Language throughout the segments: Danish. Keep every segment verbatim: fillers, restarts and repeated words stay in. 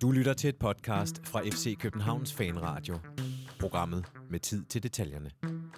Du lytter til et podcast fra F C Københavns Fanradio. Programmet med tid til detaljerne.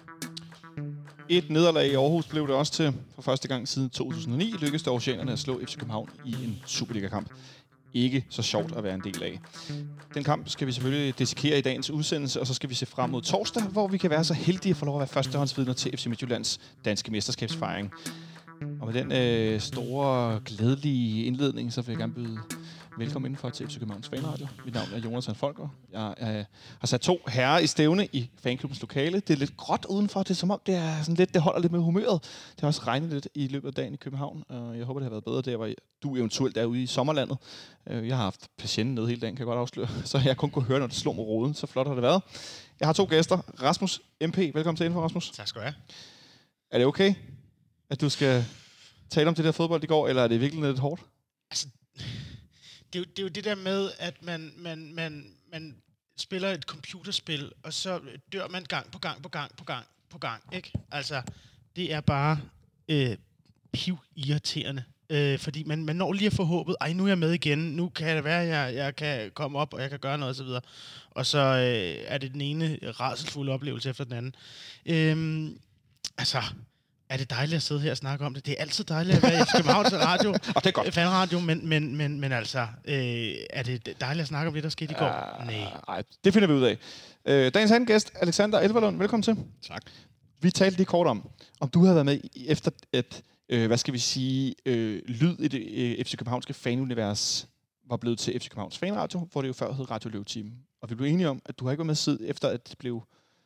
Et nederlag i Aarhus blev det også til. For første gang siden to tusind og ni lykkedes det Aarhusianerne at slå F C København i en Superliga-kamp. Ikke så sjovt at være en del af. Den kamp skal vi selvfølgelig dissekere i dagens udsendelse, og så skal vi se frem mod torsdag, hvor vi kan være så heldige at få lov at være førstehåndsvidner til F C Midtjyllands danske mesterskabsfejring. Og med den øh, store, glædelige indledning, så vil jeg gerne byde velkommen indenfor til F C Københavns Fanradio. Mit navn er Jonathan Folker. Jeg øh, har sat to herrer i stævne i fanklubbens lokale. Det er lidt gråt udenfor. Det er som om, det er sådan lidt, det holder lidt med humøret. Det har også regnet lidt i løbet af dagen i København, og jeg håber, det har været bedre der, hvor du eventuelt er ude i sommerlandet. Jeg har haft patienten nede hele dagen, kan jeg godt afsløre, så jeg kun kunne høre, når det slår med roden. Så flot har det været. Jeg har to gæster. Rasmus M P, velkommen til indenfor, Rasmus. Tak skal du have. Er det okay, at du skal tale om det der fodbold i går, eller er det virkelig lidt hårdt? Altså, det er, jo, det er jo det der med, at man, man, man, man spiller et computerspil, og så dør man gang på gang på gang på gang på gang, ikke? Altså, det er bare øh, piv-irriterende. Øh, fordi man, man når lige at få håbet, ej, nu er jeg med igen, nu kan det være, at jeg, jeg kan komme op, og jeg kan gøre noget, og så videre. Og så øh, er det den ene rædselsfulde oplevelse efter den anden. Øh, altså... Er det dejligt at sidde her og snakke om det? Det er altid dejligt at være i Københavns Radio, og det er godt. Fanradio, men, men, men, men altså, øh, er det dejligt at snakke om det, der skete i går? Uh, Nej. Nej, det finder vi ud af. Øh, dagens anden gæst, Alexander Elverlund, velkommen til. Tak. Vi talte lige kort om, om du havde været med efter et, øh, hvad skal vi sige, øh, lyd i det øh, F C Københavnske fanunivers var blevet til F C Københavns Fanradio, hvor det jo før hed Radio Løvetimen. Og vi blev enige om, at du har ikke været med siden efter, at det blev...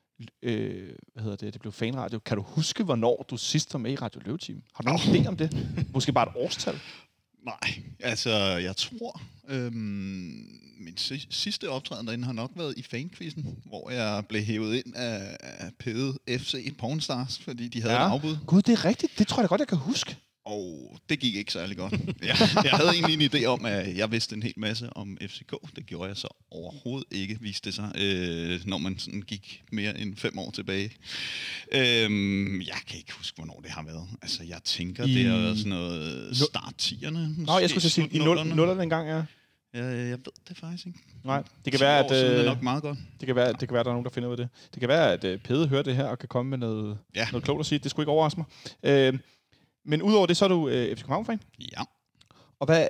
Øh, hvad hedder det? Det blev fanradio. Kan du huske, hvornår du sidst var med i Radio Løvetimen? Har du nogen idé om det? Måske bare et årstal? Nej, altså jeg tror, øhm, min si- sidste optræden derinde har nok været i fanquizzen, hvor jeg blev hævet ind af, af Pede F C Pornstars, fordi de havde ja. en afbud. Gud, det er rigtigt. Det tror jeg da godt, jeg kan huske. Og det gik ikke særlig godt. jeg, jeg havde egentlig en idé om, at jeg vidste en hel masse om F C K. Det gjorde jeg så overhovedet ikke, viste det sig, øh, når man sådan gik mere end fem år tilbage. Øhm, jeg kan ikke huske, hvornår det har været. Altså, jeg tænker, I... det har været sådan noget start tierne. Nå, jeg skulle sige, i nullerne engang, ja. Ja, jeg ved det faktisk ikke. Nej, det kan være, at det er nok meget godt. Det kan være, det kan være, at der er nogen, der finder ud af det. Det kan være, at uh, Pede hører det her og kan komme med noget, ja. noget klogt at sige. Det skulle ikke overraske mig. Øh, Men udover det, så er du øh, F C København-fan? Ja. Og hvad...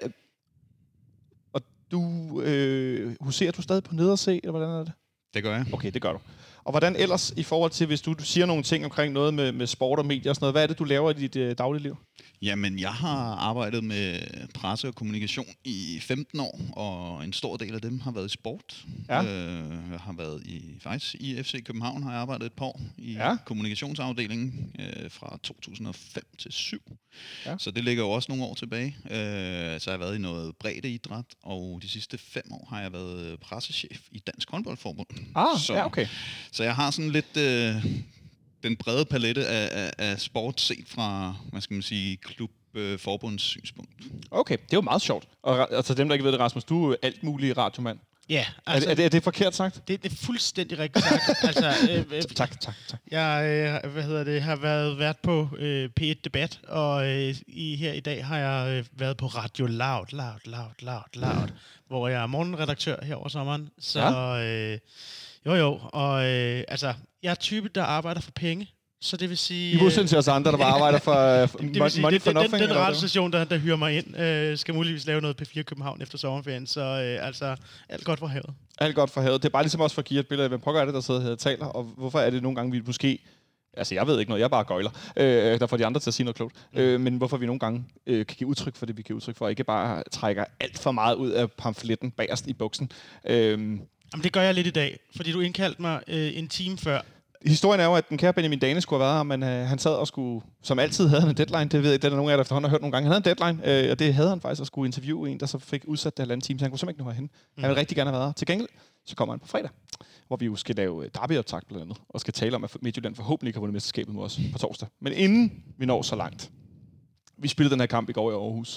Og du... Øh, huserer du stadig på nederse, eller hvordan er det? Det gør jeg. Okay, det gør du. Og hvordan ellers, i forhold til, hvis du, du siger nogle ting omkring noget med, med sport og medier og sådan noget, hvad er det, du laver i dit øh, daglige liv? Jamen, jeg har arbejdet med presse og kommunikation i femten år, og en stor del af dem har været i sport. Ja. Øh, jeg har været i, faktisk i F C København, har jeg arbejdet et par år i ja. kommunikationsafdelingen øh, fra to tusind og fem til syv. Ja. Så det ligger jo også nogle år tilbage. Øh, så har jeg været i noget breddeidræt, og de sidste fem år har jeg været pressechef i Dansk Håndboldforbund. Ah, så, ja, okay. Så jeg har sådan lidt... Øh, den brede palette af, af, af sport set fra, hvad skal man sige, klubforbundets øh, synspunkt. Okay, det er jo meget sjovt. Og altså dem, der ikke ved det, Rasmus, du er alt mulig radiomand. Ja. Altså, er, er, det, er det forkert sagt? Det, det er fuldstændig rigtigt sagt. altså, øh, øh, tak, tak, tak. Jeg øh, hvad hedder det, har været vært på øh, P et Debat, og øh, i, her i dag har jeg øh, været på Radio Loud, Loud, Loud, Loud, Loud, hvor jeg er morgenredaktør her over sommeren. Så ja. øh, jo jo, og øh, altså, jeg er type, der arbejder for penge. Så det vil sige... I modsætning til os andre, der bare arbejder for uh, det, det sige, money det, for det, nothing. Den, den radiostation, der, der hyrer mig ind, øh, skal muligvis lave noget P fire København efter sommerferien. Så øh, altså, alt godt for havet. Alt godt for havet. Det er bare ligesom også for at give et billede af, hvem pokker er det, der sidder her og taler, og hvorfor er det nogle gange, vi måske... Altså, jeg ved ikke noget, jeg bare gøjler, øh, der får de andre til at sige noget klogt. Mm. Øh, men hvorfor vi nogle gange øh, kan give udtryk for det, vi kan udtryk for, og ikke bare trækker alt for meget ud af pamfletten bagerst i buksen. Øh, Jamen, det gør jeg lidt i dag, fordi du indkaldte mig øh, en time før. Historien er jo, at den kære Benjamin Dane skulle have været her, men øh, han sad og skulle, som altid havde han en deadline, det ved jeg, det er der nogen af jer, der efterhånden har hørt nogle gange. Han havde en deadline, øh, og det havde han faktisk at skulle interviewe en, der så fik udsat det halvanden time, så han kunne simpelthen ikke nå herhen. Mm. Han ville rigtig gerne have været her. Til gengæld, så kommer han på fredag, hvor vi jo skal lave derbyoptakt blandt andet, og skal tale om, at Midtjylland forhåbentlig kan vundet mesterskabet mod os på torsdag. Men inden vi når så langt, vi spillede den her kamp i går i Aarhus.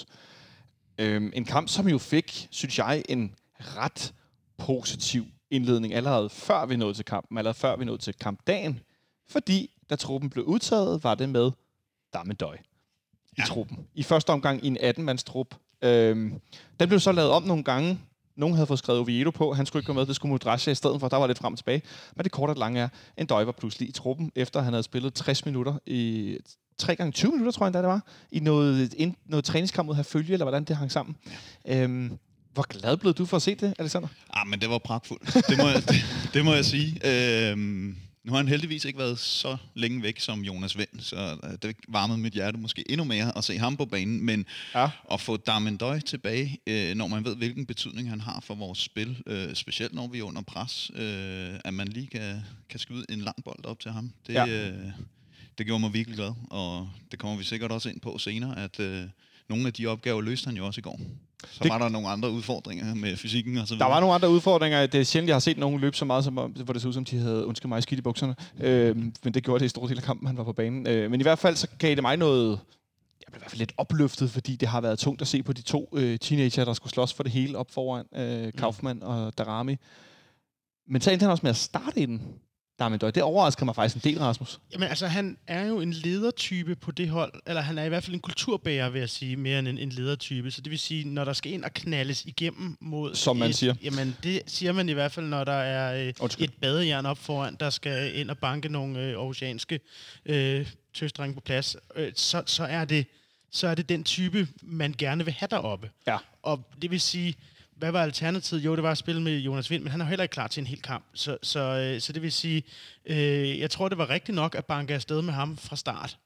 Øh, en kamp, som jo fik, synes jeg, en ret positiv indledning allerede før vi nåede til kampen, allerede før vi nåede til kampdagen, fordi da truppen blev udtaget, var det med Dammedøj i ja. truppen. I første omgang i en atten-mands trup. Øhm, den blev så lavet om nogle gange Nogen havde fået skrevet Oviedo på, han skulle ikke gå med, det skulle Mudrasja i stedet for, der var lidt frem og tilbage. Men det korte og lange er, N'Doye var pludselig i truppen, efter han havde spillet tres minutter i tre gange tyve minutter, tror jeg endda det var, i noget, in, noget træningskamp mod Herfølge, eller hvordan det hang sammen. Ja. Øhm, hvor glad blev du for at se det, Alexander? Ah, men det var pragtfuldt. Det må jeg, det, det må jeg sige. Øhm, nu har han heldigvis ikke været så længe væk som Jonas Vind, så det varmede mit hjerte måske endnu mere at se ham på banen, men ja. At få Darmen N'Doye tilbage, øh, når man ved, hvilken betydning han har for vores spil, øh, specielt når vi er under pres, øh, at man lige kan, kan skyde en lang bold op til ham. Det, ja. øh, det gjorde mig virkelig glad, og det kommer vi sikkert også ind på senere, at øh, nogle af de opgaver løste han jo også i går. Så det, var der nogle andre udfordringer med fysikken og så videre. Der var nogle andre udfordringer. Det er sjældent, jeg har set nogen løbe så meget, som, hvor det så ud som, de havde, undskyld mig, skidt i bukserne. Øh, men det gjorde det i stor del af kampen, han var på banen. Øh, men i hvert fald så gav det mig noget... Jeg blev i hvert fald lidt opløftet, fordi det har været tungt at se på de to øh, teenager, der skulle slås for det hele op foran øh, Kaufmann mm. og Daramy. Men så endte han også med at starte i den. Darmen N'Doye. Det overrasker mig faktisk en del, Rasmus. Jamen altså, han er jo en ledertype på det hold, eller han er i hvert fald en kulturbærer, vil jeg sige, mere end en, en ledertype. Så det vil sige, når der skal ind og knaldes igennem mod... Som man et, siger. Jamen, det siger man i hvert fald, når der er øh, et badejern op foran, der skal ind og banke nogle øh, oceanske øh, tøsdrenge på plads. Øh, så, så, er det, så er det den type, man gerne vil have deroppe. Ja. Og det vil sige... Hvad var alternativet? Jo, det var at spille med Jonas Vind, men han er heller ikke klar til en hel kamp. Så, så, øh, så det vil sige, øh, jeg tror, det var rigtigt nok at banke afsted med ham fra start.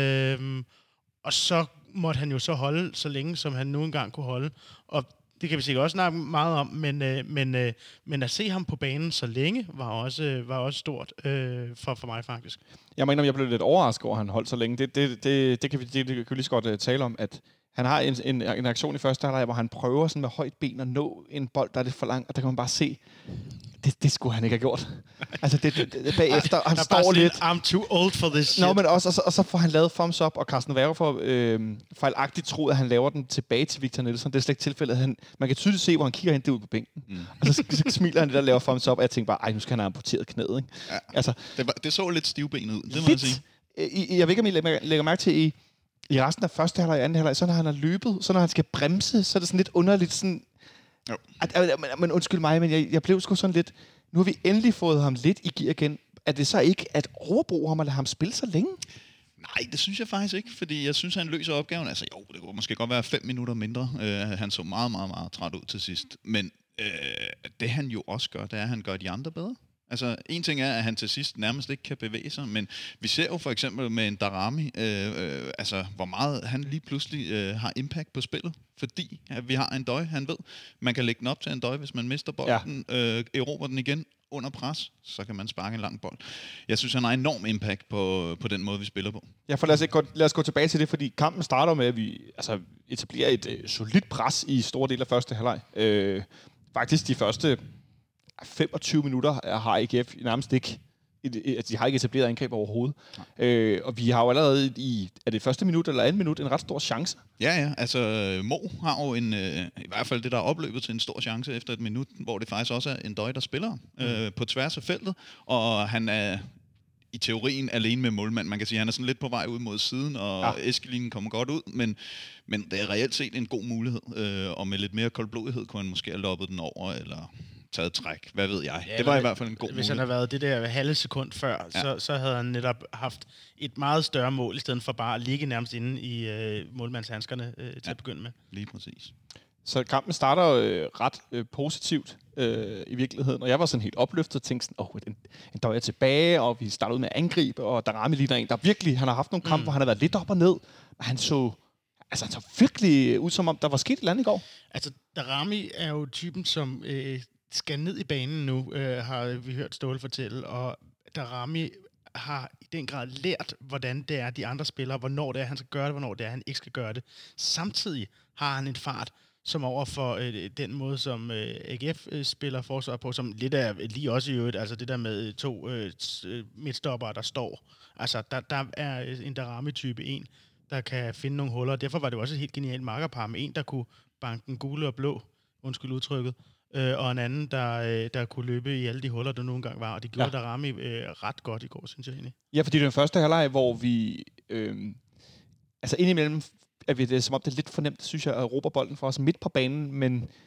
Øh, og så måtte han jo så holde så længe, som han nu engang kunne holde. Og det kan vi sikkert også snakke meget om, men, øh, men, øh, men at se ham på banen så længe var også, var også stort øh, for, for mig faktisk. Jeg mener, jeg blev lidt overrasket over, at han holdt så længe. Det, det, det, det kan vi det, det kan vi lige så godt uh, tale om, at han har en, en, en aktion i første halvleg, hvor han prøver sådan med højt ben at nå en bold, der er lidt for lang, og der kan man bare se, det, det skulle han ikke have gjort. Altså det, det, det bagefter, han står lidt... I'm too old for this shit. Nå, men også, og, så, og så får han lavet thumbs up, og Carsten Werner får øh, fejlagtigt troet, at han laver den tilbage til Victor Nelsson. Det er slet ikke tilfældet. Han, man kan tydeligt se, hvor han kigger hen det ud på bænken. Mm. Og så, så smiler han det der, laver thumbs up, og jeg tænker bare, ej, nu skal han have amputeret knæet, ikke? Ja. Altså, det, var, det så lidt stivbenet ud, det lidt, må jeg sige. I, jeg ved ikke, om I lægger, lægger mærke til, i, i resten af første halvleg og anden halvleg, så når han har løbet, så når han skal bremse, så er det sådan lidt underligt sådan... Jo. At, at, at, men undskyld mig, men jeg, jeg blev sgu sådan lidt... Nu har vi endelig fået ham lidt i gear igen. Er det så ikke at overbruge ham og lade ham spille så længe? Nej, det synes jeg faktisk ikke, fordi jeg synes, han løser opgaven. Altså jo, det kunne måske godt være fem minutter mindre. Uh, han så meget, meget, meget træt ud til sidst. Men uh, det han jo også gør, det er, at han gør de andre bedre. Altså, en ting er, at han til sidst nærmest ikke kan bevæge sig, men vi ser jo for eksempel med en Daramy, øh, øh, altså, hvor meget han lige pludselig øh, har impact på spillet, fordi at vi har en N'Doye, han ved, man kan lægge den op til en N'Doye, hvis man mister bolden, ja. øh, erobrer den igen under pres, så kan man sparke en lang bold. Jeg synes, han har enorm impact på, på den måde, vi spiller på. Ja, for lad os, gå, lad os gå tilbage til det, fordi kampen starter med, at vi altså, etablerer et øh, solidt pres i store dele af første halvleg. Øh, faktisk de første... femogtyve minutter har A G F nærmest ikke, de har ikke etableret angreb overhovedet. Øh, og vi har jo allerede i, er det første minut eller anden minut, en ret stor chance. Ja, ja, altså Mo har jo en, øh, i hvert fald det, der er opløbet til en stor chance efter et minut, hvor det faktisk også er en N'Doye, der spiller mm. øh, på tværs af feltet, og han er i teorien alene med målmand. Man kan sige, at han er sådan lidt på vej ud mod siden, og ja. Eskelinen kommer godt ud, men, men det er reelt set en god mulighed, øh, og med lidt mere koldblodighed kunne han måske have loppet den over, eller... taget træk. Hvad ved jeg? Ja, det var i hvert fald en god Hvis mulighed. han havde været det der halve sekund før, ja. så, så havde han netop haft et meget større mål, i stedet for bare at ligge nærmest inde i øh, målmandshandskerne øh, til ja. at begynde med. Lige præcis. Så kampen starter øh, ret øh, positivt øh, i virkeligheden, og jeg var sådan helt opløftet og tænkte sådan, åh, oh, en, en dag er tilbage, og vi starter ud med at angribe, og Daramy ligner en, der virkelig, han har haft nogle kampe, mm. hvor han har været lidt op og ned, og han så, altså, han så virkelig ud, som om der var sket et eller andet i går. Altså, Daramy er jo typen, som... Øh, skal ned i banen nu, øh, har vi hørt Ståle fortælle, og Daramy har i den grad lært, hvordan det er, de andre spillere, hvornår det er, han skal gøre det, hvornår det er, han ikke skal gøre det. Samtidig har han en fart, som over for øh, den måde, som øh, A G F øh, spiller forsvar på, som lidt er lige også i øvrigt, altså det der med to øh, midtstoppere, der står. Altså, der, der er en Daramy-type en, der kan finde nogle huller, og derfor var det også et helt genialt makkerpar med en, der kunne banke den gule og blå, undskyld udtrykket, Øh, og en anden, der, øh, der kunne løbe i alle de huller, der nu engang var. Og det gjorde ja. Daramy øh, ret godt i går, synes jeg egentlig. Ja, fordi det er den første halvleg, hvor vi... Øh, altså indimellem er vi det, som om det er lidt fornemt, synes jeg, at råbe bolden for os midt på banen, men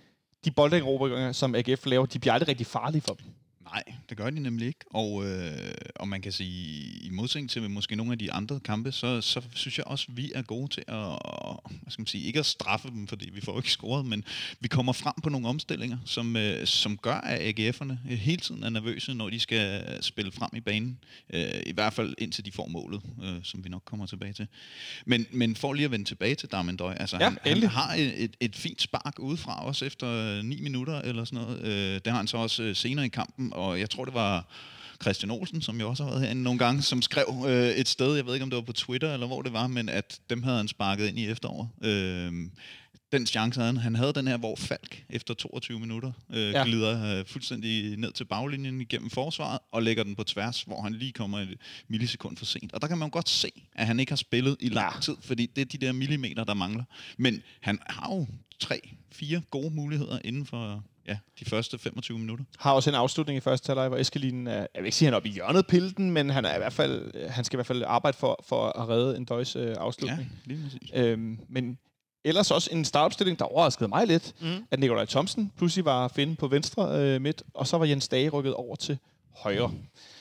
de bolderobringer, som A G F laver, de bliver aldrig rigtig farlige for dem. Nej, det gør de nemlig ikke. Og, øh, og man kan sige, i modsætning til måske nogle af de andre kampe, så, så synes jeg også, at vi er gode til at, hvad skal man sige, ikke at straffe dem, fordi vi får ikke scoret, men vi kommer frem på nogle omstillinger, som, øh, som gør, at A G F'erne hele tiden er nervøse, når de skal spille frem i banen. Øh, I hvert fald indtil de får målet, øh, som vi nok kommer tilbage til. Men, men for lige at vende tilbage til Darmendøj, altså ja, han, han har et, et, et fint spark udefra, også efter ni minutter eller sådan noget. Øh, det har han så også senere i kampen, og jeg tror, det var Christian Olsen, som jo også har været herinde nogle gange, som skrev øh, et sted, jeg ved ikke, om det var på Twitter, eller hvor det var, men at dem havde han sparket ind i efteråret. Øh, den chance havde han. Han havde den her, hvor Falk efter toogtyve minutter øh, ja. glider øh, fuldstændig ned til baglinjen igennem forsvaret, og lægger den på tværs, hvor han lige kommer et millisekund for sent. Og der kan man godt se, at han ikke har spillet i lang tid, fordi det er de der millimeter, der mangler. Men han har jo tre, fire gode muligheder inden for... Ja, de første femogtyve minutter. Har også en afslutning i første halvleg, hvor Eskelinen er, jeg vil ikke sige, han er oppe i hjørnet pilden, men han er i hvert fald, han skal i hvert fald arbejde for, for at redde en Døjs øh, afslutning. Ja, lige præcis. Øhm, men ellers også en startopstilling, der overraskede mig lidt, mm. at Nikolaj Thomsen pludselig var at finde på venstre øh, midt, og så var Jens Dage rykket over til højre.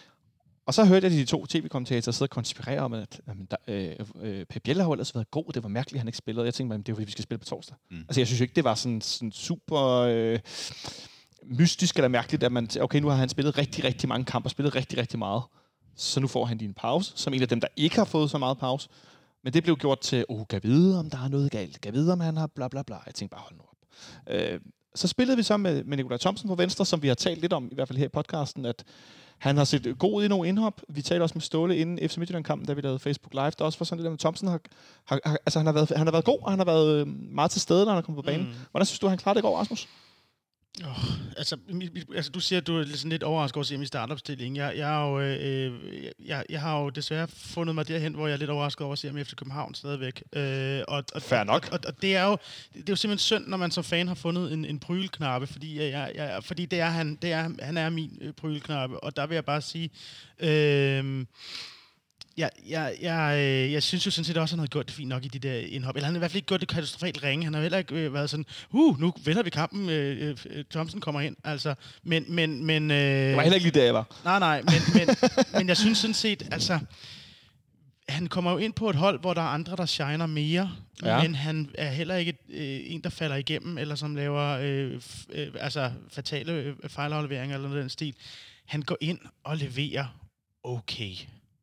Og så hørte jeg de to tv-kommentatorer sidde og konspirere om, at jamen, der, øh, øh, Pep Biel har jo ellers været god. Det var mærkeligt, at han ikke spillede. Jeg tænkte mig, det er fordi, vi skal spille på torsdag. Mm. Altså, jeg synes jo ikke, det var sådan, sådan super øh, mystisk eller mærkeligt, at man, okay, nu har han spillet rigtig, rigtig mange kampe og spillet rigtig, rigtig meget. Så nu får han din pause, som en af dem, der ikke har fået så meget pause. Men det blev gjort til, åh, oh, kan vide, om der er noget galt. Kan vide, om han har bla bla bla. Jeg tænkte bare, hold nu op. Øh, så spillede vi så med, med Nikolaj Thomsen på venstre, som vi har talt lidt om, i hvert fald her i podcasten, at han har set god ud i nogle indhop. Vi talte også med Ståle inden F C Midtjylland-kampen, da vi lavede Facebook Live. Der også var sådan lidt, at Thomsen har, har, har, altså han har, været, han har været god, og han har været meget til stede, når han er kommet på banen. Mm. Hvordan synes du, han klarede det i går, Rasmus? Oh, altså, altså, du siger, at du er sådan lidt overrasket over at se ham i startopstillingen. Jeg, jeg, har jo, øh, jeg, jeg har jo desværre fundet mig derhen, hvor jeg er lidt overrasket over at se ham i F C København stadigvæk. Øh, og, og, Fair nok. Og, og, og det er jo det er jo simpelthen synd, når man som fan har fundet en, en prylknappe, fordi, jeg, jeg, fordi det er han, det er, han er min øh, prylknappe. Og der vil jeg bare sige... Øh, Ja, jeg, jeg, jeg synes jo sådan set også, at han havde gjort det fint nok i de der indhop. Eller han har i hvert fald ikke gjort det katastrofalt ringe. Han har heller ikke øh, været sådan, uh, nu vender vi kampen, øh, øh, Thomsen kommer hen. Altså, men, men, men... Øh, det var heller ikke lige der, jeg var. Nej, nej, men, men, men jeg synes sådan set, altså... Han kommer jo ind på et hold, hvor der er andre, der shiner mere, ja. Men han er heller ikke øh, en, der falder igennem, eller som laver øh, f- øh, altså fatale øh, fejlafleveringer eller noget af den stil. Han går ind og leverer okay.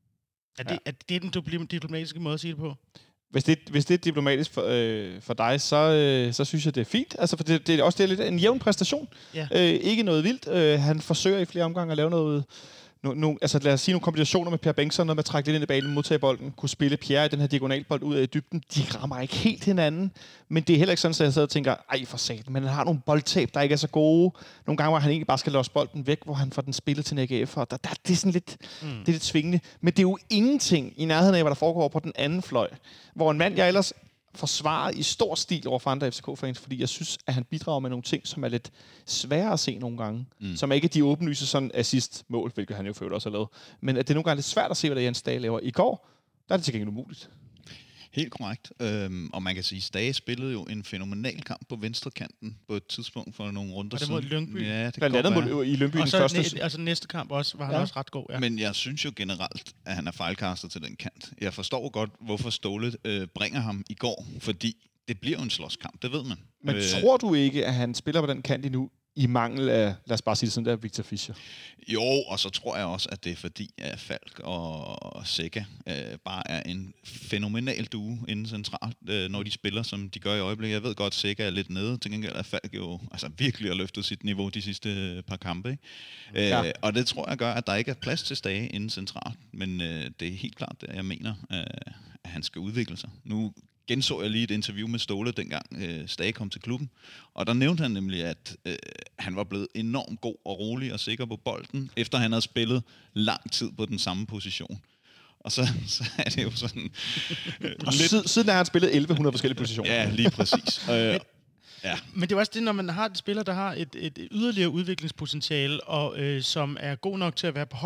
Er det, ja. er det den diplomatiske måde at sige det på? Hvis det, hvis det er diplomatisk for, øh, for dig, så, øh, så synes jeg, det er fint. Altså, for det, det er også det er lidt en jævn præstation. Ja. Øh, ikke noget vildt. Øh, han forsøger i flere omgange at lave noget... No, no, altså lad os sige nogle kombinationer med Per Bengtsson, noget med at trække lidt ind i banen, modtage bolden, kunne spille Pierre i den her diagonalbold ud af dybden. De rammer ikke helt hinanden, men det er heller ikke sådan, at jeg sidder og tænker, ej for satan, men han har nogle boldtab, der ikke er så gode. Nogle gange, hvor han egentlig bare skal låse bolden væk, hvor han får den spillet til en A G F, og der, der, det er sådan lidt, mm. det er lidt svingende. Men det er jo ingenting i nærheden af, hvad der foregår på den anden fløj, hvor en mand, jeg ellers forsvarer i stor stil over for andre F C K-fans, fordi jeg synes, at han bidrager med nogle ting, som er lidt svære at se nogle gange. Mm. Som er ikke de åbenlyse sådan assist-mål, hvilket han jo for også har lavet. Men at det er nogle gange lidt svært at se, hvad der Jens Dage laver. I går, der er det til gengæld umuligt. Helt korrekt. Øhm, og man kan sige, at Stage spillede jo en fænomenal kamp på venstrekanten på et tidspunkt for nogle runder siden. Og det mod Lyngby. Ja, det blandt andet mod i Lyngby den første. Næ- altså næste kamp også, var han ja. også ret god. Ja. Men jeg synes jo generelt, at han er fejlkastet til den kant. Jeg forstår godt, hvorfor Ståle øh, bringer ham i går, fordi det bliver jo en slåskamp, det ved man. Men øh, tror du ikke, at han spiller på den kant endnu, i mangel af, lad os bare sige det sådan der, Victor Fischer? Jo, og så tror jeg også, at det er fordi, at Falk og Seca øh, bare er en fænomenal duo inden centralt, øh, når de spiller, som de gør i øjeblikket. Jeg ved godt, at Seca er lidt nede. Til gengæld er Falk jo altså, virkelig har løftet sit niveau de sidste par kampe. Ikke? Ja. Øh, og det tror jeg gør, at der ikke er plads til Stage inden centralt. Men øh, det er helt klart, at jeg mener, øh, at han skal udvikle sig. Nu genså jeg lige et interview med Ståle, dengang øh, Stage kom til klubben. Og der nævnte han nemlig, at øh, han var blevet enormt god og rolig og sikker på bolden, efter han havde spillet lang tid på den samme position. Og så, så er det jo sådan... Øh, og lidt... siden, siden har han spillet elleve hundrede forskellige positioner. Ja, lige præcis. øh, Ja. Men det er også det, når man har et spiller, der har et, et yderligere udviklingspotentiale, og øh, som er god nok til at være på holdet,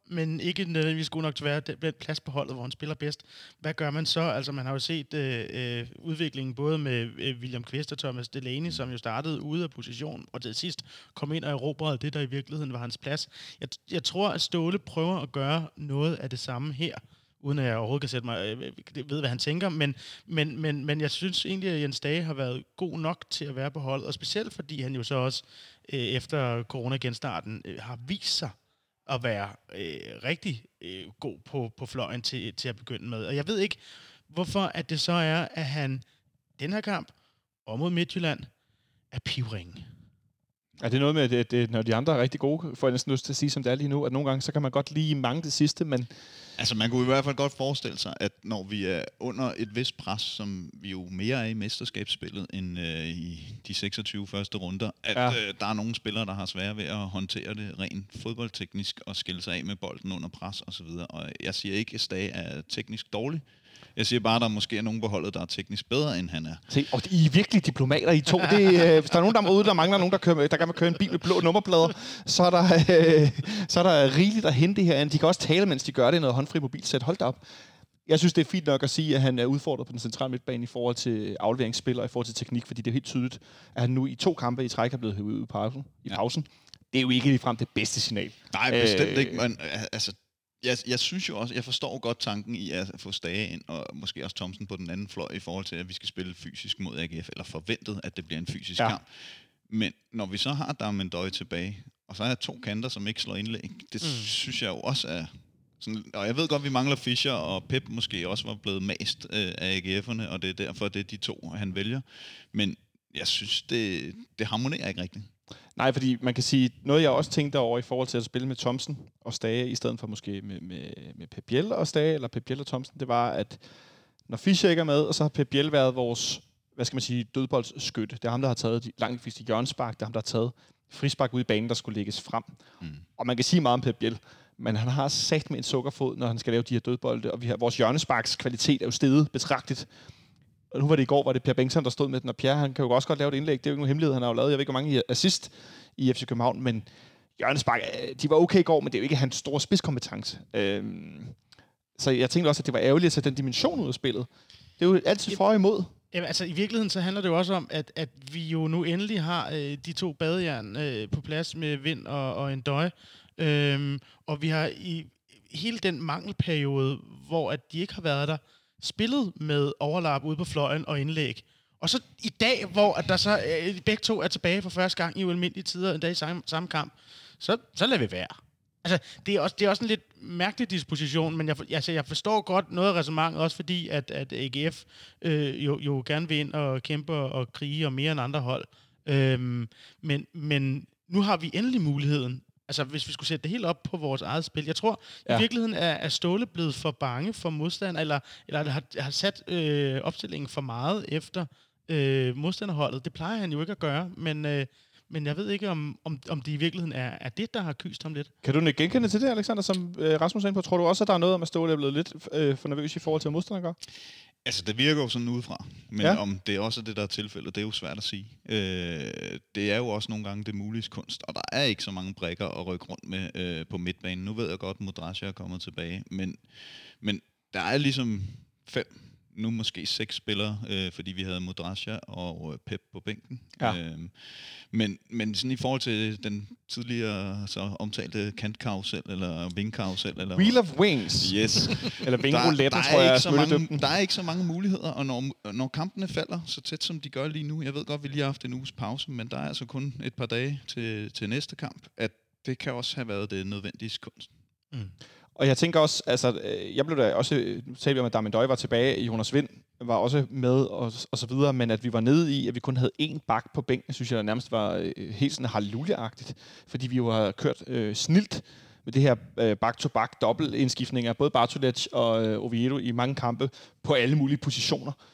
men ikke nødvendigvis god nok til at være den plads på holdet, hvor han spiller bedst. Hvad gør man så? Altså, man har jo set øh, øh, udviklingen både med øh, William Kvist og Thomas Delaney, som jo startede ude af position, og til sidst kom ind og erobrede det, der i virkeligheden var hans plads. Jeg, jeg tror, at Ståle prøver at gøre noget af det samme her, uden at jeg overhovedet kan sætte mig, øh, ved, hvad han tænker, men, men, men, men jeg synes egentlig, at Jens Dage har været god nok til at være på holdet, og specielt fordi han jo så også øh, efter corona-genstarten øh, har vist sig at være øh, rigtig øh, god på, på fløjen til, til at begynde med. Og jeg ved ikke, hvorfor at det så er, at han den her kamp og mod Midtjylland er pivringen. Er det noget med, at det, det, når de andre er rigtig gode, får jeg næsten lyst til at sige, som det er lige nu, at nogle gange, så kan man godt lige mange det sidste, men... Altså, man kunne i hvert fald godt forestille sig, at når vi er under et vist pres, som vi jo mere er i mesterskabsspillet end øh, i de seksogtyve første runder, at ja. øh, der er nogle spillere, der har svært ved at håndtere det rent fodboldteknisk og skille sig af med bolden under pres osv. Og jeg siger ikke, at Stage er teknisk dårlig. Jeg siger bare, at der måske er nogen på holdet, der er teknisk bedre, end han er. Se, og I er virkelig diplomater, I to. Det, øh, hvis der er nogen, der er ude, der mangler nogen, der, kører, der kan køre en bil med blå nummerplader, så er der, øh, så er der rigeligt at hente her. De kan også tale, mens de gør det i noget håndfri mobilsæt. Hold da op. Jeg synes, det er fint nok at sige, at han er udfordret på den centrale midtbane i forhold til afleveringsspil og i forhold til teknik, fordi det er helt tydeligt, at han nu i to kampe i træk er blevet hævet ud i pausen. I pausen. Ja. Det er jo ikke ligefrem det bedste signal. Nej, bestemt øh, ikke. Men, altså, Jeg, jeg synes jo også, jeg forstår godt tanken i at få Stage ind, og måske også Thomsen på den anden fløj, i forhold til, at vi skal spille fysisk mod A G F, eller forventet, at det bliver en fysisk ja. kamp. Men når vi så har Darmendøj tilbage, og så er to kanter, som ikke slår indlæg, det mm. synes jeg jo også er... Sådan, og jeg ved godt, vi mangler Fischer, og Pep måske også var blevet mast øh, af A G F'erne, og det er derfor, det er de to, han vælger. Men jeg synes, det, det harmonerer ikke rigtigt. Nej, fordi man kan sige, noget jeg også tænkte over i forhold til at spille med Thomsen og Stage, i stedet for måske med, med, med Pep Biel og Stage, eller Pep Biel og Thomsen, det var, at når Fischer ikke er med, og så har Pep Biel været vores, hvad skal man sige, dødboldsskytte. Det er ham, der har taget de langt fleste hjørnespark, det er ham, der har taget frispark ud i banen, der skulle lægges frem. Mm. Og man kan sige meget om Pep Biel, men han har sat med en sukkerfod, når han skal lave de her dødbolde, og vi har, vores hjørnesparks kvalitet er jo steget betragteligt. Og nu var det i går, var det Per Bengtsson, der stod med den, og Pierre, han kan jo også godt lave et indlæg. Det er jo ikke nogen hemmelighed, han har jo lavet. Jeg ved ikke, hvor mange assist i F C København, men hjørnespark, de var okay i går, men det er jo ikke hans store spidskompetence. Øhm, så jeg tænkte også, at det var ærgerligt at sætte den dimension ud af spillet. Det er jo altid for og imod. Jamen, altså i virkeligheden så handler det jo også om, at, at vi jo nu endelig har øh, de to badejern øh, på plads med Vind og, og en døj. Øhm, og vi har i hele den mangelperiode, hvor at de ikke har været der, spillet med overlap ude på fløjen og indlæg. Og så i dag, hvor at der så øh, begge to er tilbage for første gang i ualmindelige tider, en dag i samme, samme kamp, så, så lader vi være. Altså, det er også, det er også en lidt mærkelig disposition, men jeg, altså, jeg forstår godt noget af ræsonnementet, også fordi, at, at A G F øh, jo, jo gerne vil ind og kæmpe og krige og mere end andre hold. Øhm, men, men nu har vi endelig muligheden. Altså, hvis vi skulle sætte det helt op på vores eget spil. Jeg tror, ja. i virkeligheden er, er Ståle blevet for bange for modstand, eller, eller har, har sat øh, opstillingen for meget efter øh, modstanderholdet. Det plejer han jo ikke at gøre, men... Øh, Men jeg ved ikke, om, om, om det i virkeligheden er, er det, der har kyst ham lidt. Kan du ikke genkende til det, Alexander, som øh, Rasmus er inde på? Tror du også, at der er noget om at Ståle er blevet lidt øh, for nervøs i forhold til, at modstanderen gør? Altså, det virker jo sådan udefra. Men ja. om det er også det, der er tilfældet, det er jo svært at sige. Øh, det er jo også nogle gange det mulige kunst, og der er ikke så mange brækker at rykke rundt med øh, på midtbanen. Nu ved jeg godt, at Modrasja er kommet tilbage, men, men der er ligesom fem, nu måske seks spillere, øh, fordi vi havde Modrasja og øh, Pep på bænken. Ja. Øh, men, men sådan i forhold til den tidligere så omtalte kantkarusel, eller vingkarusel, eller... Wheel of Wings. Yes. eller vingroulette, tror jeg, så mange, der er ikke så mange muligheder, og når, når kampene falder så tæt, som de gør lige nu, jeg ved godt, vi lige har haft en uges pause, men der er altså kun et par dage til, til næste kamp, at det kan også have været det nødvendige kunst. Mm. Og jeg tænker også, altså, jeg blev da også, nu talte vi om, at Darmendøj var tilbage, Jonas Vind var også med, og, og så videre, men at vi var nede i, at vi kun havde én bak på bænken, synes jeg nærmest var øh, helt sådan halleluja-agtigt, fordi vi jo har kørt øh, snilt med det her øh, back-to-back dobbelt indskiftninger, både Bartolec og øh, Oviedo i mange kampe, på alle mulige positioner.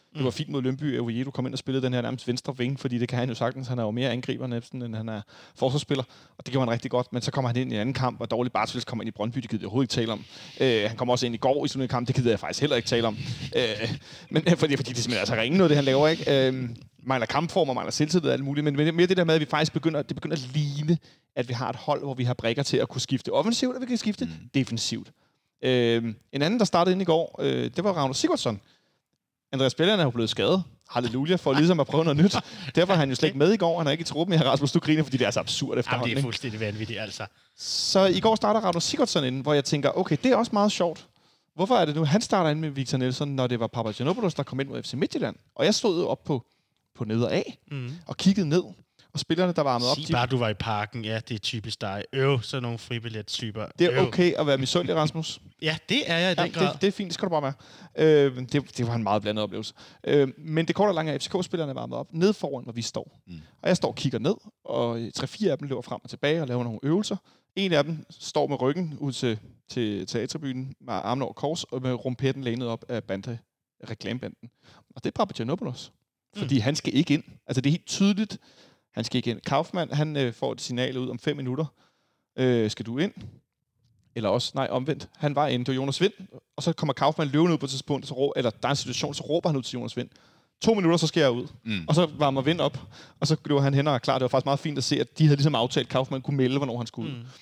Det var fint mod Lyngby, at Oviedo kom ind og spillede den her nærmest venstre ving, fordi det kan han jo sagtens. Han er jo mere angriber næsten, end han er forsvarsspiller, og det gjorde han rigtig godt. Men så kommer han ind i en anden kamp, og dårligt Bartels kommer ind i Brøndby, det gider jeg overhovedet ikke tale om. Øh, han kommer også ind i går i sådan en kamp, det gider jeg faktisk heller ikke tale om. Øh, men fordi, fordi det simpelthen er så ringe noget, det han laver, ikke? Øh, mangler kampformer, mangler selvtillid og alt muligt, men mere det der med, at vi faktisk begynder, det begynder at ligne, at vi har et hold, hvor vi har brækker til at kunne skifte offensivt, og vi kan skifte mm. defensivt. Øh, en anden, der startede ind i går, øh, det var Ragnar Sigurdsson. Andreas Bjelland er jo blevet skadet. Halleluja, for ligesom at prøve noget nyt. Derfor er han jo slet ikke med i går. Han er ikke i truppen her, Rasmus, du griner, fordi det er så absurd efterhånden. Jamen, det er fuldstændig vanvittigt, altså. Så i går starter Ragnar Sigurdsson ind, hvor jeg tænker, okay, det er også meget sjovt. Hvorfor er det nu, han starter ind med Victor Nelson, når det var Papagiannopoulos, der kom ind mod F C Midtjylland? Og jeg stod op på, på neder A mm. og kiggede ned. Og spillerne, der varmede op... Sig bare, du var i parken. Ja, det er typisk dig. Øv, sådan nogle fribillet-typer. Det er okay at være misundelig, Rasmus. Ja, det er jeg i den ja, grad. Det, det er fint, det skal du bare være. Øh, det, det var en meget blandet oplevelse. Øh, men det korte og lange af F C K-spillerne varmet op ned foran, hvor vi står. Mm. Og jeg står og kigger ned, og tre-fire af dem løber frem og tilbage og laver nogle øvelser. En af dem står med ryggen ud til, til teatertribunen med armen over kors, og med rumpetten lænet op af bande, reklamebanden. Og det er Papagiannopoulos. Mm. Fordi han skal ikke ind. Altså, det er helt tydeligt, han skal ikke ind. Kaufmann, han øh, får et signal ud om fem minutter. Øh, skal du ind? Eller også, nej, omvendt. Han var inde, det var Jonas Vind, og så kommer Kaufmann løvende ud på et tidspunkt, så rå, eller der er en situation, så råber han ud til Jonas Vind. To minutter, så skal jeg ud. Mm. Og så varmer Vind op, og så løber han hen og er klar. Det var faktisk meget fint at se, at de havde ligesom aftalt, at Kaufmann kunne melde, hvornår han skulle ud. Mm.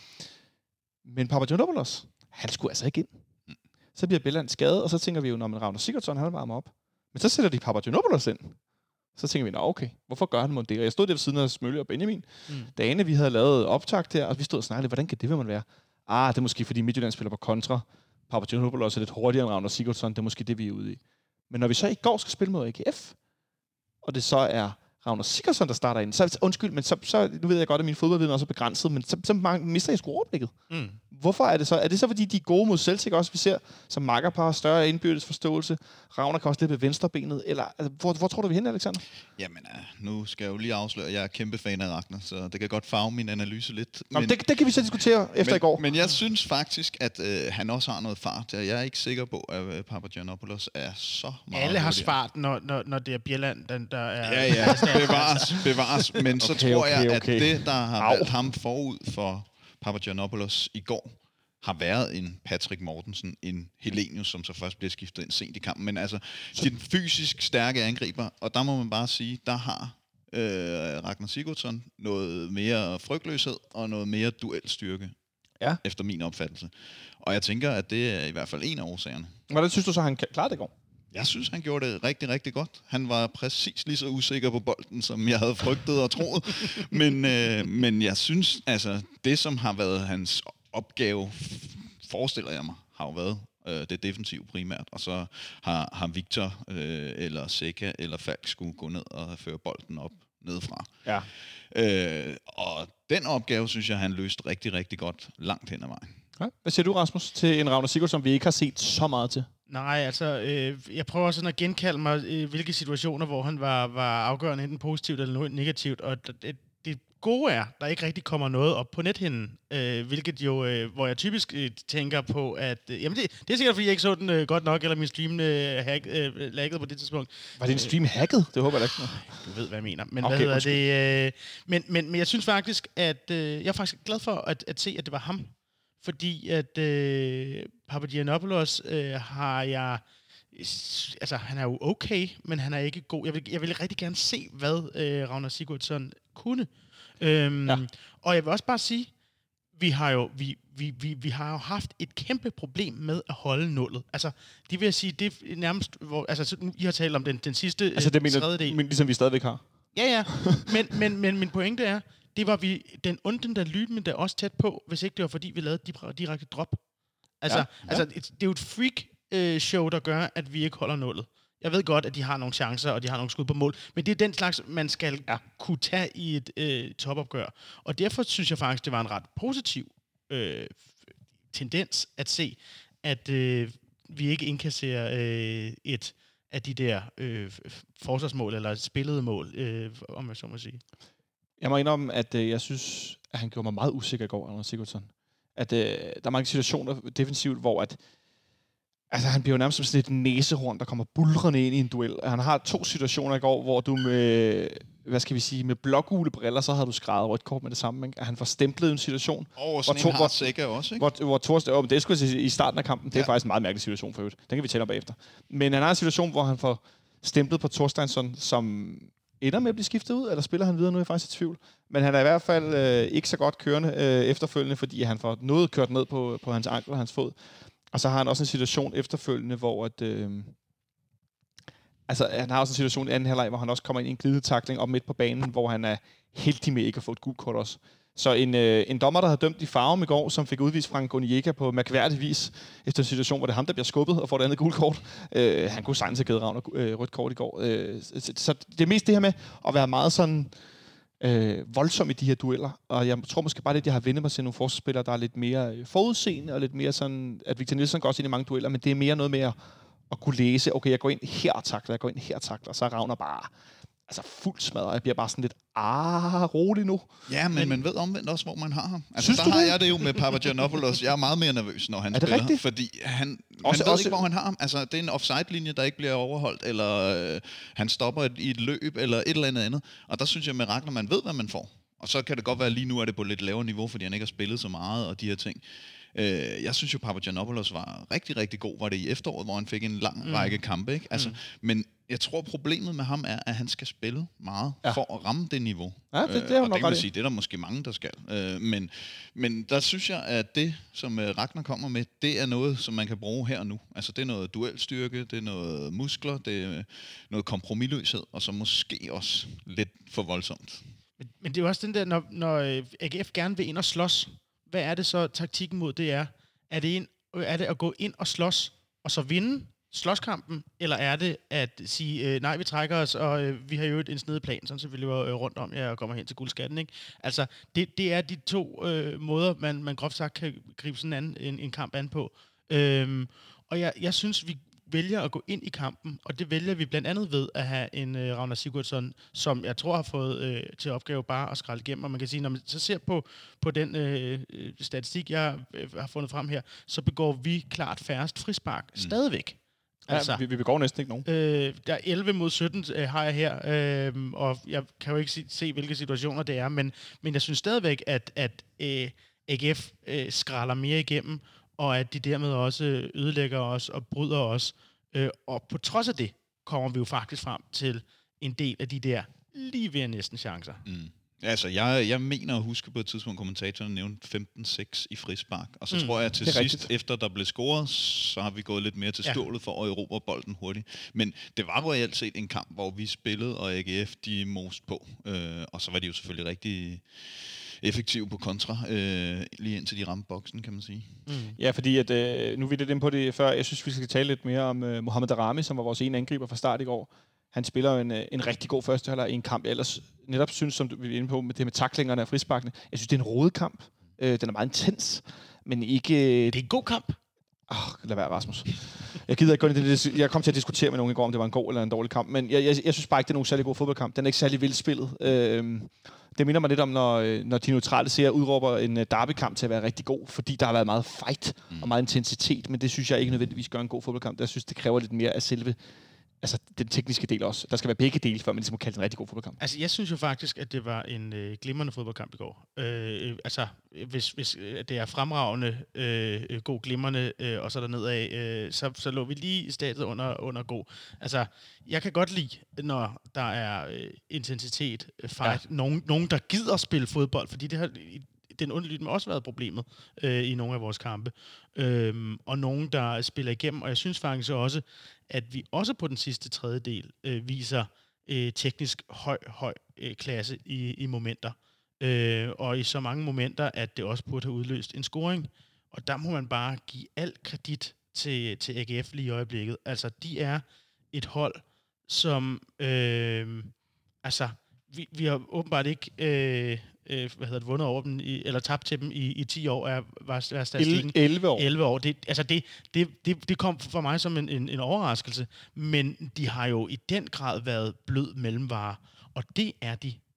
Men Papagiannopoulos, han skulle altså ikke ind. Mm. Så bliver Bjelland skadet, og så tænker vi jo, når man Ragnar Sigurdsson, han varmer op. Men så sætter de Papagiannopoulos ind. Så tænker vi, nå okay, hvorfor gør han mod det? Og jeg stod der ved siden af Smølle og Benjamin. Mm. Dagene, vi havde lavet optakt her, og vi stod og snakkede, hvordan kan det vil man være? Ah, det er måske, fordi Midtjylland spiller på kontra. Papagiannopoulos er lidt hurtigere end Ragnar Sigurdsson. Det er måske det, vi er ude i. Men når vi så i går skal spille mod A G F, og det så er Ragnar Sigurdsson, der starter ind, så undskyld, men så, så nu ved jeg godt, at min fodboldviden også er begrænset, men så, så mister jeg sgu overblikket. Mm. Hvorfor er det så? Er det så, fordi de er gode mod Celtic også? Vi ser som makkerpar større indbyrdes forståelse. Ragnar kan også lidt med venstrebenet. Eller, altså, hvor, hvor tror du, vi hen, Alexander? Jamen, uh, nu skal jeg jo lige afsløre, at jeg er kæmpe fan af Ragnar, så det kan godt farve min analyse lidt. Nå, men, det, det kan vi så diskutere efter men, i går. Men jeg synes faktisk, at uh, han også har noget fart. Jeg er ikke sikker på, at uh, Papagiannopoulos er så meget Alle har hurtigere. fart, når, når, når det er Bjelland, den der er... Ja, ja, bevares, bevares. Men så okay, tror okay, jeg, okay. at det, der har Au. valgt ham forud for Papagiannopoulos i går, har været en Patrick Mortensen, en Helenius, som så først bliver skiftet ind sent i kampen. Men altså, den fysisk stærke angriber, og der må man bare sige, der har øh, Ragnar Sigurdsson noget mere frygtløshed og noget mere duelstyrke, ja. efter min opfattelse. Og jeg tænker, at det er i hvert fald en af årsagerne. Hvordan synes du så, han klarede det i går? Jeg synes, han gjorde det rigtig, rigtig godt. Han var præcis lige så usikker på bolden, som jeg havde frygtet og troet. men, øh, men jeg synes, altså, det som har været hans opgave, forestiller jeg mig, har jo været øh, det defensive primært. Og så har, har Victor øh, eller Seca eller Falk skulle gå ned og føre bolden op nedefra. Ja. Øh, og den opgave, synes jeg, han løste rigtig, rigtig godt langt hen ad vejen. Ja. Hvad siger du, Rasmus, til en Ragnar Sigurdsson, vi ikke har set så meget til? Nej, altså, øh, jeg prøver sådan at genkalde mig, øh, hvilke situationer, hvor han var, var afgørende, enten positivt eller negativt, og det, det gode er, der ikke rigtig kommer noget op på nethinden, øh, hvilket jo, øh, hvor jeg typisk øh, tænker på, at, øh, jamen det, det er sikkert, fordi jeg ikke så den øh, godt nok, eller min stream øh, hack, øh, laggede på det tidspunkt. Var din stream hacket? Det håber jeg ikke. Du ved, hvad jeg mener. Men, okay, hvad hedder det, øh, men, men, men jeg synes faktisk, at øh, jeg er faktisk glad for at, at se, at det var ham. Fordi at øh, Papagiannopoulos øh, har jeg... Altså, han er jo okay, men han er ikke god. Jeg vil, jeg vil rigtig gerne se, hvad øh, Ragnar Sigurdsson kunne. Øhm, ja. Og jeg vil også bare sige, vi har jo vi, vi, vi, vi har jo haft et kæmpe problem med at holde nullet. Altså, det vil jeg sige, det er nærmest... Hvor, altså, I har talt om den, den sidste altså, det mener, tredjedel. Men, ligesom vi stadigvæk har. Ja, ja. Men, men, men min pointe er, det var vi den onden, der lyden, der også tæt på, hvis ikke det var, fordi vi lavede direkte drop. Altså, ja, ja. altså et, det er jo et freak-show, der gør, at vi ikke holder nullet. Jeg ved godt, at de har nogle chancer, og de har nogle skud på mål, men det er den slags, man skal ja. kunne tage i et øh, topopgør. Og derfor synes jeg faktisk, det var en ret positiv øh, tendens at se, at øh, vi ikke indkasserer øh, et af de der øh, forsvarsmål, eller spillede mål, øh, om jeg så må sige. Jeg må indrømme, at øh, jeg synes, at han gjorde mig meget usikker i går, Ragnar Sigurdsson. At øh, der er mange situationer defensivt, hvor at Altså, han bliver jo nærmest som sådan et næsehorn, der kommer bulrende ind i en duel. Han har to situationer i går, hvor du med, hvad skal vi sige, med blågule briller, så havde du skrevet rødt kort med det samme. Ikke? Han får stemplet en situation. Og sådan hvor, en har sækker også, ikke? Hvor, hvor Thorsten, oh, det skulle jeg sige, i starten af kampen, det er ja. faktisk en meget mærkelig situation for øvrigt. Den kan vi tælle op bagefter. Men han har en situation, hvor han får stemplet på Thorsteinsson, som ender med at blive skiftet ud, eller spiller han videre nu, er jeg faktisk i tvivl. Men han er i hvert fald øh, ikke så godt kørende øh, efterfølgende, fordi han får noget kørt ned på, på hans ankel og hans fod. Og så har han også en situation efterfølgende, hvor at, øh, altså, han har også en situation i anden halvleg, hvor han også kommer ind i en glidetakling op midt på banen, hvor han er heldig med ikke at få et gult kort også. Så en, øh, en dommer, der havde dømt i Farum i går, som fik udvist Frank Onyeka på mærkværdig vis, efter en situation, hvor det er ham, der bliver skubbet og får det andet gult kort. Øh, han kunne sagtens have givet Ravn øh, rødt kort i går. Øh, så, så det er mest det her med at være meget sådan øh, voldsom i de her dueller. Og jeg tror måske bare lidt, at jeg har vendt mig til nogle forsvarsspillere, der er lidt mere forudseende, og lidt mere sådan, at Victor Nielsen går også ind i mange dueller, men det er mere noget med at, at kunne læse, okay, jeg går ind her og takler, jeg går ind her og takler, så er Ravner bare altså fuldt smadret. Jeg bliver bare sådan lidt, ah, rolig nu. Ja, men, men man ved omvendt også, hvor man har ham. Altså, Synes der du har det? jeg det jo med Papagiannopoulos. Jeg er meget mere nervøs, når han er det spiller. Rigtigt? Fordi han, også, man ved også, ikke, hvor han har ham. Altså, det er en offside-linje, der ikke bliver overholdt, eller øh, han stopper et, i et løb, eller et eller andet andet. Og der synes jeg med Ragnar, man ved, hvad man får. Og så kan det godt være, at lige nu er det på lidt lavere niveau, fordi han ikke har spillet så meget, og de her ting. Øh, jeg synes jo, Papagiannopoulos var rigtig, rigtig god. Var det i efteråret, hvor han fik en lang mm. række kampe, ikke? Altså, mm. Men jeg tror, problemet med ham er, at han skal spille meget ja. for at ramme det niveau. Ja, det, det, øh, er og nok det kan man sige, sige, det er der måske mange, der skal. Øh, men, men der synes jeg, at det, som Ragnar kommer med, det er noget, som man kan bruge her og nu. Altså, det er noget duelstyrke, det er noget muskler, det er noget kompromisløshed, og så måske også lidt for voldsomt. Men, men det er jo også den der, når, når A G F gerne vil ind og slås, hvad er det så, taktikken mod det er? Er det, ind, er det at gå ind og slås, og så vinde slåskampen, eller er det at sige, øh, nej, vi trækker os, og øh, vi har jo en snedeplan, sådan så vi løber øh, rundt om jer og kommer hen til guldskatten, ikke? Altså, det, det er de to øh, måder, man, man groft sagt kan gribe sådan en, en, en kamp an på. Øhm, og jeg, jeg synes, vi vælger at gå ind i kampen, og det vælger vi blandt andet ved at have en øh, Ragnar Sigurdsson, som jeg tror har fået øh, til opgave bare at skralde igennem, og man kan sige, når man så ser på, på den øh, statistik, jeg øh, har fundet frem her, så begår vi klart færrest frispark mm. stadigvæk. Altså, ja, vi, vi begår næsten ikke nogen. Øh, der er elleve mod sytten øh, har jeg her, øh, og jeg kan jo ikke se, se, hvilke situationer det er, men, men jeg synes stadigvæk, at, at øh, A G F øh, skralder mere igennem, og at de dermed også ødelægger os og bryder os. Øh, og på trods af det, kommer vi jo faktisk frem til en del af de der lige ved næsten chancer. Mm. Altså, jeg, jeg mener at huske på et tidspunkt, kommentatoren nævnte femten seks i frispark. Og så mm. tror jeg, at til sidst, rigtigt. Efter der blev scoret, så har vi gået lidt mere til stålet ja. for at erobre bolden hurtigt. Men det var jo reelt set en kamp, hvor vi spillede, og A G F, de most på. Øh, og så var de jo selvfølgelig rigtig effektive på kontra, øh, lige indtil de ramte boksen, kan man sige. Mm. Ja, fordi at, øh, nu er vi lidt inde på det før. Jeg synes, vi skal tale lidt mere om øh, Mohamed Daramy, som var vores ene angriber fra start i går. Han spiller jo en, en rigtig god førstehalvleg i en kamp. Jeg ellers netop synes, som vi er inde på, med det med taklingerne og frisparkene. Jeg synes, det er en rodet kamp. Øh, den er meget intens, men ikke... Det er en god kamp. Åh, oh, lad være, Rasmus. Jeg gider ikke gå ind i det. Jeg kom til at diskutere med nogen i går, om det var en god eller en dårlig kamp, men jeg, jeg, jeg synes bare ikke, det er nogen særlig god fodboldkamp. Den er ikke særlig vildspillet. Øh, det minder mig lidt om, når, når de neutrale ser udråber en derbykamp til at være rigtig god, fordi der har været meget fight mm. og meget intensitet, men det synes jeg ikke nødvendigvis gør en god fodboldkamp. Jeg synes, det kræver lidt mere af selve altså den tekniske del også. Der skal være begge dele, før man ligesom må kalde det en rigtig god fodboldkamp. Altså, jeg synes jo faktisk, at det var en øh, glimrende fodboldkamp i går. Øh, altså, hvis, hvis øh, det er fremragende, øh, god, glimrende, øh, og så dernedad, øh, så, så lå vi lige i stedet under, under god. Altså, jeg kan godt lide, når der er øh, intensitet, fight, ja. nogen, nogen, der gider spille fodbold, fordi det har den underligt med også været problemet øh, i nogle af vores kampe. Øhm, og nogen, der spiller igennem. Og jeg synes faktisk også, at vi også på den sidste tredjedel øh, viser øh, teknisk høj, høj øh, klasse i, i momenter. Øh, og i så mange momenter, at det også burde have udløst en scoring. Og der må man bare give al kredit til, til A G F lige i øjeblikket. Altså, de er et hold, som... Øh, altså, vi, vi har åbenbart ikke... Øh, Øh, hvad hedder det, vundet over dem, i, eller tabt til dem i, i ti år, er, var, var statistikken. elleve år. elleve år. Det, altså det, det, det, det kom for mig som en, en, en overraskelse, men de har jo i den grad været blød mellemvare, og det er de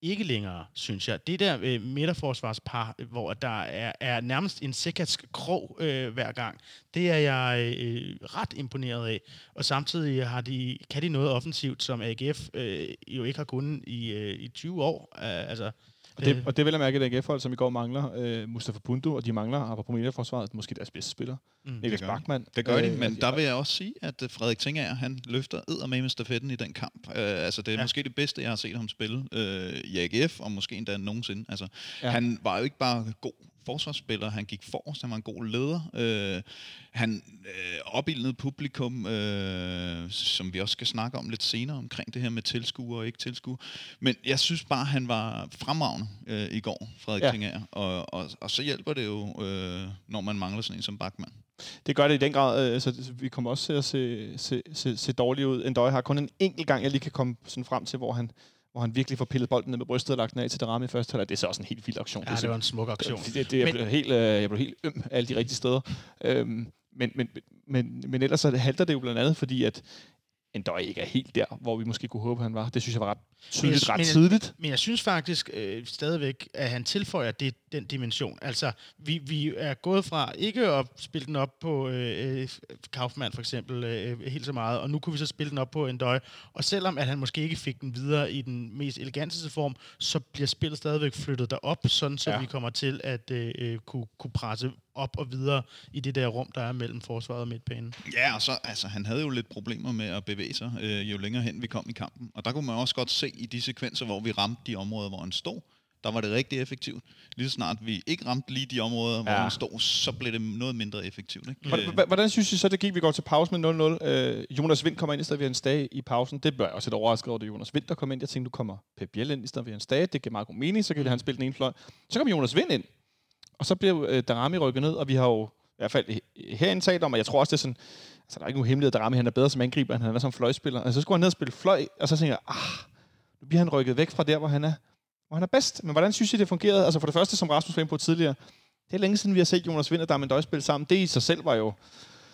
ikke længere, synes jeg. Det der øh, midterforsvarspar, hvor der er, er nærmest en sikkersk krog øh, hver gang, det er jeg øh, ret imponeret af. Og samtidig har de, kan de noget offensivt, som A G F øh, jo ikke har kunnet i, øh, i tyve år. Uh, altså, Og det, og det vil jeg mærke, at A G F-hold, som i går mangler øh, Mustafa Bundu, og de mangler, apropos midterforsvaret, måske deres bedste spiller, mm, Niklas Bachmann. Det gør de, øh, men der vil jeg også sige, at Frederik Tengager, han løfter eddermame stafetten i den kamp. Uh, altså, det er ja. måske det bedste, jeg har set ham spille uh, i A G F, og måske endda nogensinde. Altså, ja. Han var jo ikke bare god forsvarsspiller, han gik forrest, han var en god leder. Uh, han uh, opildnede publikum, uh, som vi også skal snakke om lidt senere, omkring det her med tilskuere og ikke tilskuere. Men jeg synes bare, han var fremragende uh, i går, Frederik ja. Tengager. Og, og, og så hjælper det jo, uh, når man mangler sådan en som Bachmann. Det gør det i den grad, øh, så vi kommer også til at se, se, se, se dårligt ud. Endøj har kun en enkelt gang, jeg lige kan komme sådan frem til, hvor han, hvor han virkelig får pillet bolden ned med brystet og lagt den af til Darami i første halvleg. Det er så også en helt vild aktion. Ja, det, det var en smuk aktion. Det, det, det, jeg, blev helt, øh, jeg blev helt øm af alle de rigtige steder. Øhm, men, men, men, men ellers så halter det jo blandt andet, fordi at Endøj ikke er helt der, hvor vi måske kunne håbe, han var. Det synes jeg var ret tydeligt, men jeg, ret tidligt. Men jeg synes faktisk øh, stadigvæk, at han tilføjer det, den dimension. Altså, vi, vi er gået fra ikke at spille den op på øh, Kaufmann for eksempel øh, helt så meget, og nu kunne vi så spille den op på Endøj. Og selvom at han måske ikke fik den videre i den mest elegante form, så bliver spillet stadigvæk flyttet derop, sådan så ja. vi kommer til at øh, kunne, kunne presse op og videre i det der rum, der er mellem forsvaret og midtbanen. Ja, og så, altså, han havde jo lidt problemer med at bevæge sig, øh, jo længere hen vi kom i kampen. Og der kunne man også godt se i de sekvenser, hvor vi ramte de områder, hvor han stod, der var det rigtig effektivt. Lige så snart vi ikke ramte lige de områder, hvor ja. han stod, så blev det noget mindre effektivt. Ikke? Hvordan synes I så, det gik? Vi går til pause med nul nul. Øh, Jonas Vind kommer ind i stedet for Jens Stage i pausen. Det bør jeg også lidt overrasket over, at Jonas Vind der kom ind. Jeg tænkte, nu kommer Pep Biel ind i stedet for Jens Stage. Det giver meget god mening, så kan han spille den ene fløj. Så kommer Jonas Vind ind. Og så bliver øh, Darami rykket ned, og vi har jo i hvert fald herinde talt om, og jeg tror også, det er sådan, altså der er ikke nogen hemmelighed, at Darami han er bedre som angriber, end han er som fløjspiller. Altså så skulle han ned og spille fløj, og så tænker jeg, ah, nu bliver han rykket væk fra der, hvor han er, hvor han er bedst. Men hvordan synes I, det fungerede? Altså for det første, som Rasmus var inde på tidligere, det er længe siden, vi har set Jonas Vind og Darmendøj spille sammen. Det i sig selv var jo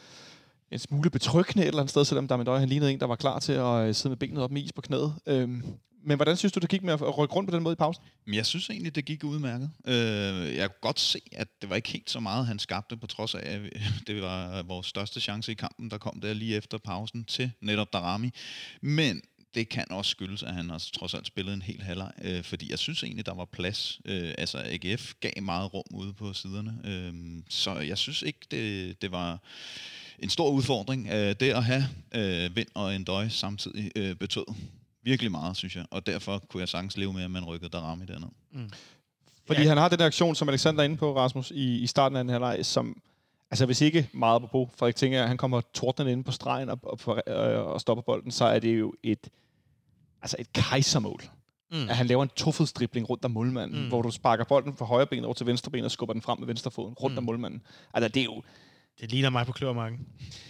en smule betryggende et eller andet sted, selvom Darmendøj han lignede en, der var klar til at sidde med benet op med is på knæet. Øhm, Men hvordan synes du, det gik med at rykke rundt på den måde i pausen? Jeg synes egentlig, det gik udmærket. Jeg kunne godt se, at det var ikke helt så meget, han skabte, på trods af, at det var vores største chance i kampen, der kom der lige efter pausen til netop Darami. Men det kan også skyldes, at han også trods alt spillede en hel halvleg, øh, fordi jeg synes egentlig, der var plads. Øh, altså A G F gav meget rum ude på siderne, øh, så jeg synes ikke, det, det var en stor udfordring. Øh, det at have øh, Vind og Endøj samtidig øh, betød virkelig meget, synes jeg, og derfor kunne jeg sagtens leve med, at man rykkede Darami derned. Mm. Fordi ja. han har den aktion, som Alexander er inde på, Rasmus, i, i starten af den her leg, som, altså hvis ikke meget på på, Frederik Tengager, han kommer tordnende inde på stregen og, og, og, og stopper bolden, så er det jo et, altså et kejsermål. Mm. At han laver en tofodsdribling rundt om målmanden, mm. hvor du sparker bolden fra højre ben over til venstre ben og skubber den frem med venstre foden rundt mm. om målmanden. Altså det er jo... Det ligner mig på Kløvermarken.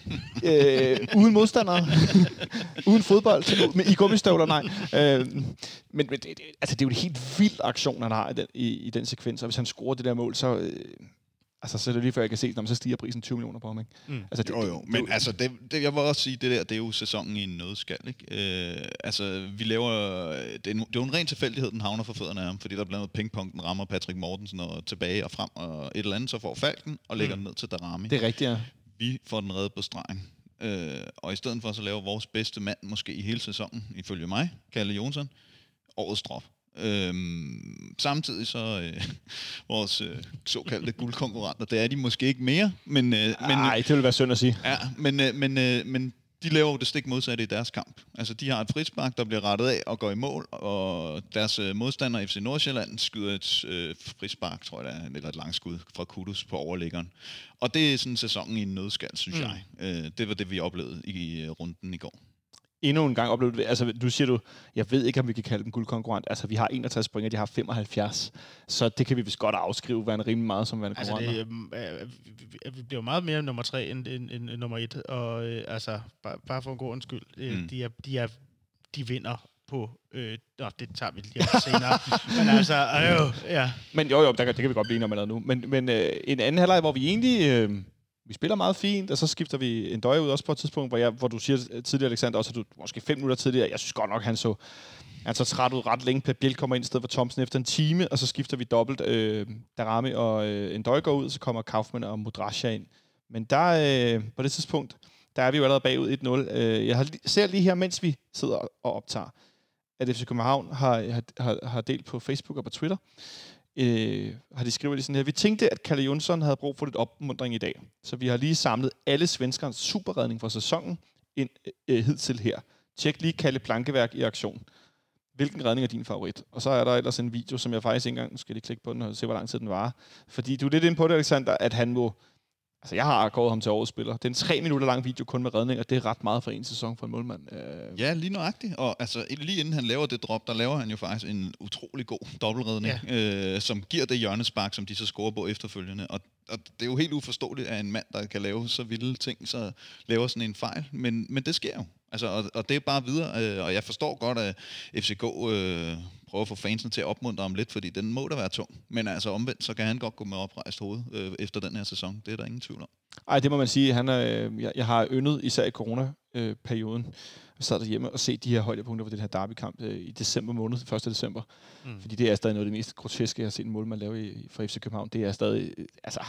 øh, uden modstandere. uden fodbold. Med, i gummistøvler, nej. Øh, men men det, det, altså, det er jo en helt vild aktion, han har i den, i, i den sekvens. Og hvis han scorer det der mål, så... Øh, altså, så er det lige før, jeg kan se, når man så stiger prisen tyve millioner på ham, ikke? Mm. Altså, det, jo, jo. Men det, altså, det, det, jeg vil også sige, det der, det er jo sæsonen i en nødskal, ikke? Øh, altså, vi laver... Det er, en, det er jo en ren tilfældighed, den havner for fødderne af ham, fordi der blandt andet pingpong, den rammer Patrick Mortensen og tilbage og frem, og et eller andet, så får Falken og lægger mm. den ned til Darami. Det er rigtigt, ja. Vi får den reddet på stregen. Øh, og i stedet for så laver vores bedste mand, måske i hele sæsonen, ifølge mig, Kalle Jonsson, årets drop. Øhm, samtidig så øh, vores øh, såkaldte guldkonkurrenter, det er de måske ikke mere, men... Øh, Nej, det vil være synd at sige. Ja, men, øh, men, øh, men de laver jo det stik modsatte i deres kamp. Altså, de har et frispark, der bliver rettet af og går i mål, og deres øh, modstander F C Nordsjælland skyder et øh, frispark, tror jeg det er, eller et langskud fra Kudus på overliggeren. Og det er sådan sæsonen i en nødskal, synes mm. jeg. Øh, det var det, vi oplevede i øh, runden i går. Endnu en gang oplevede det. Altså, du siger du, jeg ved ikke, om vi kan kalde dem guldkonkurrent. Altså, vi har enogtres point, de har femoghalvfjerds. Så det kan vi vist godt afskrive, hvad en rimelig meget som værende konkurrenter. Altså, det, øh, vi bliver meget mere nummer tre end, end, end nummer et. Og øh, altså, bare, bare for en god undskyld. Øh, mm. de, er, de, er, de vinder på... Øh, nå, det tager vi lige senere. Men altså, øh, ja. Men jo, jo, der, det kan vi godt blive enige om allerede nu. Men, men øh, en anden halvleg, hvor vi egentlig... Øh, Vi spiller meget fint, og så skifter vi en døje ud også på et tidspunkt, hvor, jeg, hvor du siger tidligere, Alexander, også at du måske fem minutter tidligere, jeg synes godt nok, han så Han så træt ud ret længe. Pep Biel kommer ind i stedet for Thomsen efter en time, og så skifter vi dobbelt. Øh, Darami og øh, Ndøj går ud, og så kommer Kaufmann og Mudrasja ind. Men der, øh, på det tidspunkt, der er vi jo allerede bagud et nul. Øh, jeg har, ser lige her, mens vi sidder og optager, at F C København har, har, har delt på Facebook og på Twitter, øh, har de skrevet lige sådan her: vi tænkte, at Kalle Jonsson havde brug for lidt opmuntring i dag, så vi har lige samlet alle svenskernes superredning for sæsonen ind øh, hidtil her. Tjek lige Kalle Plankeværk i aktion. Hvilken redning er din favorit? Og så er der ellers en video, som jeg faktisk ikke engang skal lige klikke på den og se, hvor lang tid den var. Fordi du er lidt inde på det, Alexander, at han må... Altså, jeg har gået ham til årets spiller. Det er en tre minutter lang video kun med redning, og det er ret meget for en sæson for en målmand. Øh... Ja, lige nøjagtigt. Og altså, lige inden han laver det drop, der laver han jo faktisk en utrolig god dobbeltredning, ja. øh, som giver det hjørnespark, som de så scorer på efterfølgende. Og, og det er jo helt uforståeligt, at en mand, der kan lave så vilde ting, så laver sådan en fejl. Men, men det sker jo. Altså, og, og det er bare videre. Øh, og jeg forstår godt, at F C K... Øh, prøver at få fansene til at opmuntre ham lidt, fordi den må da være tung. Men altså omvendt, så kan han godt gå med oprejst hoved øh, efter den her sæson. Det er der ingen tvivl om. Ej, det må man sige. Han er, jeg, jeg har yndet, især i corona-perioden, jeg sad derhjemme og se de her højdepunkter for den her derbykamp øh, i december måned, første december. Mm. Fordi det er stadig noget af det mest groteske, jeg har set en målmand lave i, for F C København. Det er stadig... Øh, altså...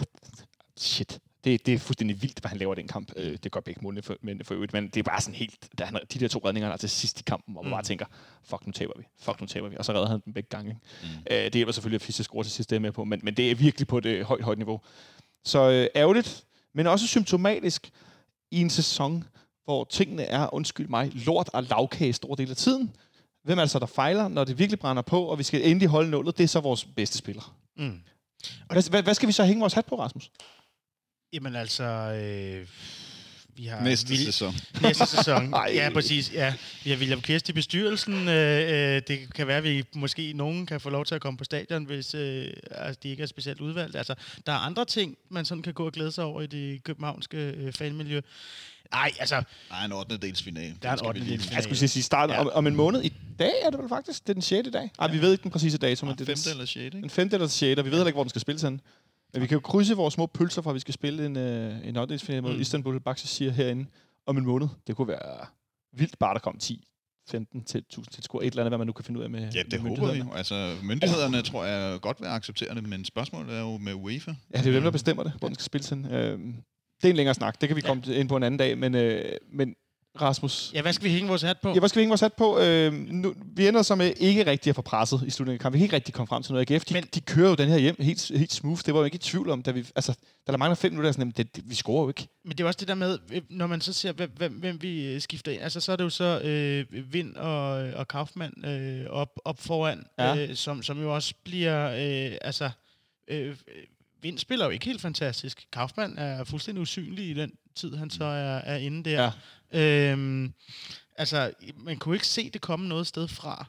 Shit. Det, det er fuldstændig vildt, hvad han laver i den kamp. Øh, det gør begge målene for, men for øvrigt, men det er bare sådan helt... Der, han, de der to redninger, der er til sidst i kampen, hvor man mm. bare tænker, fuck, nu taber vi. Fuck, nu taber vi. Og så redder han dem begge gange. Mm. Øh, det hjælper selvfølgelig, at Fischer scorer til sidst, det er med på, men, men det er virkelig på et højt, højt niveau. Så øh, ærgerligt, men også symptomatisk i en sæson, hvor tingene er, undskyld mig, lort og lavkage store del af tiden. Hvem er det så, der fejler, når det virkelig brænder på, og vi skal endelig holde nullet? Det er så vores bedste spiller. Mm. Hvad, hvad, hvad skal vi så hænge vores hat på, Rasmus? Jamen altså, øh, vi har... Næste vil, sæson. Næste sæson, ja, præcis. Ja. Vi har William Kvist i bestyrelsen. Øh, øh, det kan være, at vi måske nogen kan få lov til at komme på stadion, hvis øh, altså, de ikke er specielt udvalgt. Altså, der er andre ting, man sådan kan gå og glæde sig over i det københavnske øh, fanmiljø. Nej, altså... Der er en ottende dels finale. Der er en ottende dels finale. Jeg skulle sige, starten ja. om, om en måned. I dag er det vel faktisk? Det er den sjette dag. Ej, ja. Vi ved ikke den præcise dato, men ja, det er femte eller sjette, ikke? Den femte eller sjette, og vi ved heller ikke, hvor den skal spilles hen. Men vi kan jo krydse vores små pølser fra, at vi skal spille en, øh, en ottende-finale mod mm. Istanbul Başakşehir herinde om en måned. Det kunne være vildt bare, der kom ti femten til tusind tilskuere. Et eller andet, hvad man nu kan finde ud af med Ja, det med håber vi. Altså, myndighederne tror jeg godt vil acceptere det, men spørgsmålet er jo med UEFA. Ja, det er jo dem, der bestemmer det, hvor den skal spilles hen. Øh, det er en længere snak. Det kan vi komme ja. ind på en anden dag, men... Øh, men Rasmus. Ja, hvad skal vi hænge vores hat på? Ja, hvad skal vi hænge vores hat på? Øh, nu, vi ender så med ikke rigtig at få presset i slutningen af kampen. Vi kan ikke rigtig komme frem til noget A G F. De, Men, de kører jo den her hjem helt, helt smooth. Det var jo ikke i tvivl om, da vi... Altså, da der mangler fem minutter, sådan, det, det, vi scorer jo ikke. Men det er også det der med, når man så ser, hvem, hvem, hvem vi skifter ind. Altså, så er det jo så øh, Vind og, og Kaufmann øh, op, op foran, ja. øh, som, som jo også bliver... Øh, altså, øh, Vind spiller jo ikke helt fantastisk. Kaufmann er fuldstændig usynlig i den tid, han så er, er inde der. Ja. Øhm, altså, man kunne ikke se det komme noget sted fra.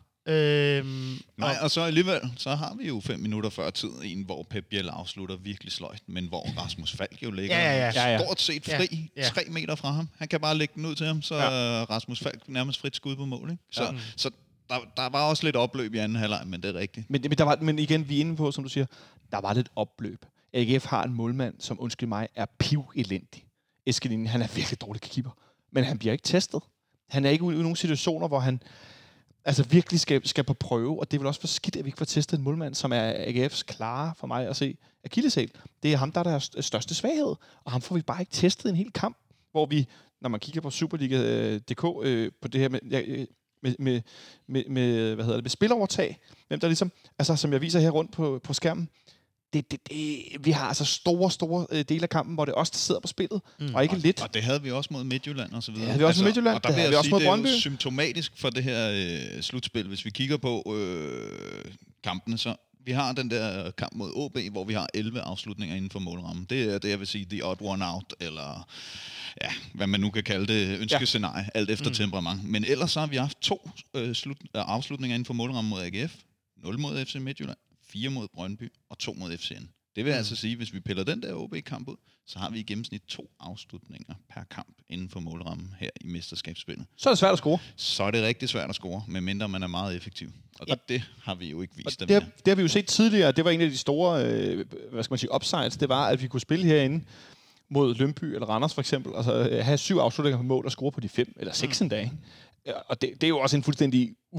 Øhm, Nej, og så alligevel, så har vi jo fem minutter før tid, en hvor Pep Biel afslutter virkelig sløjt, men hvor Rasmus Falk jo ligger ja, ja, ja. stort set fri, ja, ja. tre meter fra ham. Han kan bare lægge den ud til ham, så ja. Rasmus Falk nærmest frit skud på mål. Ikke? Så, ja. så der, der var også lidt opløb i anden halvleg, men det er rigtigt. Men, men, der var, men igen, vi er inde på, som du siger, der var lidt opløb. A G F har en målmand, som, undskyld mig, er piv-elendig. Eskelinen, han er virkelig dårlig keeper. Men han bliver ikke testet. Han er ikke ude i nogle situationer, hvor han altså virkelig skal, skal på prøve. Og det er vel også for skidt, at vi ikke får testet en målmand, som er A G F's klare for mig at se akilleshæl. Det er ham, der er deres største svaghed. Og ham får vi bare ikke testet en hel kamp, hvor vi, når man kigger på Superliga punktum d k øh, på det her med... Ja, Med, med, med, med, hvad hedder det, med spilovertag, hvem der ligesom, altså som jeg viser her rundt på, på skærmen, det, det, det, vi har altså store, store øh, dele af kampen, hvor det er os, der sidder på spillet, mm. og ikke og, lidt. Og det havde vi også mod Midtjylland og så videre. Ja, det havde vi også altså, mod Midtjylland, og der det havde vi også mod Brøndby. Det er jo symptomatisk for det her øh, slutspil. Hvis vi kigger på øh, kampene, så vi har den der kamp mod O B, hvor vi har elleve afslutninger inden for målrammen. Det er det, jeg vil sige, the odd one out, eller ja, hvad man nu kan kalde det, ønskescenarie, ja. alt efter mm. temperament. Men ellers så har vi haft to øh, slut, øh, afslutninger inden for målrammen mod A G F, nul mod F C Midtjylland, fire mod Brøndby og to mod F C N. Det vil mm. altså sige, hvis vi piller den der O B-kamp ud, så har vi i gennemsnit to afslutninger per kamp inden for målrammen her i mesterskabsspillet. Så er det svært at score. Så er det rigtig svært at score, medmindre man er meget effektiv. Og ja. det har vi jo ikke vist. Det har, det har vi jo set tidligere. Det var en af de store, øh, hvad skal man sige, upsides. Det var, at vi kunne spille herinde mod Lyngby eller Randers for eksempel, altså have syv afslutninger på mål og score på de fem eller seks mm. en dag. Og det, det er jo også en fuldstændig uf,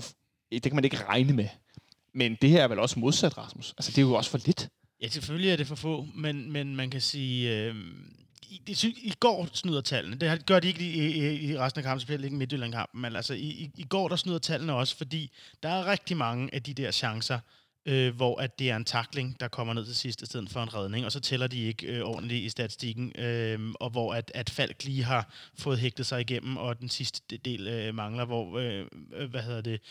det kan man ikke regne med. Men det her er vel også modsat, Rasmus. Altså, det er jo også for lidt. Ja, selvfølgelig er det for få, men, men man kan sige... Øh, i, det, I går snyder tallene. Det gør de ikke i, i, i resten af kampen, spiller ikke Midtjylland-kampen, men altså, i, i går der snyder tallene også, fordi der er rigtig mange af de der chancer, øh, hvor at det er en tackling, der kommer ned til sidst i stedet for en redning, og så tæller de ikke øh, ordentligt i statistikken, øh, og hvor at, at Falk lige har fået hægtet sig igennem, og den sidste del øh, mangler, hvor, øh, hvad hedder det,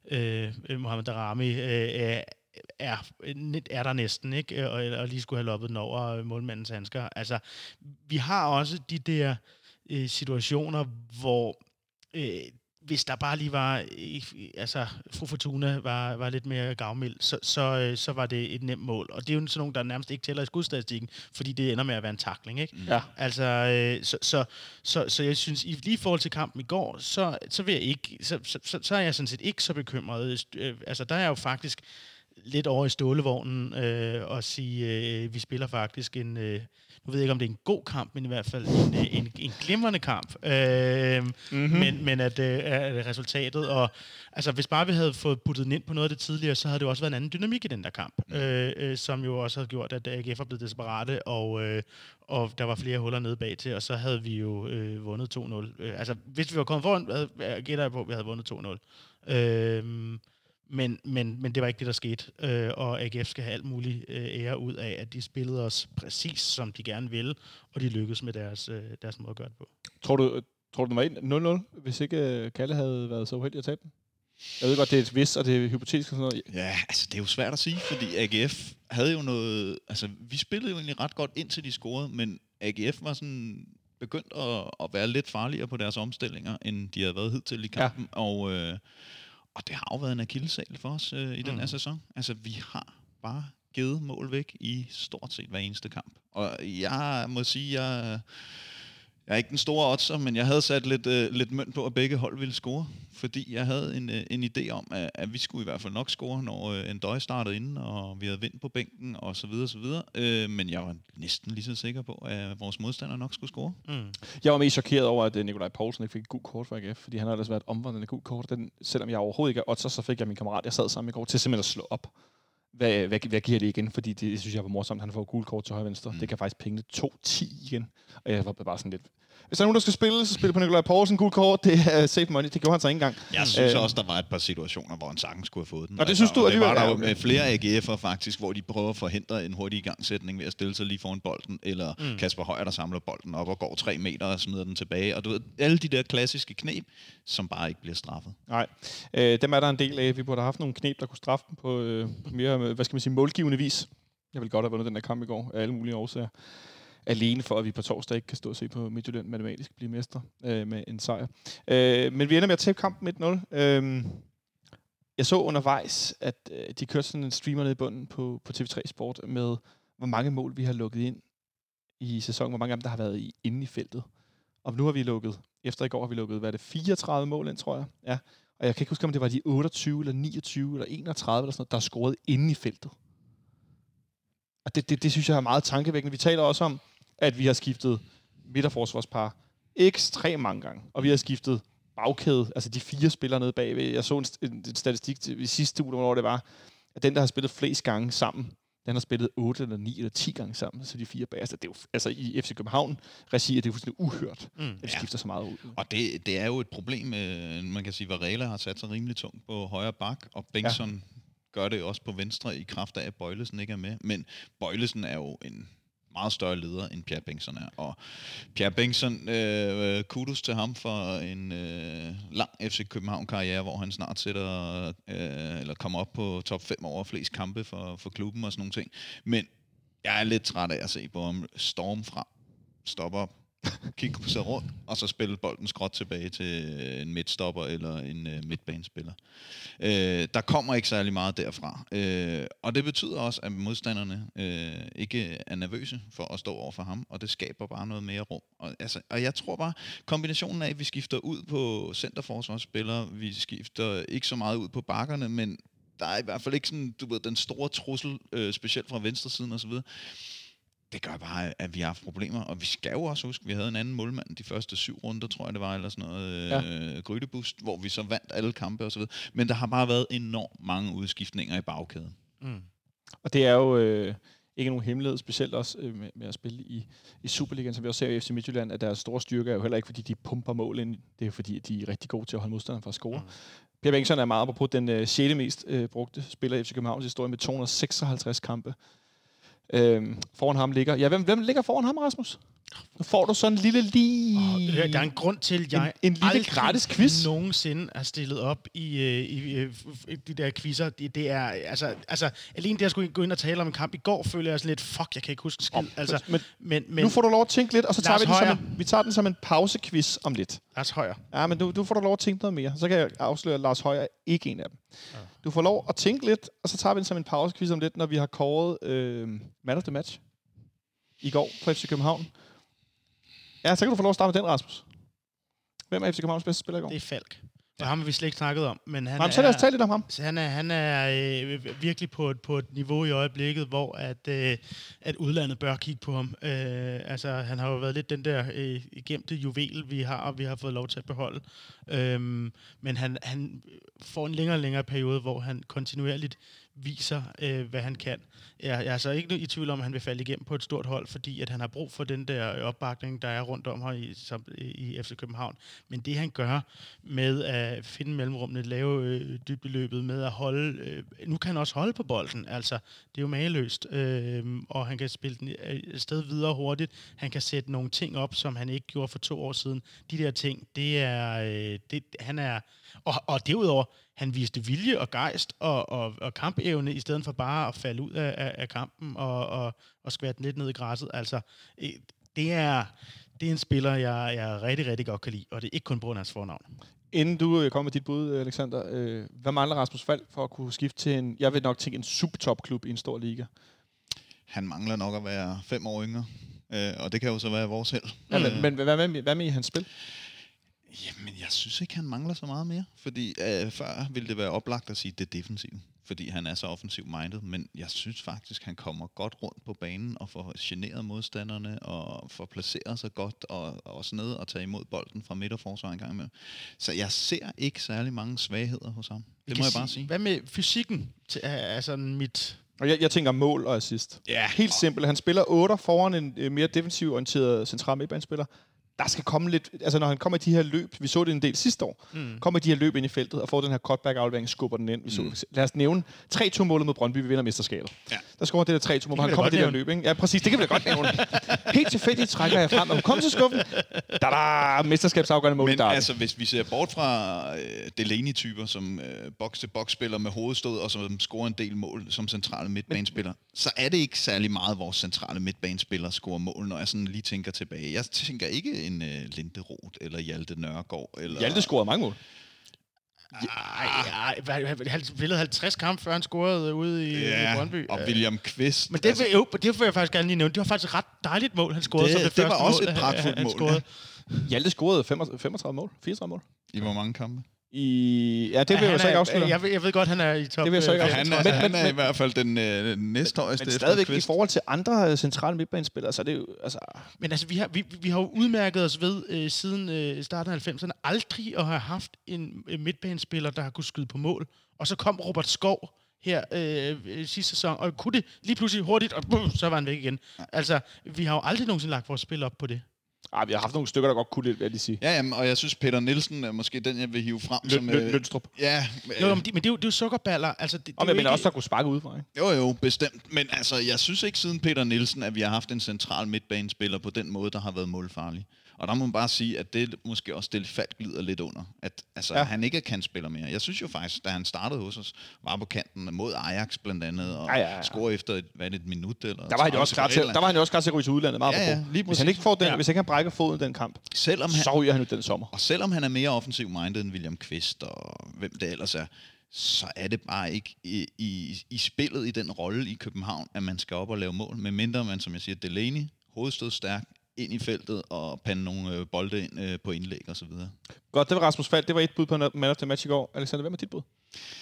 øh, Mohamed Darami øh, er, er der næsten, ikke? Og, og lige skulle have loppet den over målmandens handsker. Altså, vi har også de der øh, situationer, hvor øh, hvis der bare lige var, øh, altså, fru Fortuna var, var lidt mere gavmild, så, så, øh, så var det et nemt mål. Og det er jo sådan nogle, der nærmest ikke tæller i skudstatistikken, fordi det ender med at være en tackling, ikke? Ja. Altså, øh, så, så, så, så jeg synes, i lige i forhold til kampen i går, så, så, vil jeg ikke, så, så, så, så er jeg sådan set ikke så bekymret. Øh, altså, der er jeg jo faktisk lidt over i stålevognen øh, og sige, øh, vi spiller faktisk en, øh, nu ved jeg ikke, om det er en god kamp, men i hvert fald en, en, en glimrende kamp. Øh, mm-hmm. Men, men at øh, er resultatet, og altså, hvis bare vi havde fået puttet den ind på noget af det tidligere, så havde det også været en anden dynamik i den der kamp, mm. øh, øh, som jo også havde gjort, at A G F var blevet desperate, og, øh, og der var flere huller nede bag til, og så havde vi jo øh, vundet to nul. Øh, altså, hvis vi var kommet foran, jeg gætter jeg på, at vi havde vundet to nul. Øh, Men, men, men det var ikke det, der skete, øh, og A G F skal have alt muligt øh, ære ud af, at de spillede os præcis, som de gerne ville, og de lykkedes med deres, øh, deres måde at gøre det på. Tror du, tror du den var nul nul, hvis ikke Kalle havde været så uheldig at tabe den? Jeg ved godt, det er et vis, og det er hypotetisk og sådan noget. Ja, altså det er jo svært at sige, fordi A G F havde jo noget... Altså, vi spillede jo egentlig ret godt, indtil de scorede, men A G F var sådan begyndt at, at være lidt farligere på deres omstillinger, end de havde været hidtil i kampen, ja. og... Øh, Og det har jo været en akilleshæl for os øh, i den her mm. sæson. Altså, vi har bare givet mål væk i stort set hver eneste kamp. Og jeg må sige, jeg, jeg er ikke den store oddser, men jeg havde sat lidt, øh, lidt mønt på, at begge hold ville score. Fordi jeg havde en, øh, en idé om, at, at vi skulle i hvert fald nok score, når øh, en døj startede inden, og vi havde vind på bænken, og så videre, så videre. Øh, men jeg var næsten lige så sikker på, at vores modstander nok skulle score. Mm. Jeg var mest chokeret over, at Nikolaj Poulsen ikke fik et gult kort for A G F, fordi han har ellers været et omvandrende gult kort. Den, selvom jeg overhovedet ikke er oddser, så fik jeg min kammerat, jeg sad sammen i går, til simpelthen at slå op. Hvad, hvad, hvad giver det igen? Fordi det synes jeg var morsomt, han får gult kort til højre venstre. Mm. Det kan faktisk penge to ti igen. Og jeg var bare sådan lidt... Hvis der er nogen, der skal spille, så spil på Nikolaj Poulsen, gult kort, det er safe money. Det gjorde han så ikke engang. Jeg synes øh, også, der var et par situationer, hvor han sagtens skulle have fået den. Og det altså, synes du alligevel? Det var der jo okay. med flere A G F'er faktisk, hvor de prøver at forhindre en hurtig igangsætning ved at stille sig lige foran bolden, eller mm. Kasper Højer, der samler bolden op og går tre meter og smider den tilbage. Og du ved, alle de der klassiske knep, som bare ikke bliver straffet. Nej, øh, dem er der en del af. Vi burde have haft nogle knep, der kunne straffe dem på øh, mere, hvad skal man sige, målgivende vis. Jeg vil godt have vundet den der kamp i går, af alle mulige årsager. Alene for, at vi på torsdag ikke kan stå og se på Midtjylland matematisk blive mestre øh, med en sejr. Øh, men vi ender med at tabe kampen et nul. Øh, jeg så undervejs, at øh, de kørte sådan en streamer ned i bunden på, på T V tre Sport med, hvor mange mål vi har lukket ind i sæsonen, hvor mange af dem, der har været i, inde i feltet. Og nu har vi lukket, efter i går har vi lukket, hvad er det, fireogtredive mål ind, tror jeg. Ja. Og jeg kan ikke huske, om det var de otteogtyve, eller niogtyve, eller enogtredive, eller sådan noget, der er scoret inde i feltet. Og det, det, det synes jeg er meget tankevækkende. Vi taler også om, at vi har skiftet midterforsvarspar ekstremt mange gange. Og vi har skiftet bagkæde, altså de fire spillere nede bagved. Jeg så en, en, en statistik til, i sidste uge, hvor det var, at den, der har spillet flest gange sammen, den har spillet otte eller ni eller ti gange sammen, så de fire bagerste. Det er jo, altså i F C København regi er det fuldstændig uhørt, mm, at vi ja. skifter så meget ud. Og det, det er jo et problem, øh, man kan sige, Varela har sat sig rimelig tungt på højre bak, og Bengtsson ja. gør det også på venstre i kraft af, at Bøjlesen ikke er med. Men Bøjlesen er jo en meget større leder, end Pierre Bengtsson er. Og Pierre Bengtsson, øh, kudos til ham for en øh, lang F C København-karriere, hvor han snart sætter, øh, eller kommer op på top fem over flest kampe for, for klubben og sådan nogle ting. Men jeg er lidt træt af at se på ham storm fra, stoppe op, kigge sig rundt, og så spille bolden skråt tilbage til en midtstopper eller en øh, midtbanespiller. Øh, der kommer ikke særlig meget derfra. Øh, og det betyder også, at modstanderne øh, ikke er nervøse for at stå over for ham, og det skaber bare noget mere rum. Og, altså, og jeg tror bare, kombinationen af, at vi skifter ud på centerforsvarsspillere, vi skifter ikke så meget ud på bakkerne, men der er i hvert fald ikke sådan, du ved, den store trussel, øh, specielt fra venstresiden og så videre. det gør bare, at vi har haft problemer. Og vi skal jo også huske, at vi havde en anden målmand de første syv runder, tror jeg det var, eller sådan noget, ja. øh, Grydebust, hvor vi så vandt alle kampe og så videre. Men der har bare været enormt mange udskiftninger i bagkæden. Mm. Og det er jo øh, ikke nogen hemmelighed, specielt også øh, med, med at spille i, i Superligaen, som vi også ser i F C Midtjylland, at deres store styrke er jo heller ikke, fordi de pumper mål ind. Det er fordi, de er rigtig gode til at holde modstanderen fra at score. Mm. Per Bengtsson er meget på den øh, sjette mest øh, brugte spiller i F C Københavns historie med to hundrede og seksoghalvtreds kampe. Øhm, foran ham ligger... Ja, hvem, hvem ligger foran ham, Rasmus? Nu får du sådan en lille lige... Oh, der er en grund til, at jeg en, en lille gratis quiz nogensinde er stillet op i, øh, i, øh, i de der quizzer. Det, det er... Altså, altså, alene det at skulle gå ind og tale om en kamp i går, føler jeg sådan lidt... Fuck, jeg kan ikke huske skid. Oh, altså, men, men, men, nu får du lov at tænke lidt, og så tager vi den, som en, vi tager den som en pausequiz om lidt. Lars Højer. Ja, men du, du får du lov at tænke noget mere. Så kan jeg afsløre, at Lars Højer er ikke en af dem. Ja. Du får lov at tænke lidt, og så tager vi den som en pausequiz om lidt, når vi har kåret øh, Man of the Match i går på F C København. Ja, så kan du få lov at starte med den, Rasmus. Hvem er F C Københavns bedste spiller i går? Det er Falk. Og ham har vi slet ikke snakket om. Men han Jamen, så lad os tale lidt om ham. Han er, han er øh, virkelig på et, på et niveau i øjeblikket, hvor at, øh, at udlandet bør kigge på ham. Øh, altså, han har jo været lidt den der øh, gemte juvel, vi har, og vi har fået lov til at beholde. Øh, men han, han får en længere og længere periode, hvor han kontinuerligt viser, øh, hvad han kan. Jeg, jeg er så ikke i tvivl om, at han vil falde igennem på et stort hold, fordi at han har brug for den der opbakning, der er rundt om her i, i F C København. Men det, han gør med at finde mellemrummene, lave øh, dybdeløbet, med at holde... Øh, nu kan han også holde på bolden, altså. Det er jo mageløst. Øh, og han kan spille den et sted videre hurtigt. Han kan sætte nogle ting op, som han ikke gjorde for to år siden. De der ting, det er... Øh, det, han er... Og, og derudover, han viste vilje og gejst og, og, og kampevne, i stedet for bare at falde ud af, af kampen og, og, og skvære den lidt ned i græsset. Altså, det er, det er en spiller, jeg, jeg rigtig, rigtig godt kan lide, og det er ikke kun på grund af hans fornavn. Inden du kommer med dit bud, Alexander, øh, hvad mangler Rasmus Falk for at kunne skifte til en, jeg vil nok tænke, en subtopklub i en stor liga? Han mangler nok at være fem år yngre, øh, og det kan jo så være vores held. Ja, men, men hvad, med, hvad med i hans spil? Jamen, jeg synes ikke, han mangler så meget mere. Fordi øh, før ville det være oplagt at sige, at det er defensivt. Fordi han er så offensiv-minded. Men jeg synes faktisk, han kommer godt rundt på banen og får generet modstanderne og får placeret sig godt og også ned og tage imod bolden fra midterforsvar en gang imellem. Så jeg ser ikke særlig mange svagheder hos ham. Det jeg må jeg bare sige. Hvad med fysikken? Til, altså mit... Og jeg, jeg tænker mål og assist. Ja. Helt simpelt. Han spiller otter foran en øh, mere defensiv orienteret central midtbanespiller. Der skal komme lidt, altså når han kommer i de her løb, vi så det en del sidste år, mm. kommer de her løb ind i feltet og får den her cutback-aflevering, skubber den ind. Vi så, mm. Lad os nævne tre to målet mod Brøndby, vi vinder mesterskabet. Ja. Der scorer det der tre to mål, han kommer i det der løb, ikke? Ja, præcis, det kan vi da godt nævne. Helt tilfældigt trækker jeg frem, og hun kommer til skuffen. Da da mesterskabsafgørende mål. Men altså, hvis vi ser bort fra øh, Delaney-typer, som øh, box-til-box-spiller med hovedstød, og som scorer en del mål som centrale midtbanespiller, så er det ikke særlig meget, vores centrale midtbanespillere scorer mål, når jeg sådan lige tænker tilbage. Jeg tænker ikke en uh, Linde Roth eller Hjalte Nørgaard. Eller... Hjalte scorede mange mål. Ej, han spillede halvtreds kampe, før han scorede ude i, ja, i Brøndby. Og William Kvist. Men det, altså, jo, det vil jeg faktisk gerne lige nævne. Det var faktisk et ret dejligt mål, han scorede. Det, som det, det første var også mål, et pragtfuldt mål. Ja. Hjalte scorede femogtredive mål, fireogtredive mål. I hvor mange kampe? I, ja, det vil ja, jeg så ikke afsløre. Jeg, jeg ved godt, han er i top. Det vil jeg så ikke han er, men, han er men, i hvert fald den øh, næsthøjeste. Men stadigvæk i forhold til andre centrale midtbanespillere, så er det jo... Altså. Men altså, vi har, vi, vi har jo udmærket os ved øh, siden øh, starten af halvfemserne aldrig at have haft en øh, midtbanespiller, der har kunnet skyde på mål. Og så kom Robert Skov her øh, sidste sæson, og kunne det lige pludselig hurtigt, og buh, så var han væk igen. Ja. Altså, vi har jo aldrig nogensinde lagt vores spil op på det. Ah, vi har haft nogle stykker, der godt kunne lidt, hvad de siger. Ja, jamen, og jeg synes, Peter Nielsen er måske den, jeg vil hive frem. Løn, som... Løn, Lønstrup. Ja. Øh, jo, men, de, men det er jo, det er jo sukkerballer. Altså, det, det og men ikke... også, der kunne sparke udefra, ikke? Jo, jo, bestemt. Men altså, jeg synes ikke siden Peter Nielsen, at vi har haft en central midtbanespiller på den måde, der har været målfarlig. Og der må man bare sige, at det måske også Del Falk glider lidt under. At altså, ja. han ikke er kantspiller mere. Jeg synes jo faktisk, da han startede hos os, var på kanten mod Ajax blandt andet, og ja, ja, ja. scorede efter et, hvad, et minut eller... Der var, han jo også klar til, der var han jo også klar til at gå til udlandet meget ja, ja, på. Hvis han ikke får den, ja. hvis han ikke kan brække foden i den kamp, selvom han, så ryger han jo den sommer. Og selvom han er mere offensiv-minded end William Kvist og hvem det ellers er, så er det bare ikke i, i, i spillet i den rolle i København, at man skal op og lave mål, medmindre man, som jeg siger, Delaney, hovedstød stærk, ind i feltet og pande nogle øh, bolde ind øh, på indlæg og så videre. Godt, det var Rasmus Falk. Det var et bud på Man of the Match i går. Alexander, hvem er dit bud?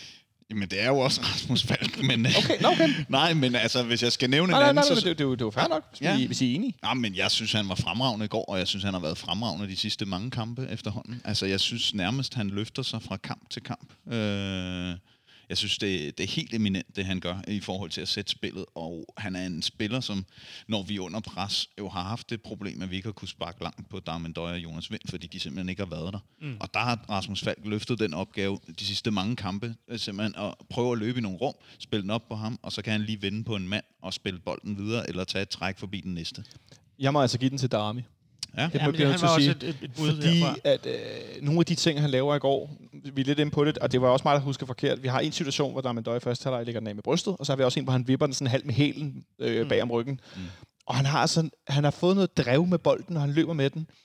Jamen, det er jo også Rasmus Falk, men... Okay, no, okay. nej, men altså, hvis jeg skal nævne Nej, en nej, anden... nej, nej, så... det, det, det er jo fair nok, hvis, Ja. I, hvis I er enige. Ja, men jeg synes, han var fremragende i går, og jeg synes, han har været fremragende de sidste mange kampe efterhånden. Altså, jeg synes nærmest, han løfter sig fra kamp til kamp. Øh... Jeg synes, det, det er helt eminent, det han gør i forhold til at sætte spillet, og han er en spiller, som, når vi er under pres, jo har haft det problem, at vi ikke har kunnet sparke langt på Darmendøj og Jonas Vind, fordi de simpelthen ikke har været der. Mm. Og der har Rasmus Falk løftet den opgave de sidste mange kampe, simpelthen at prøve at løbe i nogle rum, spille den op på ham, og så kan han lige vende på en mand og spille bolden videre, eller tage et træk forbi den næste. Jeg må altså give den til Darami. Ja, Det Ja, må men jeg han blive var nødt til også at sige. et, et, et bud Fordi herfra. at øh, nogle af de ting, han laver i går, vi er lidt inde på det, og det var også mig, der husker forkert. Vi har en situation, hvor Darmendøj i første halvleg lægger den af med brystet, og så har vi også en, hvor han vipper den sådan halvt med hælen øh, Mm. bag om ryggen. Mm. Og han har, sådan, han har fået noget drev med bolden, og han løber med den.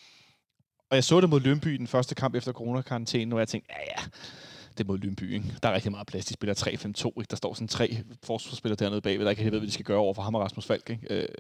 Og jeg så det mod Lyngby i den første kamp efter coronakarantænen, og jeg tænkte, ja ja, det er mod Lyngby, ikke? Der er rigtig meget plads. De spiller tre fem to, ikke? Der står sådan tre forsvarsspillere dernede bagved, der ikke helt ved, hvad de skal gøre over for ham og Rasmus Falk, ikke? Øh,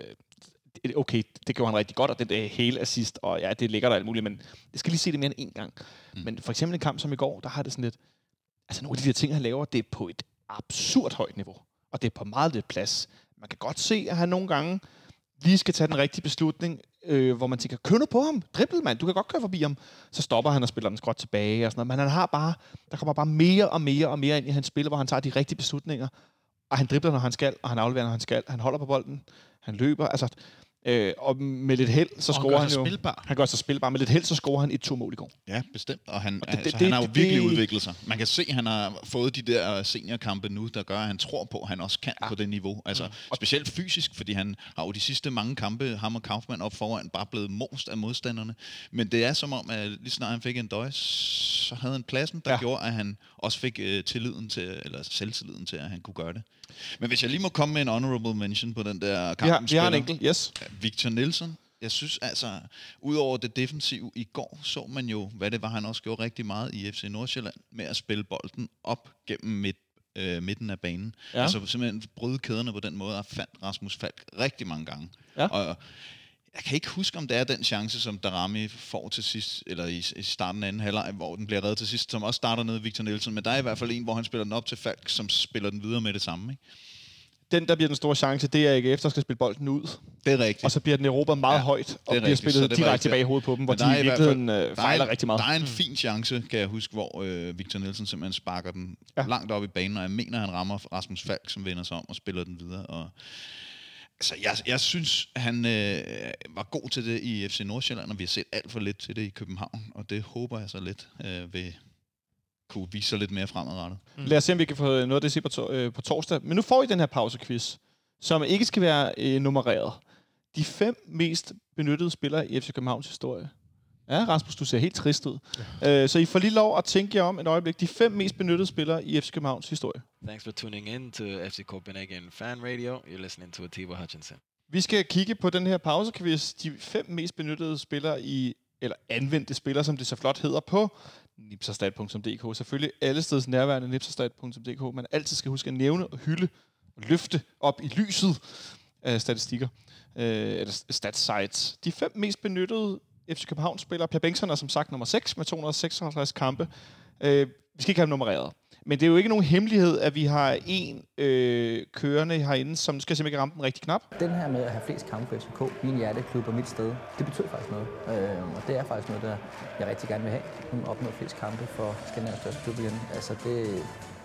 okay, det gjorde han rigtig godt, og det er hele assist, og ja, det ligger der alt muligt, men jeg skal lige se det mere end en gang. Mm. Men for eksempel en kamp som i går, der har det sådan lidt, altså nogle af de der ting, han laver, det er på et absurd højt niveau, og det er på meget lidt plads. Man kan godt se, at han nogle gange lige skal tage den rigtige beslutning, øh, hvor man tænker, kør nu på ham, dribbel mand, du kan godt køre forbi ham. Så stopper han og spiller den skråt tilbage og sådan noget, men han har bare, der kommer bare mere og mere og mere ind i hans spil, hvor han tager de rigtige beslutninger, og han dribler, når han skal, og han afleverer, når han skal, han holder på bolden, han løber, altså... Øh, og med lidt held, så Og han scorer gør han, sig jo... spilbar. Han gør sig spilbar. Med lidt held, så scorer han et to mål i går. Ja, bestemt. Og han, Og det- altså, det- han det- har jo det- virkelig det- udviklet sig. Man kan se, at han har fået de der seniorkampe nu, der gør, at han tror på, at han også kan ja. på det niveau. Altså, mm. Specielt fysisk, fordi han har jo de sidste mange kampe, ham og Kaufmann op foran, bare blevet most af modstanderne. Men det er som om, at lige snart han fik en døj, så havde han pladsen, der ja. gjorde, at han også fik uh, tilliden til, eller selvtilliden til, at han kunne gøre det. Men hvis jeg lige må komme med en honorable mention på den der kamp, Vi har, vi har en enkelt, yes. Victor Nielsen. Jeg synes altså, udover det defensive i går, så man jo, hvad det var, han også gjorde rigtig meget i F C Nordsjælland, med at spille bolden op gennem midt, øh, midten af banen. Ja. Altså simpelthen bryde kæderne på den måde, og fandt Rasmus Falk rigtig mange gange. Ja. Og jeg kan ikke huske, om det er den chance, som Darami får til sidst, eller i, i starten af anden halvleg, hvor den bliver reddet til sidst, som også starter nede Victor Nielsen, men der er i hvert fald en, hvor han spiller den op til Falk, som spiller den videre med det samme, ikke? Den, der bliver den store chance, det er ikke efter, skal spille bolden ud. Det er rigtigt. Og så bliver den erobret meget ja, højt, og bliver rigtigt. spillet direkte rigtigt. tilbage i hovedet på dem, hvor Men de i virkeligheden øh, fejler en, rigtig meget. Der er en fin chance, kan jeg huske, hvor øh, Victor Nielsen simpelthen sparker den ja. langt op i banen, og jeg mener, han rammer Rasmus Falk, som vender sig om og spiller den videre. Og altså, jeg, jeg synes, han øh, var god til det i F C Nordsjælland, og vi har set alt for lidt til det i København, og det håber jeg så lidt øh, vil kunne vise sig lidt mere fremadrettet. Mm. Lad os se, om vi kan få noget af det se på, to- øh, på torsdag. Men nu får I den her pausequiz, som ikke skal være øh, nummereret. De fem mest benyttede spillere i F C Københavns historie. Ja, Rasmus, du ser helt trist ud. Ja. Øh, så I får lige lov at tænke jer om et øjeblik. De fem mest benyttede spillere i F C Københavns historie. Thanks for tuning in to F C Copenhagen Fan Radio. You're listening to Atiba Hutchinson. Vi skal kigge på den her pausequiz. De fem mest benyttede spillere i, eller anvendte spillere, som det så flot hedder, på nipserstad punktum d k. Selvfølgelig alle steds nærværende nipserstad punktum d k. Man altid skal huske at nævne og hylde og løfte op i lyset af statistikker, øh, eller stats-sites. De fem mest benyttede F C København-spillere. Per Bengtsson er som sagt nummer seks med to hundrede og seksoghalvtreds kampe. Øh, vi skal ikke have dem nummereret. Men det er jo ikke nogen hemmelighed, at vi har en øh, kørende herinde, som nu skal jeg simpelthen ikke ramme den rigtig knap. Den her med at have flest kampe for F C K, min hjerteklub og mit sted, det betyder faktisk noget. Øh, og det er faktisk noget, der jeg rigtig gerne vil have. At opnå flest kampe for Skandinavs største klub igen. Altså det,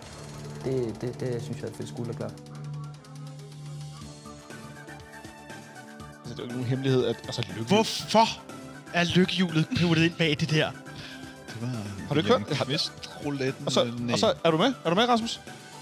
det, det, det synes jeg er et fedt skulderklart. Altså, det er jo ikke nogen hemmelighed, at... Altså, lykke. Hvorfor er lykkehjulet puttet ind bag det der? Det var Har du ikke hørt det? Quiz-rouletten. Og så, og så, er du med? Er du med, Rasmus?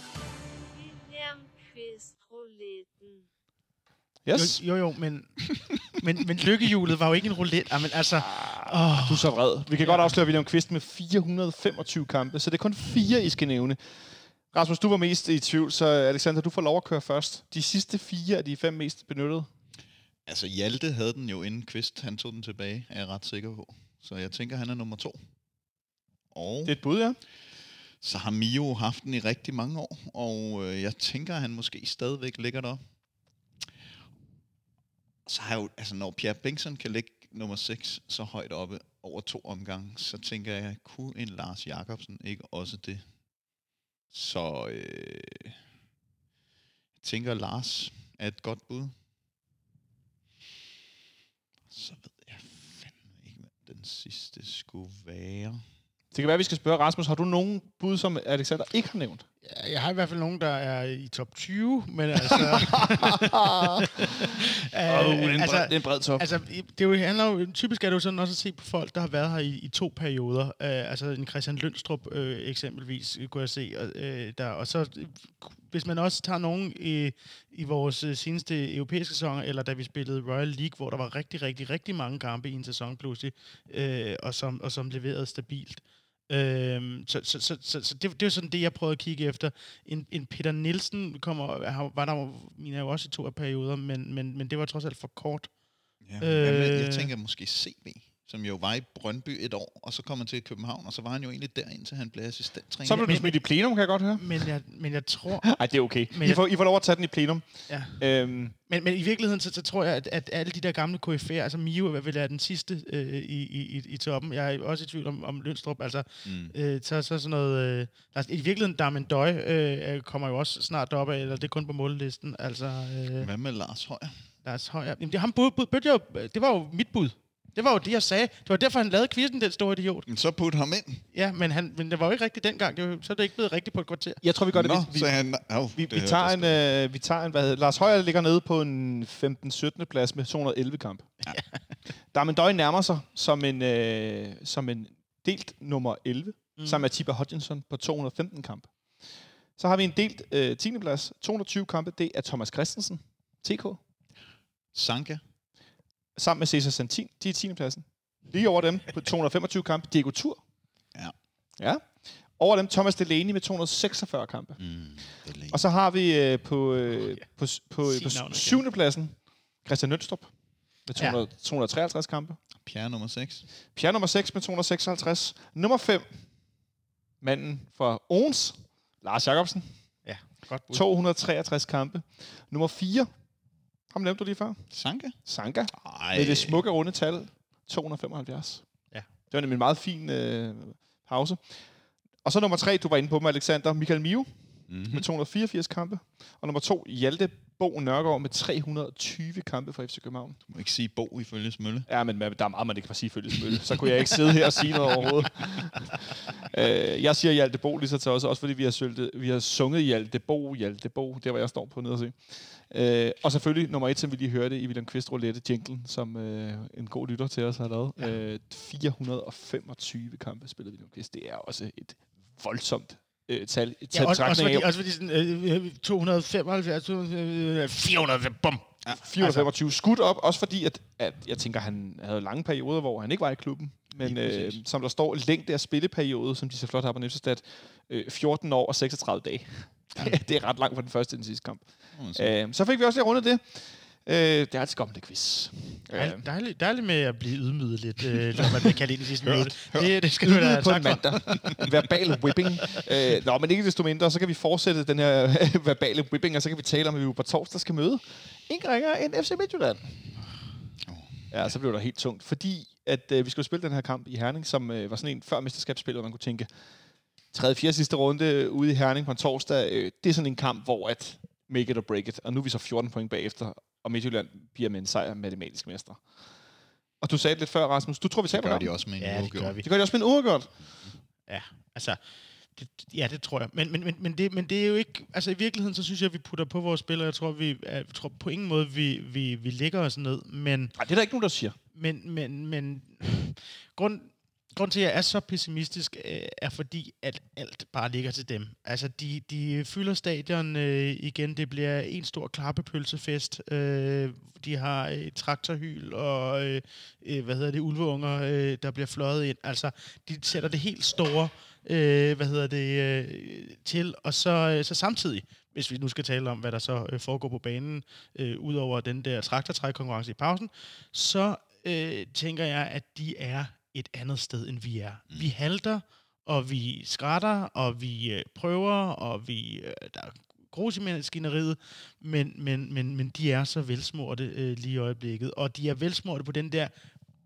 Yes. Jo, jo, jo men, men, men lykkehjulet var jo ikke en roulette. Jamen, altså... Oh. Du er så vred. Vi kan ja. godt afsløre, at William Kvist med fire hundrede og femogtyve kampe, så det er kun fire, I skal nævne. Rasmus, du var mest i tvivl, så Alexander, du får lov at køre først. De sidste fire af de fem mest benyttede. Altså, Hjalte havde den jo inden Kvist. Han tog den tilbage, er jeg ret sikker på. Så jeg tænker, han er nummer to. Og det er et bud, ja. Så har Mio haft den i rigtig mange år, og øh, jeg tænker, at han måske stadigvæk ligger der. Så har jeg jo, altså når Pierre Bengtsson kan ligge nummer seks så højt oppe over to omgange, så tænker jeg, kunne en Lars Jacobsen ikke også det? Så øh, jeg tænker, Lars er et godt bud. Så ved jeg fandme ikke, hvad den sidste skulle være. Det kan være, at vi skal spørge Rasmus, har du nogen bud, som Alexander ikke har nævnt? Ja, jeg har i hvert fald nogen, der er i top tyve, men altså... Åh, oh, det er en altså, bred, det er en bred top. Altså, det er jo, handler jo, typisk er det jo sådan også at se på folk, der har været her i, i to perioder. Uh, altså en Christian Lønstrup uh, eksempelvis, kunne jeg se. Uh, der, og så, hvis man også tager nogen i, i vores uh, seneste europæiske sæson, eller da vi spillede Royal League, hvor der var rigtig, rigtig, rigtig mange kampe i en sæson pludselig, uh, og, som, og som leverede stabilt. Øhm, så så, så, så, så det, det er jo sådan det, jeg prøvede at kigge efter. En, en Peter Nielsen kommer, var der jo, mine jo også i to af perioder, men, men, men det var trods alt for kort. Ja, øh, jamen, jeg, jeg tænker måske C V, som jo var i Brøndby et år, og så kom han til København, og så var han jo egentlig der, indtil han blev assistenttræner. Så blev du smidt i plenum, kan jeg godt høre. Men jeg, men jeg tror... Nej, det er okay. Men I får, I får lov at tage den i plenum. Ja. Øhm. Men, men i virkeligheden, så, så tror jeg, at, at alle de der gamle K F'er, altså Mio vil være den sidste øh, i, i, i toppen. Jeg er også i tvivl om, om Lønstrup. Altså, mm. øh, så, så sådan noget... Øh, altså, i virkeligheden, Darmen Døj øh, kommer jo også snart op af, eller det er kun på mållisten. Altså, øh, Hvad med Lars Højer? Lars Højer. Jamen, det, ham bud, bud, bud, jeg jo, det var jo mit bud. Det var jo det, jeg sagde. Det var derfor, han lavede quizzen, den store idiot. Men så putte ham ind. Ja, men, han, men det var jo ikke rigtigt dengang. Det var, så er det ikke blevet rigtigt på et kvarter. Jeg tror, vi gør det. Nå, Vi, så han, oh, vi, vi, tager en, øh, vi tager en... Hvad hedder, Lars Højer ligger nede på en femten syttende plads med to hundrede og elleve kampe. Ja. Darmen Døj nærmer sig som en, øh, som en delt nummer elleve, mm. sammen med Tiba Hodgkinson på to hundrede og femten kampe. Så har vi en delt øh, tiende plads, to hundrede og tyve kampe. Det er Thomas Christensen, T K. Sanka. Sammen med Cesar Santin, de er tiende pladsen. Lige over dem på to hundrede og femogtyve kampe, Diego Tur. Ja. Ja. Over dem Thomas Delaney med to hundrede og seksogfyrre kampe. Mm, og så har vi øh, på, øh, på, på, på syvende pladsen Christian Lønstrup med to hundrede, ja. to hundrede og treoghalvtreds kampe. Pierre nummer seks. Pierre nummer seks med to hundrede og seksoghalvtreds. Nummer fem, manden fra Ons, Lars Jacobsen. Ja, godt bud. to hundrede og treogtres kampe. Nummer fire, ham nævnte du lige før. Sanka? Sanka. Ej. Med det smukke runde tal, to hundrede og femoghalvfjerds. Ja. Det var nemlig en meget fin øh, pause. Og så nummer tre, du var inde på med Alexander, Michael Mio, mm-hmm. med to hundrede og fireogfirs kampe. Og nummer to, Hjalte Bo Nørgaard med tre hundrede og tyve kampe for F C København. Du må ikke sige Bo ifølge Smølle. Ja, men der er meget, man ikke kan sige ifølge Smølle. Så kunne jeg ikke sidde her og sige noget overhovedet. øh, jeg siger Hjalte Bo lige så til os, også fordi vi har, søltet, vi har sunget Hjalte Bo, Hjalte Bo, der hvor jeg står på nede og se. Øh, og selvfølgelig nummer et, som vi lige hørte i William Kvist Roulette, jinglen, som øh, en god lytter til os har lavet. Ja. Øh, fire hundrede og femogtyve kampe spillede William Kvist. Det er også et voldsomt øh, tal. Ja, også, også, fordi, også fordi sådan, øh, to hundrede og femoghalvfjerds, fire hundrede, bum. Ja, fire hundrede og femogtyve altså. Skudt op, også fordi, at, at jeg tænker, han havde lange perioder, hvor han ikke var i klubben. Men øh, som der står, længde af spilleperiode, som de så flot har på Nævsestat, øh, fjorten år og seksogtredive dage. Ja. Det er ret langt fra den første til den sidste kamp. Øh, så fik vi også lige rundet det. Øh, det er altid godt med det quiz. Dejligt, dejligt, dejligt med at blive ydmyget lidt, øh, når man kan lide det sidste minut. Det, det skal du da på tak en mandag. Verbal whipping. Øh, nå, men ikke desto mindre, så kan vi fortsætte den her verbale whipping, og så kan vi tale om, at vi på torsdag skal møde ingen ringere end F C Midtjylland. Ja, så blev det helt tungt, fordi at øh, vi skulle spille den her kamp i Herning, som øh, var sådan en før mesterskabsspil, hvor man kunne tænke, tredje, fjerde sidste runde ude i Herning på en torsdag, øh, det er sådan en kamp, hvor at make it or break it, og nu er vi så fjorten point bagefter, og Midtjylland bliver med en sejr matematisk mester. Og du sagde det lidt før, Rasmus, du tror, vi taber det gør de også med en ja, uafgjort. Det gør vi. Det gør de også med en uafgjort. Ja, altså, det, ja, det tror jeg. Men, men, men, men, det, men det er jo ikke... Altså, i virkeligheden, så synes jeg, at vi putter på vores spillere. Jeg tror, vi, jeg tror på ingen måde, vi, vi, vi lægger os ned, men... Nej, det er der ikke nogen, der siger. Men, men, men... grund, grund til, at jeg er så pessimistisk, øh, er fordi, at alt bare ligger til dem. Altså, de, de fylder stadion øh, igen. Det bliver en stor klappepølsefest. Øh, de har et traktorhyl og, øh, hvad hedder det, ulveunger, øh, der bliver fløjet ind. Altså, de sætter det helt store, øh, hvad hedder det, øh, til. Og så, øh, så samtidig, hvis vi nu skal tale om, hvad der så øh, foregår på banen, øh, ud over den der traktortrækkonkurrence i pausen, så øh, tænker jeg, at de er et andet sted, end vi er. Mm. Vi halter, og vi skrætter, og vi øh, prøver, og vi øh, der er grus i maskineriet, men, men, men, men de er så velsmorte øh, lige i øjeblikket, og de er velsmorte på den der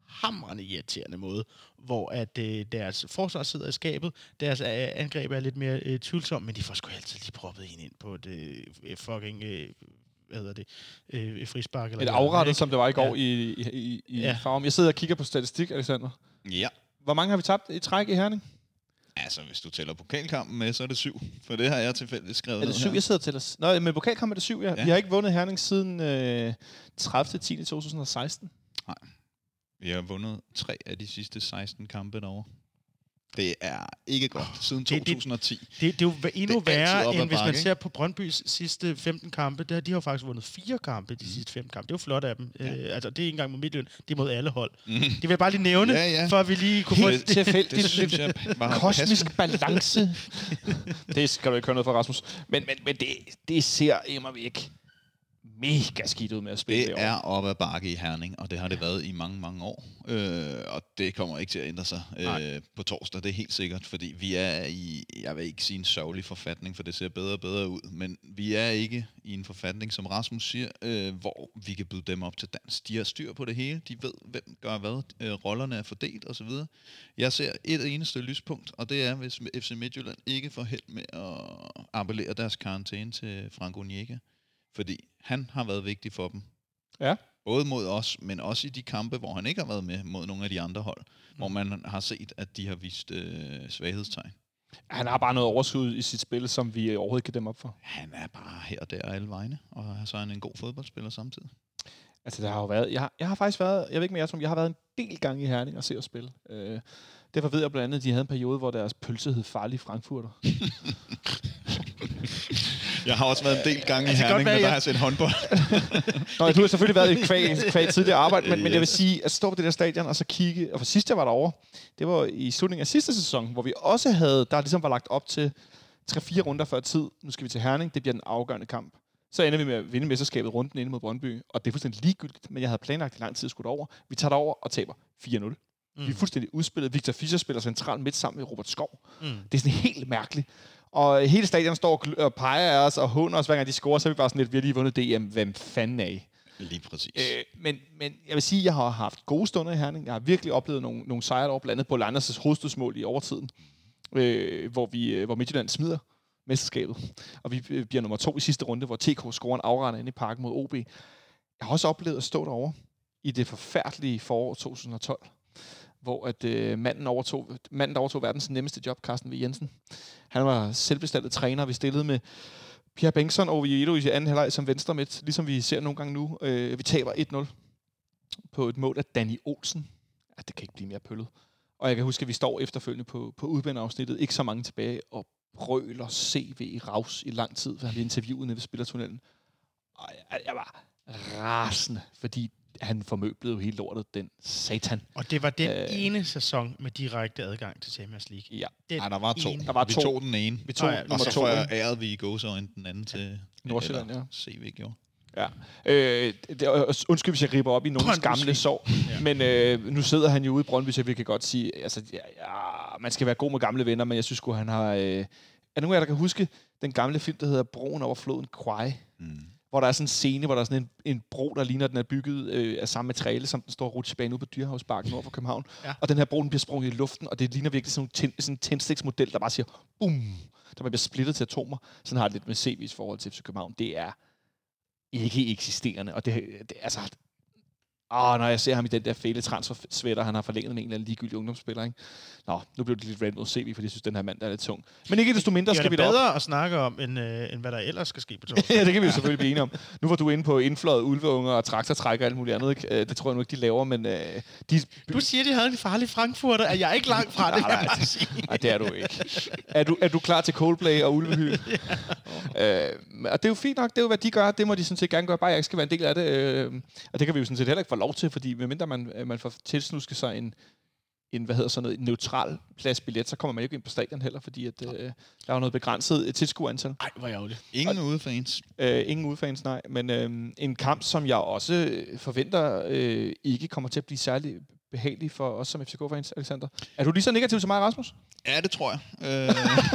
hamrende irriterende måde, hvor at øh, deres forsvar sidder i skabet, deres øh, angreb er lidt mere øh, tvivlsomt, men de får sgu altid lige proppet en ind på et øh, fucking, øh, hvad hedder det, øh, frispark. Eller et afrettet, ikke? som det var i går Ja. i, i, i, i Ja. Farum. Jeg sidder og kigger på statistik, Alexander. Ja. Hvor mange har vi tabt i træk i Herning? Altså, hvis du tæller pokalkampen med, så er det syv. For det har jeg tilfældigt skrevet Er det ned syv, her. jeg sidder til os? Nå, men pokalkamp er det syv, ja. Ja. Vi har ikke vundet Herning siden øh, tredivte oktober to tusind og seksten. Vi har vundet tre af de sidste seksten kampe derovre. Det er ikke godt siden Det- det- to tusind og ti. Det, det er jo endnu Det er altid værre, op ad end hvis man bakke, ser på Brøndbys sidste femten kampe. Der, de har jo faktisk vundet fire kampe de mm. sidste fem kampe. Det er jo flot af dem. Ja. Øh, altså, det er ikke engang mod Midtjylland, det er mod alle hold. Mm. Det vil jeg bare lige nævne, Ja, ja. for at vi lige kunne få... Helt tilfældigt. Det synes jeg var Kosmisk balance. Det skal du ikke høre noget fra, Rasmus. Men, men, men det, det ser immer væk mega skidt ud med at spille Det det er op ad bakke i Herning, og det har det været i mange, mange år. Øh, og det kommer ikke til at ændre sig øh, på torsdag, det er helt sikkert, fordi vi er i, jeg vil ikke sige en sørgelig forfatning, for det ser bedre og bedre ud, men vi er ikke i en forfatning, som Rasmus siger, øh, hvor vi kan byde dem op til dans. De har styr på det hele, de ved, hvem gør hvad, øh, rollerne er fordelt osv. Jeg ser et eneste lyspunkt, og det er, hvis F C Midtjylland ikke får held med at appellere deres karantæne til Frank Onyeka. Fordi han har været vigtig for dem. Ja. Både mod os, men også i de kampe, hvor han ikke har været med mod nogle af de andre hold. Mm. Hvor man har set, at de har vist øh, svaghedstegn. Han har bare noget overskud i sit spil, som vi overhovedet ikke kan dem op for. Han er bare her og der og alle vegne, og så er han en god fodboldspiller samtidig. Altså, der har jo været... Jeg har, jeg har faktisk været... Jeg ved ikke mere, som jeg har været en del gange i Herning og se at spille. Øh, derfor ved jeg blandt andet, at de havde en periode, hvor deres pølse hed Farlig Frankfurter. Jeg har også været en del gange i Altså, Herning, godt være, men der jeg- har jeg set håndbold. Nå, du har selvfølgelig været i kvæg, kvæg tidligere arbejde, men, men jeg vil sige, at stå på det der stadion og så kigge... Og for sidst jeg var derovre, det var i slutningen af sidste sæson, hvor vi også havde... Der ligesom var lagt op til tre-fire runder før tid. Nu skal vi til Herning. Det bliver den afgørende kamp. Så ender vi med at vinde mesterskabet runden inde mod Brøndby, og det er fuldstændig ligegyldigt, men jeg havde planlagt i lang tid at skulle over. Vi tager derover og taber fire nul. Mm. Vi er fuldstændig udspillet. Victor Fischer spiller centralt midt sammen med Robert Skov. Mm. Det er sådan helt mærkeligt. Og hele stadion står og gl- og peger af os og hunder os, hver gang de scorer, så er vi bare sådan lidt, vi har lige vundet D M. Hvem fanden af? Lige præcis. Øh, men, men jeg vil sige, at jeg har haft gode stunder i Herning. Jeg har virkelig oplevet nogle, nogle sejre over, blandt andet på Landers' hovedstødsmål i overtiden, øh, hvor, vi, øh, hvor Midtjylland smider mesterskabet. Og vi øh, bliver nummer to i sidste runde, hvor T K scorer en afrender inde i parken mod O B. Jeg har også oplevet at stå derovre i det forfærdelige forår to tusind og tolv, hvor at, øh, manden, overtog, manden, der overtog verdens nemmeste job, Carsten V. Jensen, han var selvbestaltet træner. Vi stillede med Pierre Bengtsson og Oviedo i anden halvleg som venstre midt, ligesom vi ser nogle gange nu. Øh, vi taber et nul på et mål af Danny Olsen. Ja, det kan ikke blive mere pøllet. Og jeg kan huske, at vi står efterfølgende på, på udbaneafsnittet, ikke så mange tilbage, og brøler C V i Raus i lang tid, for han blev interviewet nede ved spillertunnelen. Og jeg, jeg var rasende, fordi han formøblede jo hele lortet, den satan. Og det var den Øh. øh. ene sæson med direkte adgang til Champions League. Ja, Den Nej, der var to. ene. Der var vi to. tog den ene. vi tog Nå ja, nummer Og så to. får ikke? jeg æret vi i gåsøjne den anden til Nordsjælland, eller ja. C V gjorde. Ja. Øh, det, er- undskyld, hvis jeg griber op i nogens Brøndby gamle svin. sår, ja. Men øh, nu sidder han jo ude i Brøndby, så vi kan godt sige, altså, ja, ja, man skal være god med gamle venner, men jeg synes sgu, han har... Øh, er nogen af jer, der kan huske den gamle film, der hedder Broen over floden Kwai? Mm. Hvor der er sådan en scene, hvor der er sådan en, en bro, der ligner, den er bygget øh, af samme materiale, som den store rutsjebane ude på Dyrehavsbakken nord for København. Ja. Og den her bro, den bliver sprunget i luften, og det ligner virkelig sådan, ten, sådan en tændstiksmodel, der bare siger, bum, der man bliver splittet til atomer. Sådan har det lidt med C V's forhold til F C København. Det er ikke eksisterende, og det, det altså... Åh, når jeg ser ham i den der fæle transfer-sweater, han har forlænget med en eller anden ligegyldig ungdomsspiller, ikke? Nå, nu blev det lidt rent mod C V, fordi jeg synes, den her mand der er lidt tung. Men ikke desto mindre Det skal er vi det derop. bedre at snakke om, end, øh, end hvad der ellers skal ske på torsdag. Ja, det kan vi jo selvfølgelig blive enige om. Nu var du inde på indfløjet ulveunger og traktortrækker og alt muligt andet, ikke? Øh, Det tror jeg nu ikke, de laver, men øh, de... Du siger, de havde en farlig Frankfurter. Er jeg ikke langt fra det, Nej, kan jeg nej. bare sige. Nej, det er du ikke. Er du, er du klar til Coldplay og ulvehyl? ja. øh, og det er jo fint nok, det er jo, hvad de gør. Det må de sådan set gerne gøre, bare jeg ikke skal være en del af det. Øh, og det kan vi jo sådan set heller ikke få lov til, fordi medmindre man, man får tilsnusket sig en, en, hvad hedder sådan noget, en neutral pladsbillet, så kommer man jo ikke ind på stadion heller, fordi at, øh, der er jo noget begrænset tilskuerantal. Ej, hvor ærgerligt. Ingen udefans. Øh, ingen udefans, nej. Men øh, en kamp, som jeg også øh, forventer øh, ikke kommer til at blive særlig behagelig for os som F C K-fans, Alexander. Er du lige så negativ som mig, Rasmus? Ja, det tror jeg. Øh,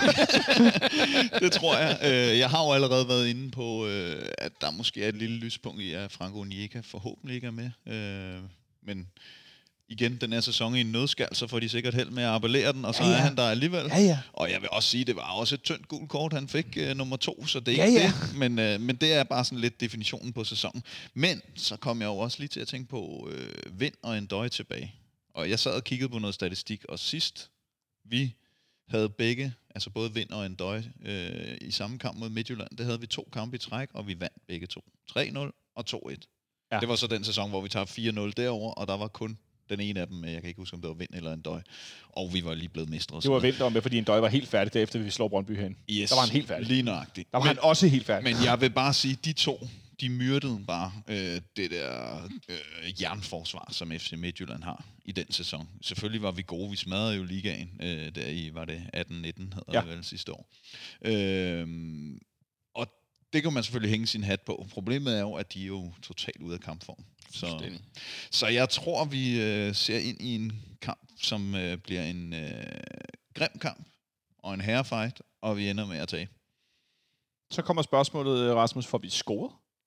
det tror jeg. Øh, jeg har jo allerede været inde på, øh, at der måske er et lille lyspunkt i, at Frank Onyeka forhåbentlig ikke er med. Øh, men igen den her sæson i en nødskal, så får de sikkert held med at appellere den, og så ja, ja. er han der alligevel. Ja, ja. Og jeg vil også sige, det var også et tyndt gult kort, han fik øh, nummer to, så det er Ja, ikke ja. det. Men, øh, men det er bare sådan lidt definitionen på sæsonen. Men så kom jeg jo også lige til at tænke på øh, Vind og Endøje tilbage. Og jeg sad og kiggede på noget statistik, og sidst vi havde begge, altså både Vind og Endøje, øh, i samme kamp mod Midtjylland, det havde vi to kampe i træk, og vi vandt begge to. tre nul og to et. Ja. Det var så den sæson, hvor vi tager fire nul derover, og der var kun den ene af dem, jeg kan ikke huske, om det var Vind eller Endøje. Og vi var lige blevet mestre. Det var Vind, der var med, fordi Endøje var helt færdig, derefter vi slår Brøndby hen. Yes, der var han helt færdig. Lige nøjagtigt. Der var men, han også helt færdig. Men jeg vil bare sige, de to, de myrdede bare øh, det der øh, jernforsvar, som F C Midtjylland har i den sæson. Selvfølgelig var vi gode, vi smadrede jo ligaen, øh, der i, var det atten nitten, hedder ja. det vel sidste år. Øh, og det kan man selvfølgelig hænge sin hat på. Problemet er jo, at de er jo totalt ude af kampform. Så, så jeg tror, vi øh, ser ind i en kamp, som øh, bliver en øh, grim kamp og en herrefight, og vi ender med at tage. Så kommer spørgsmålet, Rasmus, får vi scoret?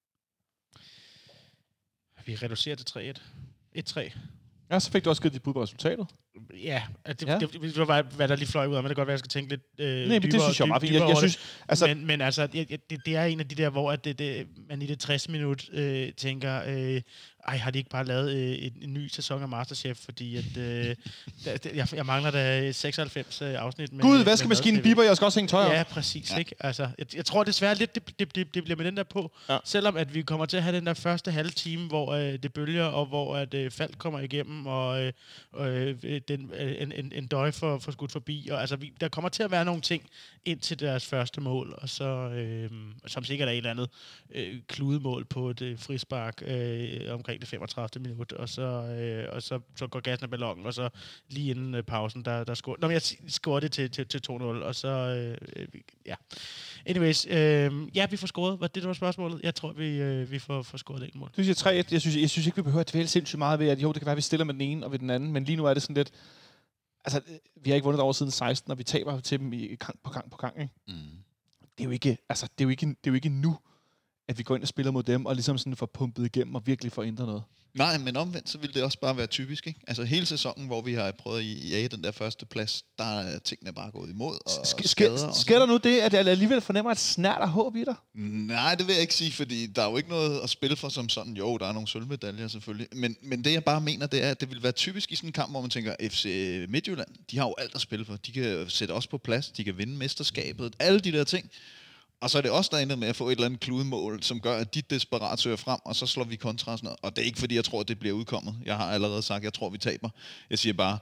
Vi reducerer til tre et. et tre. Ja, så fik du også givet dit bud på resultatet. Ja, det, ja. det, det, det var bare, hvad der lige fløj ud af, men det kan godt være, jeg skal tænke lidt øh, Nej, dybere, men det synes jeg meget fint. Jeg, jeg synes, altså, men, men altså, det, det, det er en af de der, hvor at det, det, man i det tres minut øh, tænker, øh, ej, har de ikke bare lavet øh, en, en ny sæson af Masterchef, fordi at, øh, det, jeg, jeg mangler da seksoghalvfems øh, afsnit. Med, Gud, vaskemaskinen biber, jeg skal også hænge tøj op. Ja, præcis. Ja. Ikke? Altså, jeg, jeg tror desværre lidt, det, det, det, det bliver med den der på, ja. Selvom at vi kommer til at have den der første halve time, hvor øh, det bølger, og hvor at øh, Falk kommer igennem, og øh, øh, den, øh, en, en, en døj for, for skudt forbi, og altså, vi, der kommer til at være nogle ting ind til deres første mål, og så, øh, som sikkert er et eller andet øh, kludemål på et øh, frispark øh, omkring det femogtredivte minut, og så, øh, og så, så går gassen af ballonen, og så lige inden øh, pausen, der, der scorer... Nå, men jeg scorer det til, til, til to nul, og så... Øh, ja. Anyways, øh, ja, vi får scoret. Var det, der var spørgsmålet? Jeg tror, vi, øh, vi får, får scoret det mål. Du siger tre et. Jeg synes, jeg synes ikke, vi behøver at dvæle sindssygt meget ved, at jo, det kan være, at vi stiller med den ene og ved den anden, men lige nu er det sådan lidt... Altså, vi har ikke vundet over siden seksten, og vi taber til dem i gang på gang på gang, ikke? Mm. Det er jo ikke, altså, det er jo ikke, det er jo ikke nu, at vi går ind og spiller mod dem, og ligesom sådan får pumpet igennem, og virkelig får ændret noget. Nej, men omvendt, så vil det også bare være typisk, ikke? Altså hele sæsonen, hvor vi har prøvet at jage den der første plads, der er tingene bare gået imod, og Sk- skader. Sker der nu det, at jeg alligevel fornemmer et snært af håb i dig? Nej, det vil jeg ikke sige, fordi der er jo ikke noget at spille for som sådan. Jo, der er nogle sølvmedaljer selvfølgelig, men, men det jeg bare mener, det er, at det vil være typisk i sådan en kamp, hvor man tænker, F C Midtjylland, de har jo alt at spille for. De kan sætte os på plads, de kan vinde mesterskabet, alle de der ting. Og så er det også der ender med at få et eller andet kludemål, som gør, at de desperat søger frem, og så slår vi kontra. Og det er ikke fordi, jeg tror, at det bliver udkommet. Jeg har allerede sagt, at jeg tror, vi taber. Jeg siger bare,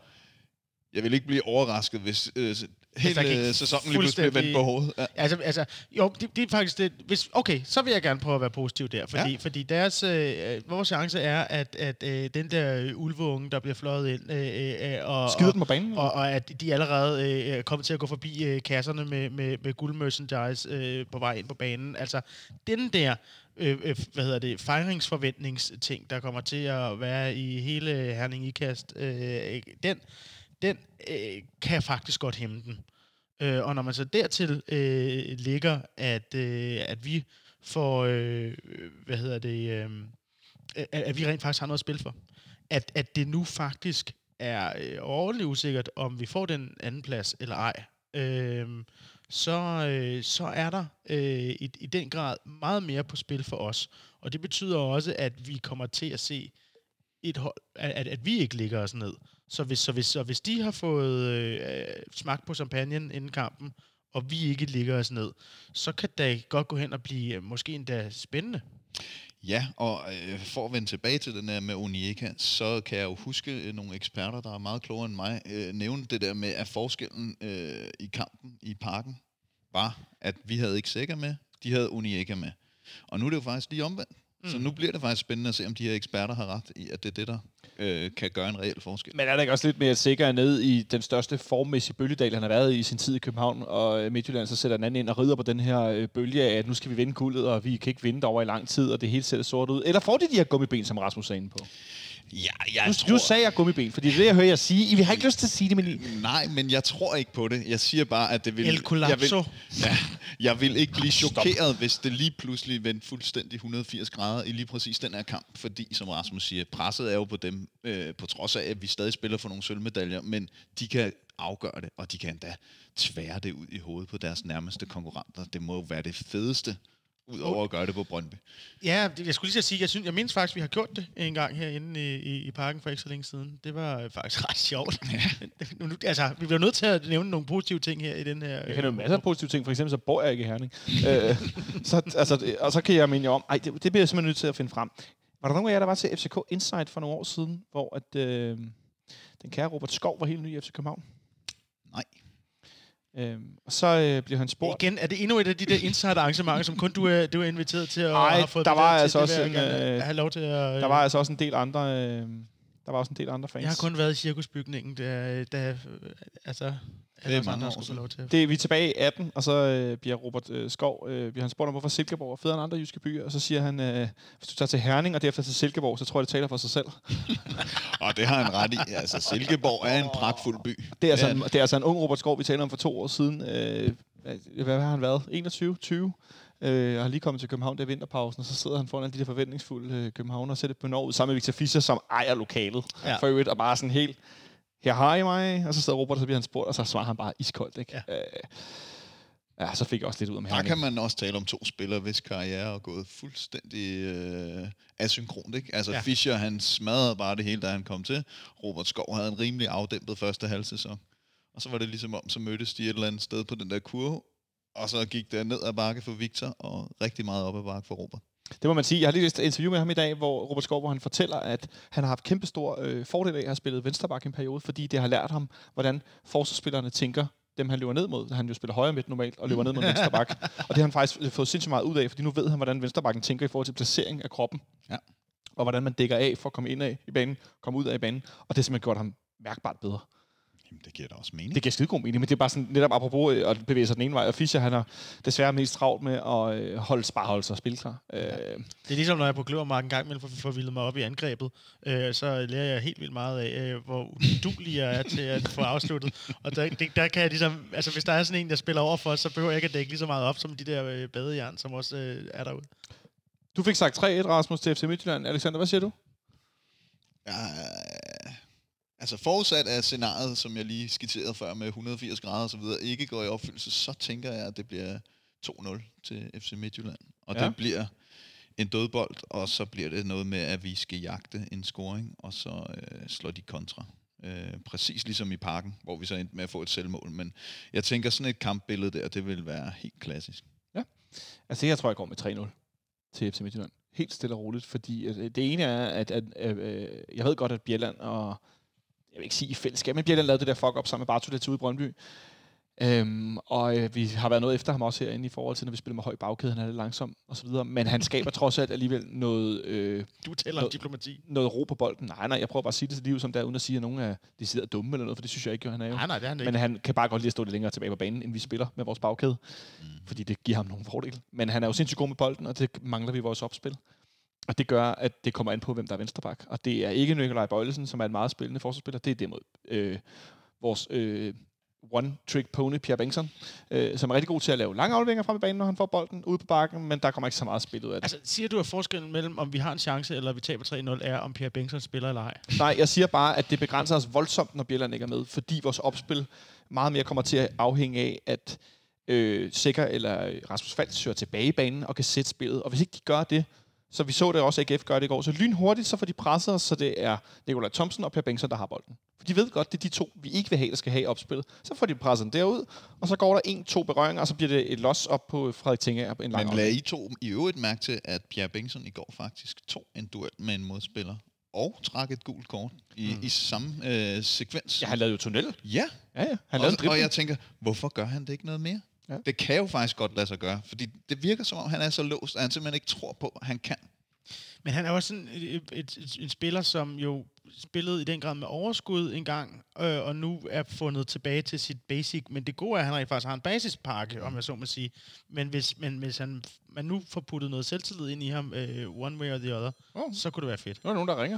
jeg vil ikke blive overrasket, hvis øh, hele sæsonen lige pludselig bliver vendt på hovedet. Ja. Altså, altså, jo, det, det er faktisk det. Hvis, okay, så vil jeg gerne prøve at være positiv der, fordi, ja. fordi deres, øh, vores chance er, at, at øh, den der ulveunge, der bliver fløjet ind, øh, øh, og, skider den på banen, og, og at de allerede øh, er kommet til at gå forbi øh, kasserne med, med, med guldmerchandise øh, på vej ind på banen. Altså, den der Øh, øh, hvad hedder det, fejringsforventningsting, der kommer til at være i hele Herning Ikast, øh, den, den øh, kan faktisk godt hæmme den. Øh, og når man så dertil øh, ligger, at, øh, at vi får, øh, hvad hedder det, øh, at, at vi rent faktisk har noget at spille for. At, at det nu faktisk er øh, ordentligt usikkert, om vi får den anden plads eller ej. Øh, så, øh, så er der øh, i, i den grad meget mere på spil for os. Og det betyder også, at vi kommer til at se et hold, at, at vi ikke ligger os ned. Så hvis, så hvis, så hvis de har fået øh, smagt på champagnen inden kampen, og vi ikke ligger os ned, så kan det godt gå hen og blive øh, måske endda spændende. Ja, og øh, for at vende tilbage til den her med Onyeka, så kan jeg jo huske øh, nogle eksperter, der er meget klogere end mig, øh, nævne det der med, at forskellen øh, i kampen i Parken var, at vi havde ikke Sækker med, de havde Onyeka med. Og nu er det jo faktisk lige omvendt. Mm. Så nu bliver det faktisk spændende at se, om de her eksperter har ret i, at det er det, der øh, kan gøre en reel forskel. Men er der ikke også lidt mere Sækker ned i den største formmæssige bølgedal, han har været i sin tid i København, og Midtjylland så sætter den anden ind og rider på den her bølge af, at nu skal vi vinde guldet, og vi kan ikke vinde over i lang tid, og det hele ser sort ud. Eller får de de her gummiben, som Rasmus er inde på? Ja, jeg Nu, tror... nu sagde jeg gummiben, fordi det er det, jeg hører jer sige. I vil have ikke lyst til at sige det, men I... Nej, men jeg tror ikke på det. Jeg siger bare, at det vil... El Collapso. Jeg vil, ja, jeg vil ikke blive chokeret, hvis det lige pludselig vendte fuldstændig et hundrede og firs grader i lige præcis den her kamp. Fordi, som Rasmus siger, presset er jo på dem, øh, på trods af, at vi stadig spiller for nogle sølvmedaljer, men de kan afgøre det, og de kan endda tvære det ud i hovedet på deres nærmeste konkurrenter. Det må jo være det fedeste, udover at gøre det på Brøndby. Ja, det, jeg skulle lige så sige, jeg synes, jeg mindst faktisk, vi har gjort det en gang herinde i, i, i parken for ikke så længe siden. Det var øh, faktisk ret sjovt. nu, nu, altså, vi bliver nødt til at nævne nogle positive ting her i den her... Jeg kan nævne masser af positive ting. For eksempel så bor jeg ikke i Herning. øh, så, altså, og så kan jeg minde jer om... Ej, det, det bliver jeg simpelthen nødt til at finde frem. Var der nogen af jer, der var til F C K Insight for nogle år siden, hvor at, øh, den kære Robert Skov var helt ny i F C København? Nej. Øhm, og så øh, bliver han spurgt... Igen, er det endnu et af de der insider-arrangementer, som kun du er, du er inviteret til at Ej, have fået der det var til? altså Det også vil jeg en, gerne øh, have lov til at... Der var altså også en del andre... Øh, der var også en del andre fans. Jeg har kun været i cirkusbygningen, der, der øh, altså... Det er også mange andre, år der skulle få siden. lov til at... Det, vi er tilbage i atten, og så øh, bliver Robert øh, Skov, øh, bliver han spurgt om, hvorfor Silkeborg er federe end andre jyske byer, og så siger han, øh, hvis du tager til Herning og derefter til Silkeborg, så tror jeg, det taler for sig selv. Og det har han ret i. Altså, Silkeborg er en pragtfuld by. Det er, altså Ja. en, det er altså en ung Robert Skov, vi taler om for to år siden. Øh, hvad har han været? enogtyve, tyve Øh, og har lige kommet til København, der vinterpausen, og så sidder han foran alle de der forventningsfulde øh, København og sætter på Norge ud sammen med Victor Fischer, som ejer lokalet. Ja. Ja. For øvrigt, og bare sådan helt, her har I mig, og så sidder Robert, og så bliver han spurgt, og så svarer han bare iskoldt, ikke? Ja. Øh, ja, så fik jeg også lidt ud om Der Herning. kan man også tale om to spillere, hvis karriere er gået fuldstændig øh, asynkront, ikke? Altså Ja. ja. Fischer, han smadrede bare det hele, da han kom til. Robert Skov havde en rimelig afdæmpet første halvsæson. Og så var det ligesom om, så mødtes de et eller andet sted på den der kurve, og så gik det ned ad bakke for Victor, og rigtig meget op ad bakke for Robert. Det må man sige. Jeg har lige læst et interview med ham i dag, hvor Robert Skov, hvor han fortæller, at han har haft kæmpe stor øh, fordel af at have spillet venstreback i en periode, fordi det har lært ham, hvordan forsvarsspillerne tænker, dem han løber ned mod. Han jo spiller højre midt normalt, og løber ned mod venstreback. Og det har han faktisk fået sindssygt meget ud af, fordi nu ved han, hvordan venstrebacken tænker i forhold til placering af kroppen. Ja. Og hvordan man dækker af for at komme ind af i banen, komme ud af i banen. Og det har simpelthen gjort ham mærkbart bedre. Jamen, det giver da også mening. Det giver skide god mening, men det er bare sådan netop apropos øh, at bevæge sig den ene vej. Og Fischer, han har desværre mest travlt med at øh, holde, bare holde sig og spille klar. Øh, Det er ligesom, når jeg på Kløvermarken en gang imellem får for vildt mig op i angrebet, øh, så lærer jeg helt vildt meget af, øh, hvor uduelig jeg er til at få afsluttet. Og der, det, der kan jeg ligesom, altså hvis der er sådan en, der spiller over for os, så behøver jeg ikke at dække lige så meget op, som de der øh, badejern, som også øh, er derude. Du fik sagt tre et, Rasmus, til F C Midtjylland. Alexander, hvad siger du? Ja, altså forudsat af scenariet, som jeg lige skitserede før med et hundrede og firs grader og så videre, ikke går i opfyldelse, så tænker jeg, at det bliver to nul til F C Midtjylland. Og Ja. det bliver en dødbold, og så bliver det noget med, at vi skal jagte en scoring, og så øh, slår de kontra. Øh, præcis ligesom i parken, hvor vi så endte med at få et selvmål. Men jeg tænker, sådan et kampbillede der, det vil være helt klassisk. Altså, jeg tror, jeg går med tre nul til F C Midtjylland. Helt stille og roligt, fordi øh, det ene er, at, at øh, jeg ved godt, at Bjelland og, jeg vil ikke sige i fællesskab, men Bjelland lavede det der fuck-up sammen med Bartolet ude i Brøndby. Øhm, og øh, vi har været noget efter ham også herinde i forhold til, når vi spiller med høj bagkæde, han er lidt langsom og så videre, men han skaber trods alt alligevel noget, øh, Du taler om diplomati. noget ro på bolden. Nej, nej, jeg prøver bare at sige det til livet, som der, uden at sige, at nogen er decideret dumme eller noget, for det synes jeg ikke, han er jo. Nej, nej, det er han Men ikke. han kan bare godt lide at stå lidt længere tilbage på banen, end vi spiller med vores bagkæde. Mm. Fordi det giver ham nogle fordele. Men han er jo sindssygt god med bolden, og det mangler vi i vores opspil. Og det gør, at det kommer an på, hvem der er venstreback. Og det er ikke Nikolaj Bøjlesen, som er en meget spillende forsvarsspiller. Det er derimod øh, vores øh, one-trick pony, Pierre Bengtsson, øh, som er rigtig god til at lave lange afleveringer frem i banen, når han får bolden ude på bakken, men der kommer ikke så meget spil ud af det. Altså, siger du, at forskellen mellem, om vi har en chance, eller vi taber tre nul, er, om Pierre Bengtsson spiller eller ej? Nej, jeg siger bare, at det begrænser os voldsomt, når Bjelland ikke er med, fordi vores opspil meget mere kommer til at afhænge af, at øh, Sikker eller Rasmus Falk søger tilbage i banen og kan sætte spillet. Og hvis ikke de gør det, så vi så det også, at A G F gør det i går, så lynhurtigt, så får de presset os, så det er Nikolaj Thomsen og Per Bengtsson, der har bolden. For de ved godt, det er de to, vi ikke vil have, der skal have opspillet. Så får de presset den derud, og så går der en, to berøringer, og så bliver det et los op på Frederik Tingager. En lang Men lad I to i øvrigt mærke til, at Pierre Bengtsson i går faktisk tog en duel med en modspiller og trak et gult kort i, mm. i samme øh, sekvens. Ja, han lavede jo tunnel. Ja, Ja, ja. Han og, lavede en og dribling. jeg tænker, hvorfor gør han det ikke noget mere? Ja. Ja. Det kan jo faktisk godt lade sig gøre, fordi det virker som om, han er så låst, at han simpelthen ikke tror på, at han kan. Men han er også sådan et, et, et, en spiller, som jo spillede i den grad med overskud en gang, øh, og nu er fundet tilbage til sit basic. Men det gode er, at han rent faktisk har en basispakke, om jeg så må sige. Men hvis, men hvis han, man nu får puttet noget selvtillid ind i ham, øh, one way or the other, Oh. så kunne det være fedt. Nu er der nogen, der ringer.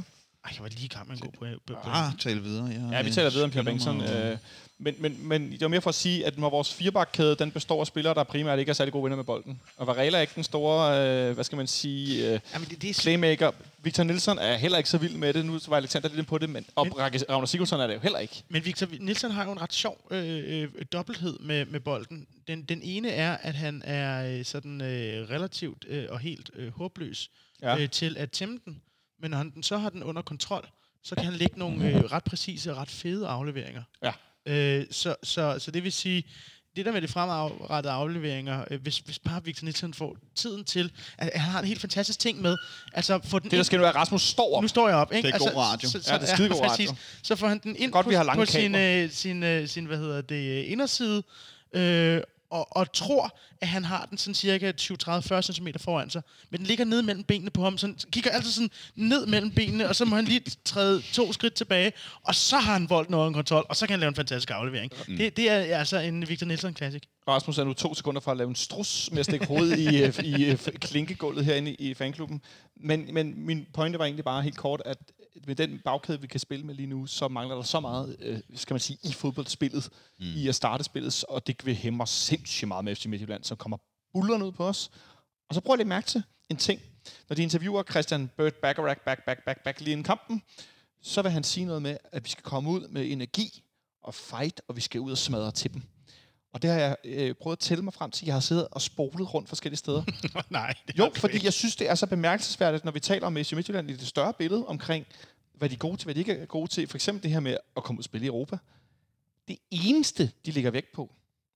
Ej, jeg var lige i gang med en god point. Ah, tale videre. Jeg, Ja, vi taler videre om Pierre Bengtsson. Øh, men, men, men det var mere for at sige, at når vores firebakkæde, den består af spillere, der primært ikke er særlig gode venner med bolden. Og Varela er ikke den store, øh, hvad skal man sige, øh, Jamen, det, det er playmaker. Victor Nielsen er heller ikke så vild med det. Nu var Alexander lidt på det, men og Ragnar Sigurdsson er det jo heller ikke. Men Victor Nielsen har jo en ret sjov øh, øh, dobbelthed med, med bolden. Den, den ene er, at han er øh, sådan øh, relativt øh, og helt øh, håbløs Ja. øh, til at tæmme den. Men når han så har den under kontrol, så kan han lægge nogle øh, ret præcise og ret fede afleveringer. Ja. Øh, så, så, så det vil sige, det der med de fremadrettede afleveringer, øh, hvis, hvis bare Victor Nielsen får tiden til, at han har en helt fantastisk ting med, altså få den Det der skal nu være, at Rasmus står op. Nu står jeg op, ikke? Det er god radio. Så, så, Ja, det er skidegod præcis. radio. Så får han den ind Godt, på, vi har lange på sin, kabler. øh, sin, øh, sin, hvad hedder det, inderside, øh, og, og tror, at han har den sådan cirka tyve tredive fyrre centimeter foran sig. Men den ligger nede mellem benene på ham, så han kigger altid sådan ned mellem benene, og så må han lige træde to skridt tilbage, og så har han bolden under kontrol, og så kan han lave en fantastisk aflevering. Mm. Det, det er altså en Victor Nielsen Classic. Rasmus er nu to sekunder fra at lave en strus med at stikke hovedet i, øh, i øh, klinkegulvet herinde i, i fanklubben. Men, men min pointe var egentlig bare helt kort, at med den bagkæde, vi kan spille med lige nu, så mangler der så meget, øh, skal man sige, i fodboldspillet, mm. i at starte spillet, og det vil hæmme os sindssygt meget med F C Midtjylland, som kommer bullerne ud på os. Og så prøv at lægge mærke til en ting. Når de interviewer Christian Bert Bacharach back, back, back, back lige inden kampen, så vil han sige noget med, at vi skal komme ud med energi og fight, og vi skal ud og smadre til dem. Og det har jeg øh, prøvet at tælle mig frem til. Jeg har siddet og spolet rundt forskellige steder. Nej, det Jo, fordi jeg synes, det er så bemærkelsesværdigt, når vi taler om F C Midtjylland i det større billede omkring, hvad de er gode til, hvad de ikke er gode til. For eksempel det her med at komme ud og spille i Europa. Det eneste, de lægger vægt på,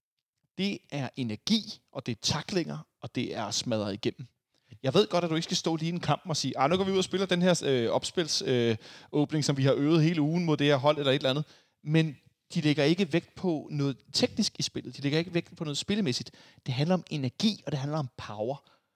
det er energi, og det er tacklinger, og det er smadret igennem. Jeg ved godt, at du ikke skal stå lige i en kamp og sige, ah, nu går vi ud og spiller den her øh, opspilsåbning, øh, som vi har øvet hele ugen mod det her hold eller et eller andet. Men de lægger ikke vægt på noget teknisk i spillet. De lægger ikke vægt på noget spillemæssigt. Det handler om energi, og det handler om power.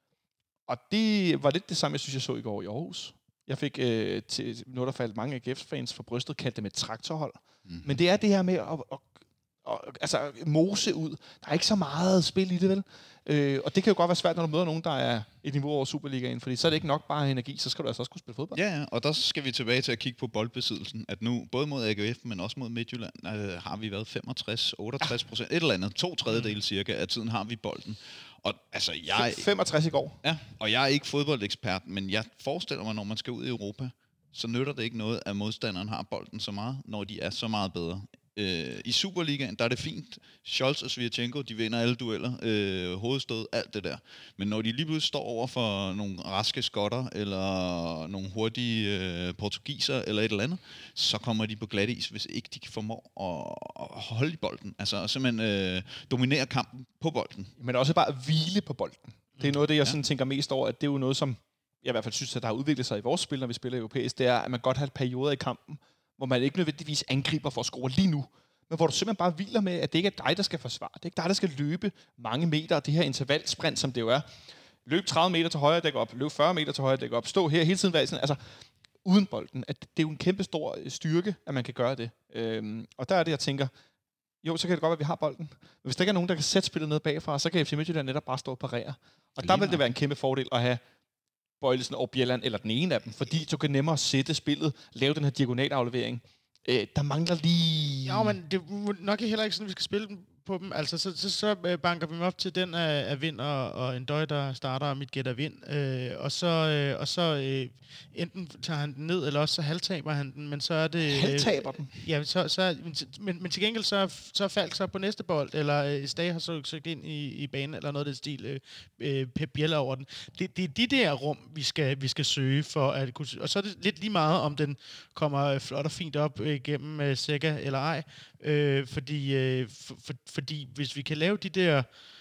Og det var lidt det samme, jeg synes, jeg så i går i Aarhus. Jeg fik øh, til noget, der faldt mange A G F-fans for brystet, kaldt det med traktorhold. Mm-hmm. Men det er det her med at, at, at, at altså, mose ud. Der er ikke så meget spil i det, vel? Øh, og det kan jo godt være svært, når du møder nogen, der er et niveau over Superligaen, fordi så er det ikke nok bare energi, så skal du altså også kunne spille fodbold. Ja, ja, og der skal vi tilbage til at kigge på boldbesiddelsen. At nu, både mod A G F, men også mod Midtjylland, øh, har vi været femogtres otteogtres procent, et eller andet, to tredjedele cirka af tiden har vi bolden. Og altså, jeg... femogtres i går. Ja, og jeg er ikke fodboldekspert, men jeg forestiller mig, når man skal ud i Europa, så nytter det ikke noget, at modstanderen har bolden så meget, når de er så meget bedre. Øh, I Superligaen, der er det fint. Scholz og Svirchenko, de vinder alle dueller, øh, hovedstød, alt det der. Men når de lige pludselig står over for nogle raske skotter, eller nogle hurtige øh, portugiser, eller et eller andet, så kommer de på glat is, hvis ikke de formår at, at holde i bolden. Altså simpelthen øh, dominere kampen på bolden. Men også bare at hvile på bolden. Det er noget af det, jeg sådan tænker mest over, at det er jo noget, som jeg i hvert fald synes, at der har udviklet sig i vores spil, når vi spiller europæisk, det er, at man godt har perioder i kampen, hvor man ikke nødvendigvis angriber for at score lige nu, men hvor du simpelthen bare hviler med, at det ikke er dig, der skal forsvare. Det er ikke dig, der skal løbe mange meter, det her intervalsprint, som det jo er. Løb tredive meter til højre, dæk op. Løb fyrre meter til højre, dæk op. Stå her hele tiden, sådan, altså uden bolden. At det er jo en kæmpe stor styrke, at man kan gøre det. Øhm, og der er det, jeg tænker, jo, så kan det godt være, at vi har bolden. Men hvis der ikke er nogen, der kan sætte spillet ned bagfra, så kan F C Midtjylland netop bare stå og parere. Og lige der vil det være en kæmpe fordel at have Bøjlesen og Bjelland, eller den ene af dem, fordi du kan nemmere sætte spillet, lave den her diagonalaflevering. Øh, der mangler lige... Ja, men det er nok heller ikke sådan, vi skal spille på dem. Altså, så, så, så banker vi dem op til den af, af Vind og, og en døj, der starter, og mit gæt af Vind. Øh, og så, øh, og så øh, enten tager han den ned, eller også så halvtaber han den, men så er det... Øh, halvtaber den? Ja, så, så, men, men til gengæld så, så faldt så på næste bold, eller øh, Stage har så søgt ind i, i banen, eller noget af det stil, øh, øh, Pep Biel over den. Det, det er de der rum, vi skal, vi skal søge for at kunne... Og så er det lidt lige meget, om den kommer flot og fint op øh, gennem øh, Sækker eller ej. Øh, fordi, øh, for, for, fordi hvis vi kan lave de der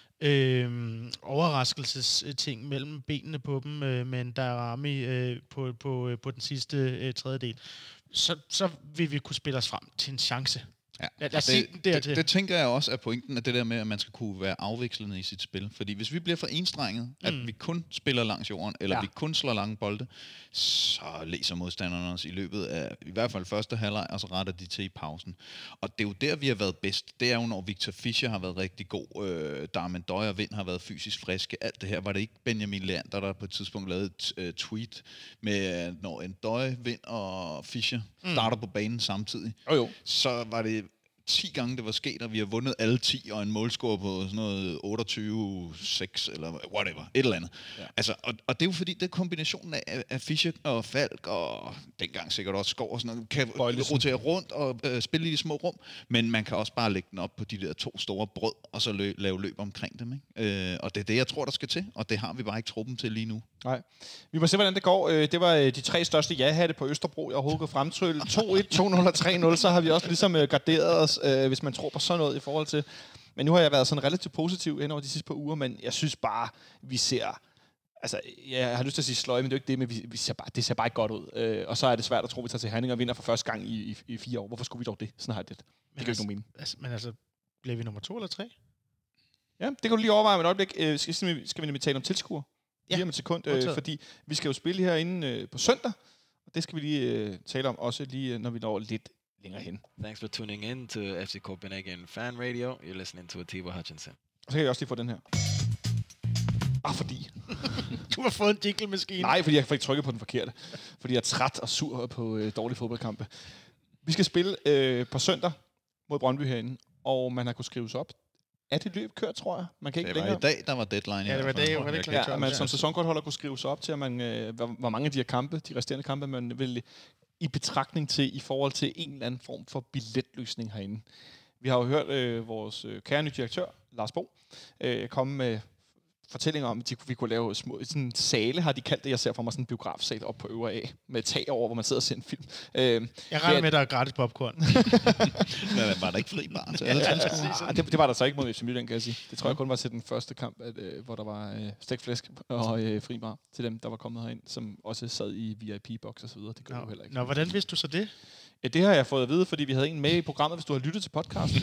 øh, overraskelsesting mellem benene på dem øh, med en Darami øh, på, på, på den sidste øh, tredjedel, så, så vil vi kunne spille os frem til en chance. Ja, Lad os det, sige den dertil. det, det tænker jeg også er pointen af det der med, at man skal kunne være afvekslende i sit spil. Fordi hvis vi bliver for enstrenget, mm. at vi kun spiller langs jorden, eller ja. vi kun slår lange bolde, så læser modstanderne os i løbet af i hvert fald første halvleg, og så retter de til i pausen. Og det er jo der, vi har været bedst. Det er jo, når Victor Fischer har været rigtig god, øh, Darmen Døj og Vind har været fysisk friske. Alt det her var det ikke Benjamin Leander, der på et tidspunkt lavede et øh, tweet med, når en Døj, Vind og Fischer mm. starter på banen samtidig, oh, jo. så var det ti gange det var sket, og vi har vundet alle ti, og en målscore på sådan noget otteogtyve seks, eller whatever, et eller andet. Ja. Altså, og, og det er jo fordi, det er kombinationen af, af Fischer og Falk, og dengang sikkert også Skov og sådan noget, kan Bøjlesen. rotere rundt og øh, spille i de små rum, men man kan også bare lægge den op på de der to store brød, og så lø- lave løb omkring dem. Ikke? Øh, og det er det, jeg tror, der skal til, og det har vi bare ikke truppen til lige nu. Nej. Vi må se, hvordan det går. Det var de tre største ja-hatte på Østerbro, jeg overhovedet kunne fremtrylle. to et, to nul og tre nul, så har vi også ligesom garderet os, hvis man tror på sådan noget i forhold til. Men nu har jeg været sådan relativt positiv hen over de sidste par uger, men jeg synes bare, vi ser... Altså, jeg har lyst til at sige sløje, men det er jo ikke det, men vi, vi ser bare, det ser bare ikke godt ud. Øh, og så er det svært at tro, at vi tager til Herning og vinder for første gang i, i, i fire år. Hvorfor skulle vi dog det? Sådan har jeg det. Det giver ikke nogen mening. Altså, men altså, bliver vi nummer to eller tre? Ja, det kan du lige overveje med et øjeblik. Øh, skal, skal vi nemlig tale om tilskuer? Ja. Lige om et sekund, øh, fordi vi skal jo spille herinde øh, på søndag, og det skal vi lige øh, tale om også lige, når vi når lidt længere hen. Thanks for tuning in to F C Copenhagen Fan Radio. You're listening to Atiba Hutchinson. Og så kan jeg også lige få den her. Ah, fordi. Du har fået en jingle-maskine. Nej, fordi jeg fik trykket på den forkerte. Fordi jeg er træt og sur på øh, dårlige fodboldkampe. Vi skal spille øh, på søndag mod Brøndby herinde, og man har kunnet skrives op. Er det løb kørt, tror jeg? Man kan ikke det var længere. i dag, der var deadline. Ja, det var i dag, var det ja, man som sæsonkortholder kunne skrives op til, at man, øh, hvor, hvor mange af de her kampe, de resterende kampe, man vil i betragtning til i forhold til en eller anden form for billetløsning herinde. Vi har jo hørt øh, vores øh, kære nye direktør, Lars Bo, øh, komme med fortællinger om, at de, vi kunne lave små, sådan sale, har de kaldt det. Jeg ser for mig sådan en biografsal op på øvre A, med tag over, hvor man sidder og ser en film. Øh, jeg regner med, at der er gratis popcorn. Men var der ikke fri bar til alle tilskuere? det, det var der så ikke mod F C Midtjylland, kan jeg sige. Det tror jeg kun var til den første kamp, at, øh, hvor der var øh, stegt flæsk og øh, fri bar til dem, der var kommet herind, som også sad i V I P-boks og så videre. Det gør jo heller ikke. Nå, hvordan vidste du så det? Ja, det har jeg fået at vide, fordi vi havde en med i programmet, hvis du har lyttet til podcasten.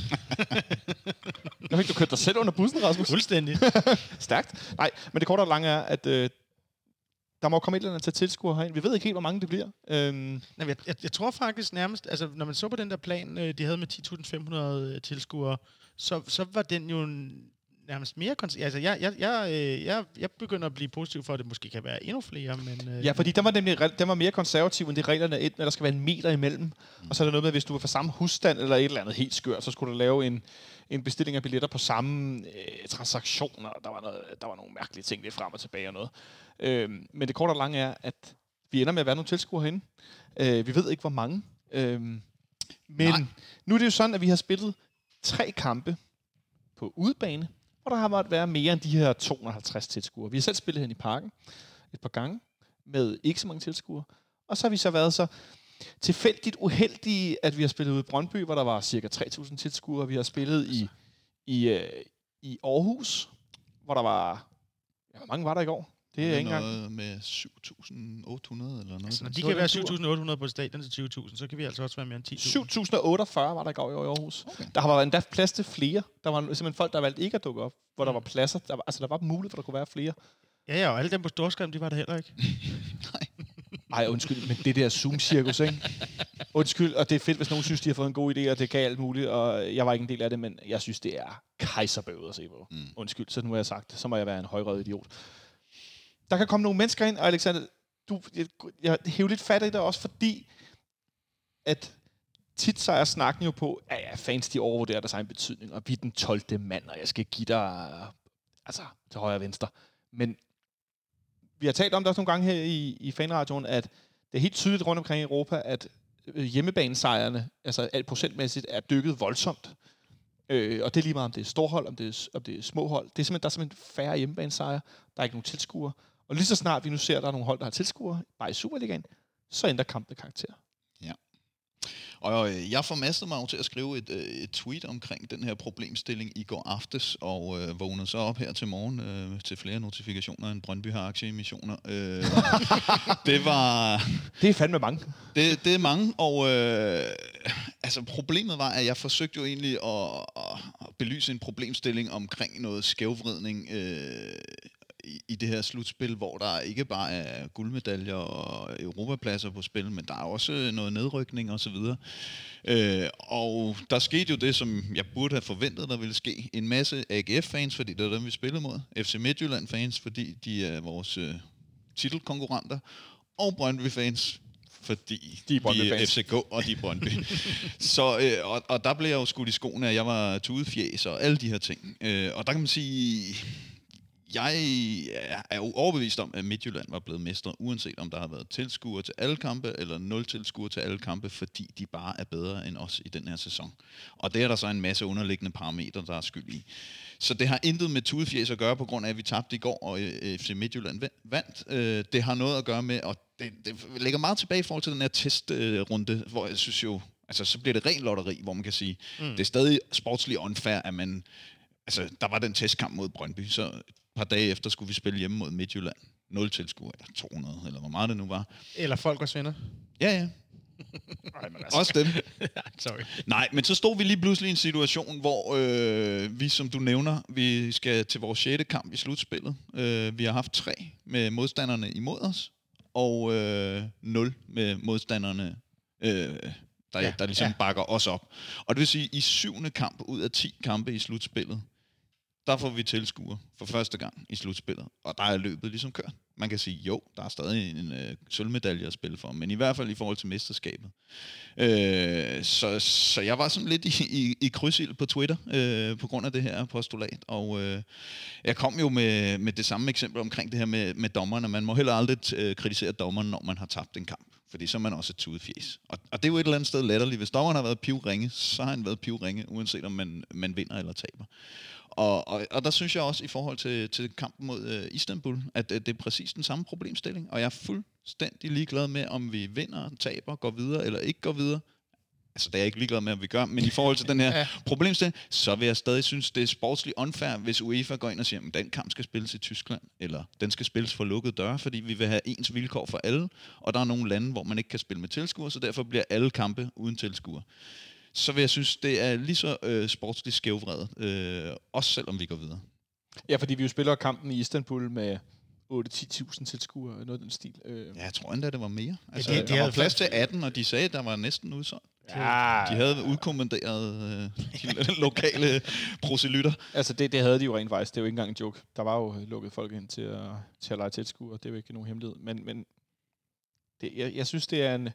Nu fik du kørt dig selv under bussen, Rasmus. Fuldstændig. Stærkt. Nej, men det korte og lange er, at øh, der må komme et eller andet til tilskuere herind. Vi ved ikke helt, hvor mange det bliver. Øhm. Nej, jeg, jeg, jeg tror faktisk nærmest, altså når man så på den der plan, øh, de havde med ti tusind fem hundrede tilskuere, så, så var den jo nærmest mere... Kons- altså, jeg, jeg, jeg, øh, jeg, jeg begynder at blive positiv for, at det måske kan være endnu flere, men... Øh, ja, fordi den var, nemlig, den var mere konservativ, end det reglerne er, at der skal være en meter imellem. Mm. Og så er der noget med, at hvis du var fra samme husstand eller et eller andet helt skørt, så skulle du lave en, en bestilling af billetter på samme øh, transaktioner. Der var, noget, der var nogle mærkelige ting lidt frem og tilbage og noget. Øhm, men det korte og lange er, at vi ender med at være nogle tilskuere herinde. Øh, vi ved ikke, hvor mange. Øhm, men Nej. Nu er det jo sådan, at vi har spillet tre kampe på udebane, hvor der har måttet være mere end de her to hundrede og halvtreds tilskuere. Vi har selv spillet hen i parken et par gange med ikke så mange tilskuere. Og så har vi så været så tilfældigt uheldige, at vi har spillet ude i Brøndby, hvor der var cirka tre tusind tilskuere. Vi har spillet i, i, øh, i Aarhus, hvor der var... Ja, hvor mange var der i går? Det er, det er ikke noget engang... med syv tusind otte hundrede eller noget. Altså, når de kan være syv tusind otte hundrede på stadion til tyve tusind, så kan vi altså også være mere end ti tusind. syv tusind otteogfyrre var der i går i Aarhus. Okay. Der har været endda plads til flere. Der var simpelthen folk, der valgte ikke at dukke op, hvor mm. der var pladser. Der var, altså, der var mulighed for, der kunne være flere. Ja, ja, og alle dem på storskærm, de var der heller ikke. Nej. Ej, undskyld, men det der Zoom-cirkus, ikke? Undskyld, og det er fedt, hvis nogen synes, de har fået en god idé, og det kan alt muligt, og jeg var ikke en del af det, men jeg synes, det er kejserbøvet at se på. Mm. Undskyld, så nu har jeg sagt, så må jeg være en højrød idiot. Der kan komme nogle mennesker ind, og Alexander, du, jeg, jeg hæver lidt fat i det også, fordi at tit så er snakken jo på, at ja, fans de overvurderer deres egen betydning, og vi er den tolvte mand, og jeg skal give dig altså, til højre og venstre. Men vi har talt om det også nogle gange her i, i fanradioen, at det er helt tydeligt rundt omkring i Europa, at hjemmebanesejrene, altså alt procentmæssigt, er dykket voldsomt. Øh, og det er lige meget, om det er storhold, om det er, om det er små hold. Det er simpelthen, der er simpelthen færre hjemmebanesejre. Der er ikke nogen tilskuere. Og lige så snart vi nu ser, at der er nogle hold, der har tilskuere, bare i Superligaen, så ændrer kampen karakter. Ja. Og øh, jeg formastede mig jo til at skrive et, øh, et tweet omkring den her problemstilling i går aftes, og øh, vågnede så op her til morgen øh, til flere notifikationer end Brøndby har aktieemissioner. Øh, det var... Det er fandme mange. Det, det er mange, og øh, altså problemet var, at jeg forsøgte jo egentlig at, at belyse en problemstilling omkring noget skævvridning øh, i, i det her slutspil, hvor der ikke bare er guldmedaljer og europapladser på spil, men der er også noget nedrykning og så videre. Øh, og der skete jo det, som jeg burde have forventet, der ville ske. En masse A G F-fans, fordi det er dem, vi spillede mod. F C Midtjylland-fans, fordi de er vores øh, titelkonkurrenter. Og Brøndby-fans, fordi de er, de er F C K, og de er Brøndby. Så, øh, og, og der blev jeg jo skudt i skoene, at jeg var tudefjæs og alle de her ting. Øh, og der kan man sige, jeg er jo overbevist om, at Midtjylland var blevet mestre, uanset om der har været tilskuere til alle kampe, eller nul tilskuere til alle kampe, fordi de bare er bedre end os i den her sæson. Og det er der så en masse underliggende parametre, der er skyld i. Så det har intet med tudefjæs at gøre, på grund af, at vi tabte i går, og F C Midtjylland vandt. Det har noget at gøre med, og det, det ligger meget tilbage i forhold til den her testrunde, hvor jeg synes jo, altså så bliver det ren lotteri, hvor man kan sige, mm. det er stadig sportsligt unfair, at man, altså der var den testkamp mod Brøndby, så et par dage efter skulle vi spille hjemme mod Midtjylland. nul tilskuere, eller to hundrede, eller hvor meget det nu var. Eller folk var svinder. Ja, ja. Ej, men altså. Også dem. Sorry. Nej, men så stod vi lige pludselig i en situation, hvor øh, vi, som du nævner, vi skal til vores sjette kamp i slutspillet. Øh, vi har haft tre med modstanderne imod os, og øh, nul med modstanderne, øh, der, ja, der ligesom ja. bakker os op. Og det vil sige, i syvende kamp ud af ti kampe i slutspillet, der får vi tilskuer for første gang i slutspillet, og der er løbet ligesom kørt. Man kan sige, jo, der er stadig en øh, sølvmedalje at spille for, men i hvert fald i forhold til mesterskabet. Øh, så, så jeg var sådan lidt i, i, i krydsild på Twitter øh, på grund af det her postulat, og øh, jeg kom jo med, med det samme eksempel omkring det her med, med dommerne. Man må heller aldrig øh, kritisere dommerne, når man har tabt en kamp, fordi så er man også et tudefjæs. Og, og det er jo et eller andet sted latterligt. Hvis dommeren har været pivringe, så har han været pivringe, uanset om man, man vinder eller taber. Og, og, og der synes jeg også i forhold til, til kampen mod øh, Istanbul, at øh, det er præcis den samme problemstilling, og jeg er fuldstændig ligeglad med, om vi vinder, taber, går videre eller ikke går videre. Altså, det er jeg ikke ligeglad med, om vi gør, men i forhold til den her ja. problemstilling, så vil jeg stadig synes, det er sportsligt unfair, hvis UEFA går ind og siger, at den kamp skal spilles i Tyskland, eller den skal spilles for lukkede døre, fordi vi vil have ens vilkår for alle, og der er nogle lande, hvor man ikke kan spille med tilskuere, så derfor bliver alle kampe uden tilskuere. Så vil jeg synes, det er lige så øh, sportsligt skævvredet, øh, også selvom vi går videre. Ja, fordi vi jo spiller kampen i Istanbul med otte til ti tusind tilskuere, noget af den stil. Øh. Ja, jeg tror endda, det var mere. Altså, ja, det, det, der var plads til atten, og de sagde, at der var næsten udsolgt. Ja. De havde udkommanderet øh, de lokale proselytter. Altså, det, det havde de jo rent faktisk. Det er jo ikke engang en joke. Der var jo lukket folk ind til at, til at lege tilskuere. Det er jo ikke nogen hemmelighed. Men, men det, jeg, jeg synes, det er en...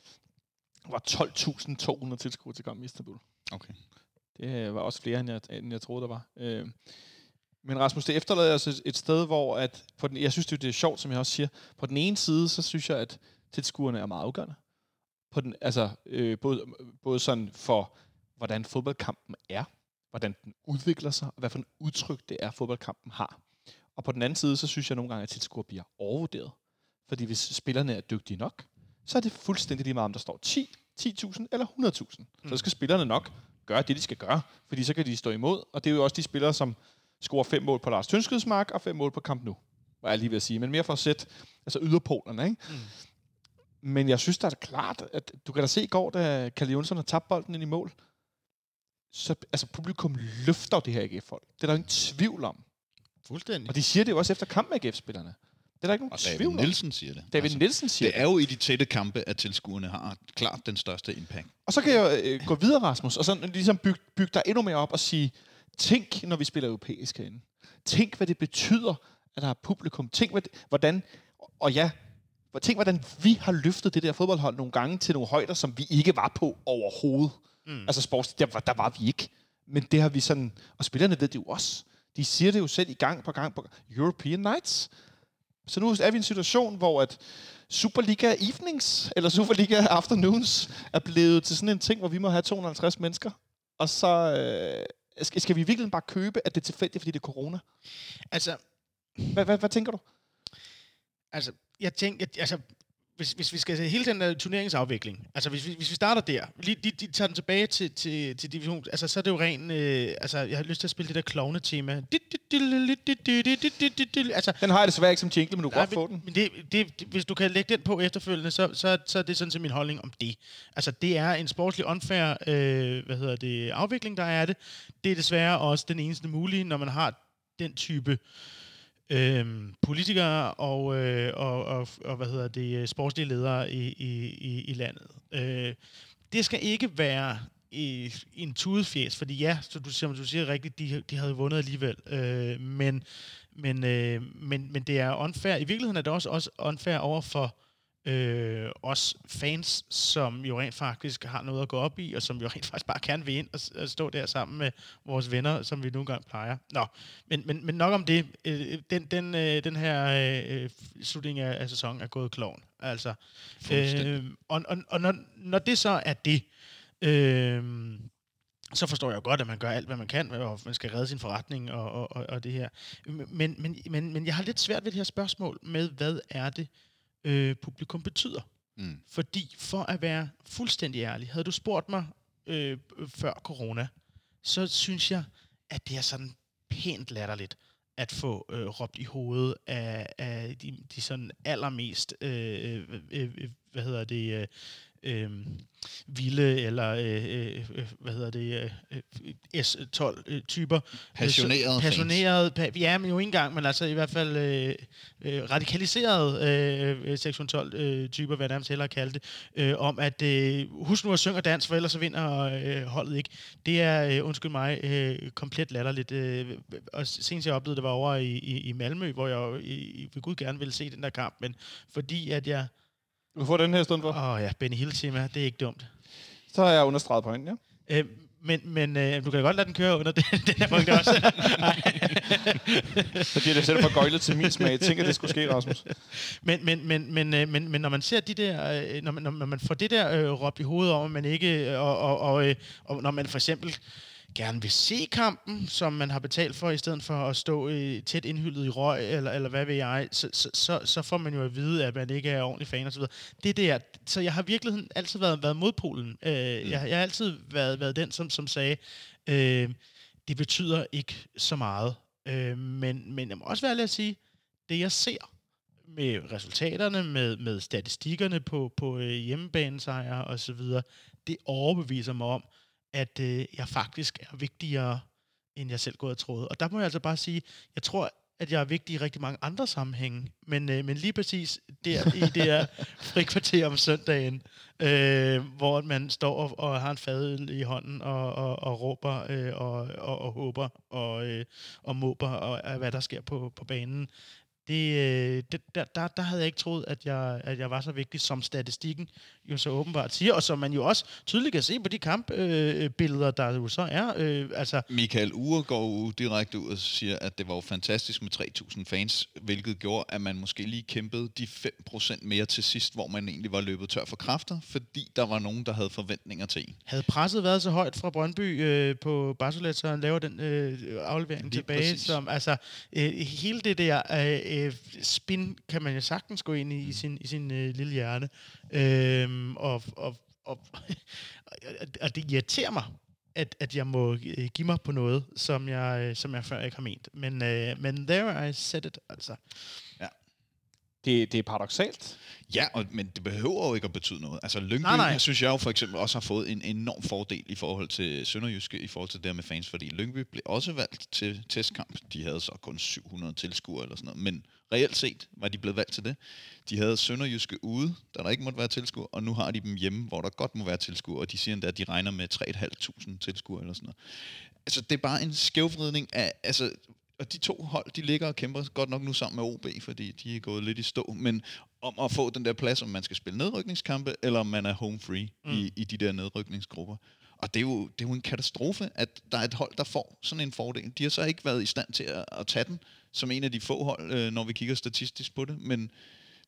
Der var tolv tusind to hundrede tilskuere til kampen i Istanbul. Okay. Det var også flere, end jeg, end jeg troede, der var. Øh, men Rasmus, det efterlader os et, et sted, hvor at på den, jeg synes, det er sjovt, som jeg også siger. På den ene side, så synes jeg, at tilskuerne er meget afgørende. På den, altså, øh, både, både sådan for, hvordan fodboldkampen er, hvordan den udvikler sig, og hvad for en udtryk det er, fodboldkampen har. Og på den anden side, så synes jeg nogle gange, at tilskuere bliver overvurderet. Fordi hvis spillerne er dygtige nok, så er det fuldstændig lige meget, om der står ti, ti tusind eller hundrede tusind. Mm. Så skal spillerne nok gøre det, de skal gøre, fordi så kan de stå imod. Og det er jo også de spillere, som scorer fem mål på Lars Tønskyds mark og fem mål på Camp Nou, var jeg lige ved at sige. Men mere for at sætte altså yderpolerne, ikke? Mm. Men jeg synes, der er klart, at du kan da se i går, da Kalle Jonsson har tabt bolden ind i mål, så altså, publikum løfter det her A G F-folk. Det er der ingen tvivl om. Fuldstændig. Og de siger det jo også efter kampen med A G F-spillerne. Det er der ikke nogen og tvivl David om. Nielsen siger det. David altså, Nielsen siger det. Det er jo i de tætte kampe, at tilskuerne har klart den største impact. Og så kan jeg øh, gå videre, Rasmus, og så ligesom bygge byg dig endnu mere op og sige, tænk, når vi spiller europæisk herinde. Tænk, hvad det betyder, at der er publikum. Tænk, hvad det, hvordan, og ja, tænk, hvordan vi har løftet det der fodboldhold nogle gange til nogle højder, som vi ikke var på overhovedet. Mm. Altså sports, der, der var vi ikke. Men det har vi sådan, og spillerne ved det jo også. De siger det jo selv i gang på gang på European Nights. Så nu er vi i en situation, hvor at Superliga Evenings, eller Superliga Afternoons, er blevet til sådan en ting, hvor vi må have to hundrede og halvtreds mennesker. Og så øh, skal, skal vi virkelig bare købe, at det er tilfældigt, fordi det er corona? Altså... Hvad, hvad, hvad tænker du? Altså, jeg tænker... Altså, hvis, hvis vi skal se hele den der turneringsafvikling, altså hvis vi, hvis vi starter der, lige, de, de tager den tilbage til, til, til division, altså så er det jo ren, øh, altså jeg har lyst til at spille det der klovne-tema. Altså, Den har jeg desværre ikke som jingle, men du kan nej, godt få men, den. men det, det, det, hvis du kan lægge den på efterfølgende, så, så, så er det sådan til min holdning om det. Altså det er en sportslig unfair, øh, hvad hedder det, afvikling, der er det. Det er desværre også den eneste mulige, når man har den type Øhm, politikere og, øh, og, og, og hvad hedder det, sportslige ledere i, i, i, i landet. Øh, det skal ikke være i, i en tudefjæs, fordi ja, så du, som du siger rigtigt, de, de havde vundet alligevel. Øh, men, men, øh, men, men det er unfair. I virkeligheden er det også, også unfair over for øh, os fans, som jo rent faktisk har noget at gå op i, og som jo rent faktisk bare kan vil ind og, og stå der sammen med vores venner, som vi nogle gange plejer. Nå, men, men, men nok om det. Øh, den, den, øh, den her øh, slutning af, af sæsonen er gået klovn. Altså, øh, og og, og når, når det så er det, øh, så forstår jeg jo godt, at man gør alt, hvad man kan, og man skal redde sin forretning og, og, og, og det her. Men, men, men, men jeg har lidt svært ved det her spørgsmål med, hvad er det, Øh, publikum betyder. Mm. Fordi for at være fuldstændig ærlig, havde du spurgt mig øh, før corona, så synes jeg, at det er sådan pænt latterligt at få øh, råbt i hovedet af, af de, de sådan allermest øh, øh, øh, hvad hedder det øh, øh, vilde eller øh, øh, hvad hedder det øh, S tolv øh, typer passionerede passionerede pa- ja, men jo ikke engang, men altså i hvert fald øh, øh, radikaliserede øh, sektion tolv øh, typer, hvad nærmest hellere kalde det, øh, om at øh, husk nu at synge og dans, for ellers så vinder øh, holdet ikke. Det er øh, undskyld mig øh, komplet latterligt. Øh, og senest jeg oplevede det var over i, i, i Malmø, hvor jeg i, ved Gud gerne ville se den der kamp, men fordi at jeg Du kan få den her stund for. Åh oh, ja, Benny Hill-tema, det er ikke dumt. Så har jeg understreget pointen, ja. Øh, men men øh, du kan godt lade den køre under den, den her punkt også. Så giver det selv for gøjlet til min smag. Jeg tænker, det skulle ske, Rasmus. Men, men, men, men, men, men når man ser de der, øh, når, man, når man får det der øh, råbt i hovedet om, at man ikke, øh, og, og, og, øh, og når man for eksempel gerne vil se kampen, som man har betalt for, i stedet for at stå øh, tæt indhyldet i røg, eller, eller hvad ved jeg, så, så, så, så får man jo at vide, at man ikke er ordentlig fan og så videre. Det der, så jeg har virkelig altid været, været modpolen. Øh, mm. jeg, jeg har altid været, været den, som, som sagde, øh, det betyder ikke så meget. Øh, men, men jeg må også være ærlig at sige, det jeg ser med resultaterne, med, med statistikkerne på, på øh, hjemmebanesejre og så videre, det overbeviser mig om, at øh, jeg faktisk er vigtigere, end jeg selv går og troede. Og der må jeg altså bare sige, jeg tror, at jeg er vigtig i rigtig mange andre sammenhænge, men, øh, men lige præcis der i det her frikvarter om søndagen, øh, hvor man står og, og har en fadøl i hånden og, og, og råber øh, og, og, og håber og, øh, og måber, og hvad der sker på, på banen. Det, det, der, der, der havde jeg ikke troet, at jeg, at jeg var så vigtig, som statistikken jo så åbenbart siger, og som man jo også tydeligt kan se på de kampbilleder, øh, der jo så er. Øh, altså Michael Ure går jo direkte ud og siger, at det var jo fantastisk med tre tusind fans, hvilket gjorde, at man måske lige kæmpede de fem procent mere til sidst, hvor man egentlig var løbet tør for kræfter, fordi der var nogen, der havde forventninger til en. Havde presset været så højt fra Brøndby øh, på Barsolet, så han laver den øh, aflevering lige tilbage, præcis. Som altså øh, hele det der øh, spin kan man jo sagtens gå ind i, i sin, i sin øh, lille hjerne. Øhm, og, og, og, og det irriterer mig, at, at jeg må øh, give mig på noget, som jeg, som jeg før ikke har ment. Men, øh, men there I said it, altså. Ja. Det, det er paradoksalt. Ja, og, men det behøver jo ikke at betyde noget. Altså Lyngby, nej, nej. Jeg synes jeg jo for eksempel også har fået en enorm fordel i forhold til Sønderjyske, i forhold til det med fans, fordi Lyngby blev også valgt til testkamp. De havde så kun syv hundrede tilskuere eller sådan noget, men reelt set var de blevet valgt til det. De havde Sønderjyske ude, der der ikke måtte være tilskuere, og nu har de dem hjemme, hvor der godt må være tilskuere, og de siger endda, at de regner med tre tusind fem hundrede tilskuere eller sådan noget. Altså det er bare en skævvridning af, altså. Og de to hold, de ligger og kæmper godt nok nu sammen med O B, fordi de er gået lidt i stå. Men om at få den der plads, om man skal spille nedrykningskampe, eller om man er home free mm. i, i de der nedrykningsgrupper. Og det er, jo, det er jo en katastrofe, at der er et hold, der får sådan en fordel. De har så ikke været i stand til at, at tage den, som en af de få hold, øh, når vi kigger statistisk på det. Men, men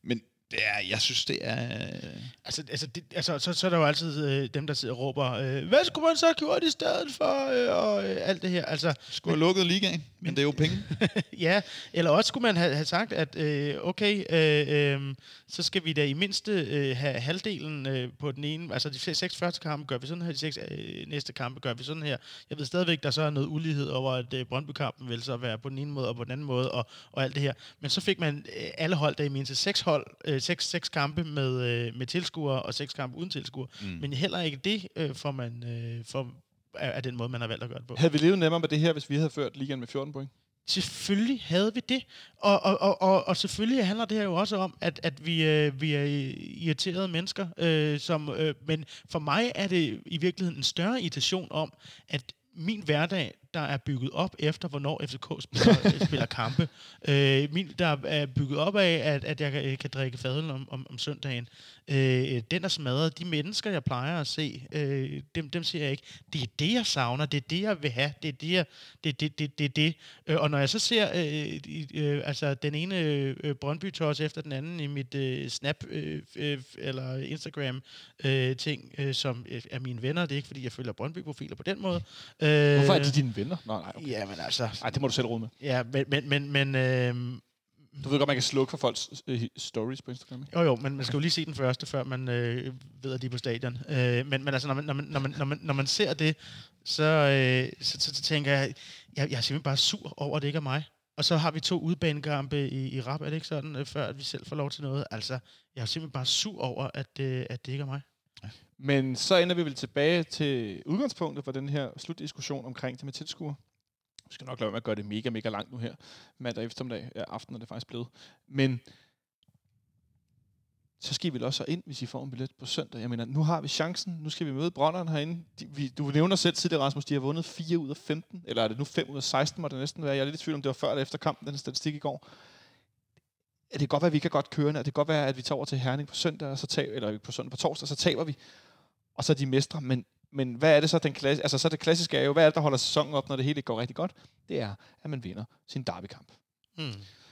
Det er, jeg synes, det er... Altså, altså, det, altså så, så er der jo altid øh, dem, der sidder og råber, øh, hvad skulle man så have gjort i stedet for, øh, og øh, alt det her. Altså, skulle have lukket ligaen, men det er jo penge. Ja, eller også skulle man have, have sagt, at øh, okay, øh, øh, så skal vi da i mindste øh, have halvdelen øh, på den ene, altså de seks første kampe gør vi sådan her, de seks øh, næste kampe gør vi sådan her. Jeg ved stadigvæk, der så er noget ulighed over, at øh, Brøndby-kampen vil så være på den ene måde og på den anden måde, og, og alt det her. Men så fik man øh, alle hold, der i mindste seks hold, øh, seks, seks kampe med, øh, med tilskuere og seks kampe uden tilskuere. Mm. Men heller ikke det øh, får man, øh, for, er, er den måde, man har valgt at gøre det på. Havde vi levet nemmere med det her, hvis vi havde ført ligaen med fjorten point? Selvfølgelig havde vi det, og, og, og, og, og selvfølgelig handler det her jo også om, at, at vi, øh, vi er irriterede mennesker, øh, som, øh, men for mig er det i virkeligheden en større irritation om, at min hverdag, der er bygget op efter, hvornår F C K spiller, spiller kampe, øh, min, der er bygget op af, at, at jeg kan, kan drikke fadøl om, om, om søndagen, øh, den er smadret. De mennesker, jeg plejer at se, øh, dem, dem ser jeg ikke. Det er det, jeg savner. Det er det, jeg vil have. Det er det, jeg, det, det, det, det, det. Øh, og når jeg så ser øh, øh, altså den ene øh, Brøndby-toss efter den anden i mit øh, Snap øh, øh, eller Instagram-ting, øh, øh, som er mine venner, det er ikke, fordi jeg følger Brøndby-profiler på den måde. Øh, Hvorfor er de dine venner? Nå, nej, okay. Ja, men altså... Ej, det må du selv råde med. Ja, men... men, men, men øh, du ved godt, man kan slukke for folks øh, stories på Instagram, ikke? Jo, jo, men man skal jo lige se den første, før man øh, ved, at de er på stadion. Øh, men, men altså, når man, når, man, når, man, når, man, når man ser det, så, øh, så, så, så tænker jeg, jeg, jeg er simpelthen bare sur over, at det ikke er mig. Og så har vi to udbanekampe i, i rap, er det ikke sådan, øh, før at vi selv får lov til noget. Altså, jeg er simpelthen bare sur over, at, øh, at det ikke er mig. Men så ender vi vel tilbage til udgangspunktet for den her slutdiskussion omkring det med tilskuere. Vi skal nok lade være med at gøre det mega, mega langt nu her. Mandag eftermiddag, ja, aften er det faktisk blevet. Men så skal vi vel også ind, hvis I får en billet på søndag. Jeg mener, nu har vi chancen. Nu skal vi møde Brønderen herinde. De, vi, du nævner selv tidligere, Rasmus, de har vundet fire ud af femten. Eller er det nu fem ud af seksten, må det næsten være. Jeg er lidt i tvivl om, det var før eller efter kampen, den statistik i går. Det kan godt være, at vi kan godt køre, og det kan godt være, at vi tager over til Herning på søndag, og så taber, eller på søndag på torsdag, så taber vi. Og så er de mestre. Men, men hvad er det så, den klasse, altså så det klassiske er jo, hvad er det, der holder sæsonen op, når det hele går rigtig godt? Det er, at man vinder sin derbykamp. Hmm.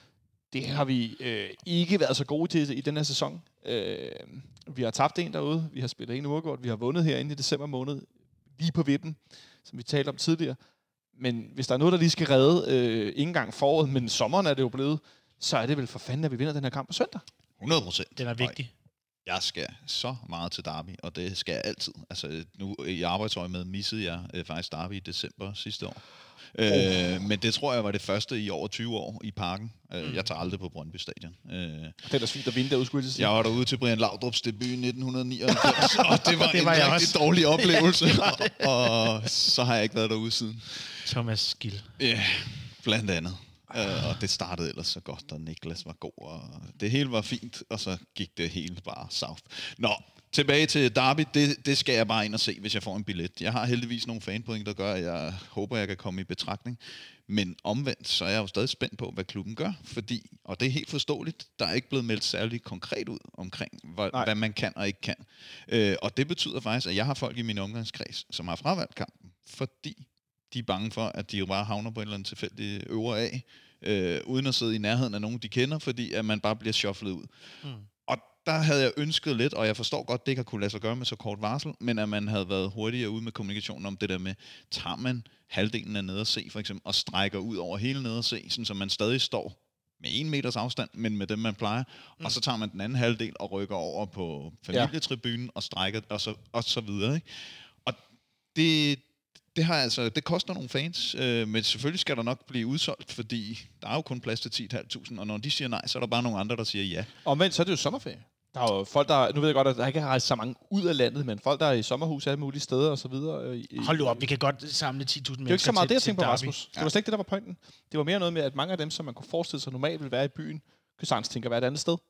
Det har vi øh, ikke været så gode til i den her sæson. Øh, vi har tabt en derude, vi har spillet en uafgjort, vi har vundet herinde i december måned, lige på vippen, som vi talte om tidligere. Men hvis der er noget, der lige skal redde, øh, ikke engang foråret, men sommeren er det jo blevet, så er det vel for fanden, at vi vinder den her kamp på søndag. hundrede procent. Den er vigtig. Jeg skal så meget til derby, og det skal jeg altid. Altså, nu i arbejdsøje med missede jeg øh, faktisk derby i december sidste år. Øh, oh. Men det tror jeg var det første i over tyve år i parken. Øh, mm. Jeg tager aldrig på Brøndby Stadion. Øh, det er da fint at vinde derude, skulle jeg sige. Jeg var derude til Brian Laudrups debut i nitten nioghalvfems, og det var det en var rigtig også. dårlig oplevelse. og, og så har jeg ikke været derude siden. Thomas Skill. Ja, yeah, blandt andet. Uh, og det startede ellers så godt, og Niklas var god, og det hele var fint, og så gik det hele bare south. Nå, tilbage til derby, det, det skal jeg bare ind og se, hvis jeg får en billet. Jeg har heldigvis nogle fanpoint, der gør, at jeg håber, jeg kan komme i betragtning. Men omvendt, så er jeg jo stadig spændt på, hvad klubben gør, fordi, og det er helt forståeligt, der er ikke blevet meldt særligt konkret ud omkring, hvad, hvad man kan og ikke kan. Uh, og det betyder faktisk, at jeg har folk i min omgangskreds, som har fravalgt kampen, fordi de er bange for, at de jo bare havner på en eller anden tilfældig øvre af, øh, uden at sidde i nærheden af nogen, de kender, fordi at man bare bliver shufflet ud. Mm. Og der havde jeg ønsket lidt, og jeg forstår godt, det ikke har kunne lade sig gøre med så kort varsel, men at man havde været hurtigere ude med kommunikationen om det der med, tager man halvdelen af ned og se, for eksempel, og strækker ud over hele ned og se, sådan så man stadig står med en meters afstand, men med dem, man plejer, mm. og så tager man den anden halvdel og rykker over på familietribunen, ja. og strækker, og så, og så videre. Ikke? Og det... Det, har altså, det koster nogle fans, øh, men selvfølgelig skal der nok blive udsolgt, fordi der er jo kun plads til ti tusind fem hundrede, og når de siger nej, så er der bare nogle andre, der siger ja. Omvendt, så er det jo sommerferie. Der er jo folk, der, nu ved jeg godt, at der ikke har rejst så mange ud af landet, men folk, der er i sommerhus alle mulige steder og så videre. I, Hold nu op, vi kan godt samle ti tusind mennesker. Det er jo ikke så meget til, det, jeg tænkte på, Rasmus. Ja. Det var slet ikke det, der var pointen. Det var mere noget med, at mange af dem, som man kunne forestille sig normalt ville være i byen, kunne sagtens tænke at være et andet sted.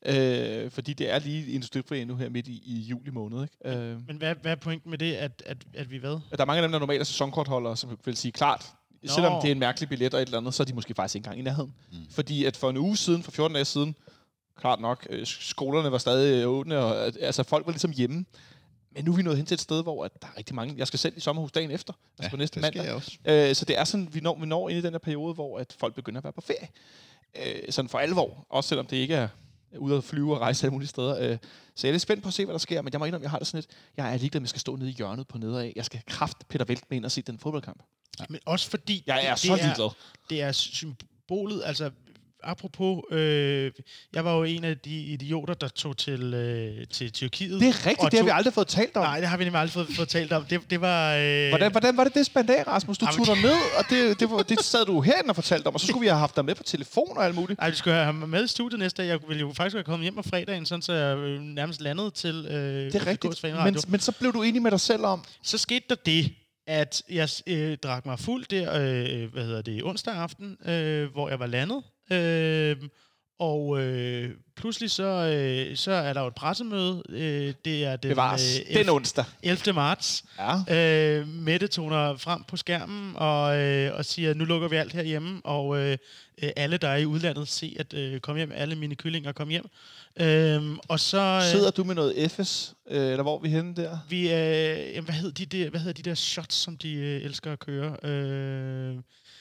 Øh, fordi det er lige industriforening nu her midt i, i juli måned. Ikke? Øh, Men hvad, hvad er pointen med det, at, at, at vi hvad? At der er mange af dem, der normalt er sæsonkortholdere, som vil sige klart, Nå. selvom det er en mærkelig billet og et eller andet, så er de måske faktisk ikke engang i nærheden. Mm. Fordi at for en uge siden, for fjorten dage siden, klart nok, skolerne var stadig åbne, og altså folk var ligesom hjemme. Men nu er vi nået hen til et sted, hvor at der er rigtig mange... Jeg skal selv i sommerhus dagen efter, altså ja, på næste mandag. Også. Øh, så det er sådan, vi når, vi når ind i den her periode, hvor at folk begynder at være på ferie. Øh, sådan for alvor, også selvom det ikke er ude at flyve og rejse alle mulige steder. Øh, så jeg er lidt spændt på at se, hvad der sker, men jeg må indrømme, jeg har det sådan lidt, jeg er ligeglad, at jeg skal stå nede i hjørnet på nedad. Jeg skal kraft Peter Vælt med ind og se den fodboldkamp. Ja. Men også fordi... Jeg er det, så det ligeglad. Er, det er symbolet, altså... Apropos, øh, jeg var jo en af de idioter, der tog til, øh, til Tyrkiet. Det er rigtigt, det har vi aldrig fået talt om. Nej, det har vi nemlig aldrig fået, fået talt om. Det, det var... Øh... Hvordan, hvordan var det det spændte af, Rasmus? Du tog dig ned, og det, det, var, det sad du herinde og fortalte om, og så skulle vi have haft dig med på telefon og alt muligt. Nej, vi skulle have ham med i studiet næste dag. Jeg ville jo faktisk være kommet hjem om fredagen, sådan så jeg nærmest landede til... Øh, det er rigtigt, men, men så blev du enig med dig selv om... Så skete der det, at jeg øh, drak mig fuld der, øh, hvad hedder det, onsdag aften, øh, hvor jeg var landet. Øh, Og øh, pludselig så, øh, så er der jo et pressemøde. Øh, det er den, øh, den onsdag. ellevte marts. Ja. Øh, Mette toner frem på skærmen og, øh, og siger, nu lukker vi alt herhjemme, og øh, alle, der er i udlandet, se at øh, komme hjem. Alle mine kyllinger kom hjem. Øh, og så øh, sidder du med noget F S, øh, eller hvor er vi henne der? Vi, øh, jamen, hvad hedder de der, hvad hedder de der shots, som de øh, elsker at køre? Øh,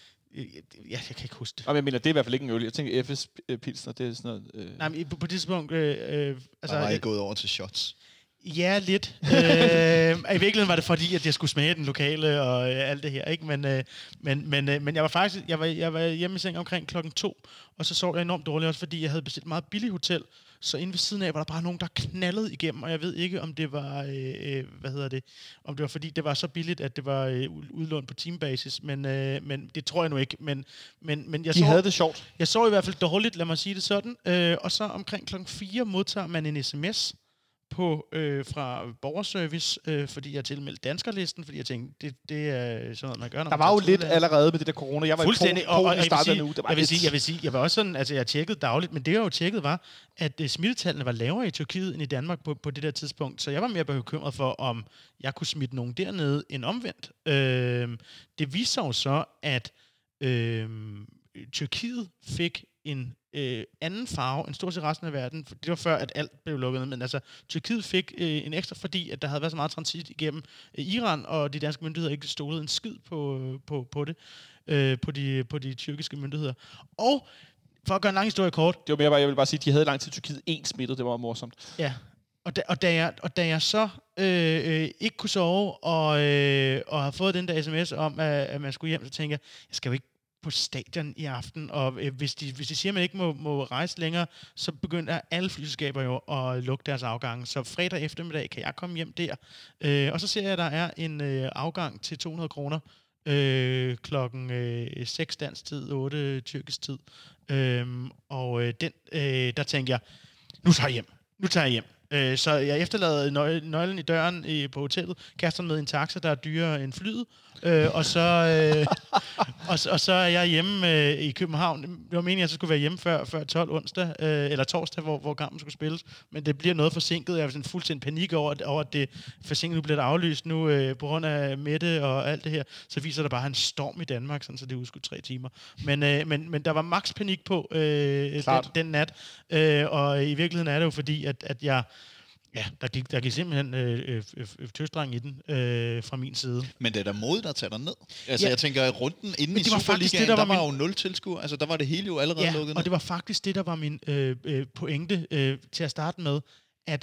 Ja, jeg kan ikke huske det. Jamen, jeg mener, det er i hvert fald ikke en øl. Jeg tænker, F S-pilsner, det er sådan noget... Øh... Nej, men på, på det tidspunkt... Øh, øh, altså, var jeg gået over til shots? Ja, lidt. øh, I virkeligheden var det fordi, at jeg skulle smage den lokale og øh, alt det her, ikke? Men, øh, men, men, øh, men jeg var faktisk jeg var, jeg var hjemme i seng omkring klokken to, og så sov jeg enormt dårligt, også fordi jeg havde bestilt et meget billigt hotel. Så inde ved siden af var der bare nogen, der knaldede igennem, og jeg ved ikke, om det var, øh, hvad hedder det, om det var fordi, det var så billigt, at det var øh, udlånt på teambasis, men, øh, men det tror jeg nu ikke. Men, men, men jeg De så, havde det sjovt. Jeg så i hvert fald dårligt, lad mig sige det sådan, øh, og så omkring klokken fire modtager man en sms på øh, fra borgerservice, øh, fordi jeg er tilmeldt danskerlisten, fordi jeg tænkte, det, det er sådan noget, man gør, når der man var jo lidt allerede med det der corona. Jeg var fuldstændig, i Polen, og, og, og jeg, vil sige, nu. jeg, vil sige, jeg vil sige, jeg var også sådan, altså jeg tjekkede dagligt, men det jeg jo tjekkede var, at uh, smittetallene var lavere i Tyrkiet end i Danmark på, på det der tidspunkt, så jeg var mere bekymret for, om jeg kunne smitte nogen dernede end omvendt. Øh, det viste sig jo så, at øh, Tyrkiet fik en øh, anden farve end stort set resten af verden. Det var før, at alt blev lukket ned. Men altså, Tyrkiet fik øh, en ekstra, fordi at der havde været så meget transit igennem øh, Iran, og de danske myndigheder ikke stolede en skid på, på, på det, øh, på, de, på de tyrkiske myndigheder. Og for at gøre en lang historie kort... Det var mere bare, jeg vil bare sige, at de havde lang tid Tyrkiet én smittet. Det var morsomt. Ja. Og da, og, da jeg, og da jeg så øh, øh, ikke kunne sove, og, øh, og har fået den der sms om, at, at man skulle hjem, så tænker jeg, jeg skal jo ikke på stadion i aften, og øh, hvis, de, hvis de siger, at man ikke må, må rejse længere, så begynder alle flyselskaber jo at lukke deres afgange. Så fredag eftermiddag kan jeg komme hjem der. Øh, og så ser jeg, at der er en øh, afgang til to hundrede kroner øh, klokken øh, seks dansk tid, otte tyrkisk tid. Øh, og øh, den, øh, der tænker jeg, nu tager jeg hjem. Nu tager jeg hjem. Øh, så jeg efterlader nøg- nøglen i døren i, på hotellet, kaster med en taxa, der er dyrere end flyet, øh, og, så, øh, og, og så er jeg hjemme øh, i København. Det var meningen, at jeg så skulle være hjemme før, før tolv onsdag, øh, eller torsdag, hvor, hvor kampen skulle spilles, men det bliver noget forsinket. Jeg har sådan fuldstændig panik over, over at det forsinket nu bliver det aflyst nu øh, på grund af Mette og alt det her. Så viser der bare en storm i Danmark, sådan, så det er udskudt tre timer. Men, øh, men, men der var maks panik på øh, den, den nat, øh, og i virkeligheden er det jo fordi, at, at jeg Ja, der gik, der gik simpelthen øh, øh, øh, tøsdreng i den øh, fra min side. Men det er da modigt at tage dig ned. Altså, ja. Jeg tænker, runden inden i Superligaen, det, der, der var, var min... jo nul tilskuer. Altså, der var det hele jo allerede ja, lukket ned. Og det var faktisk det, der var min øh, øh, pointe øh, til at starte med, at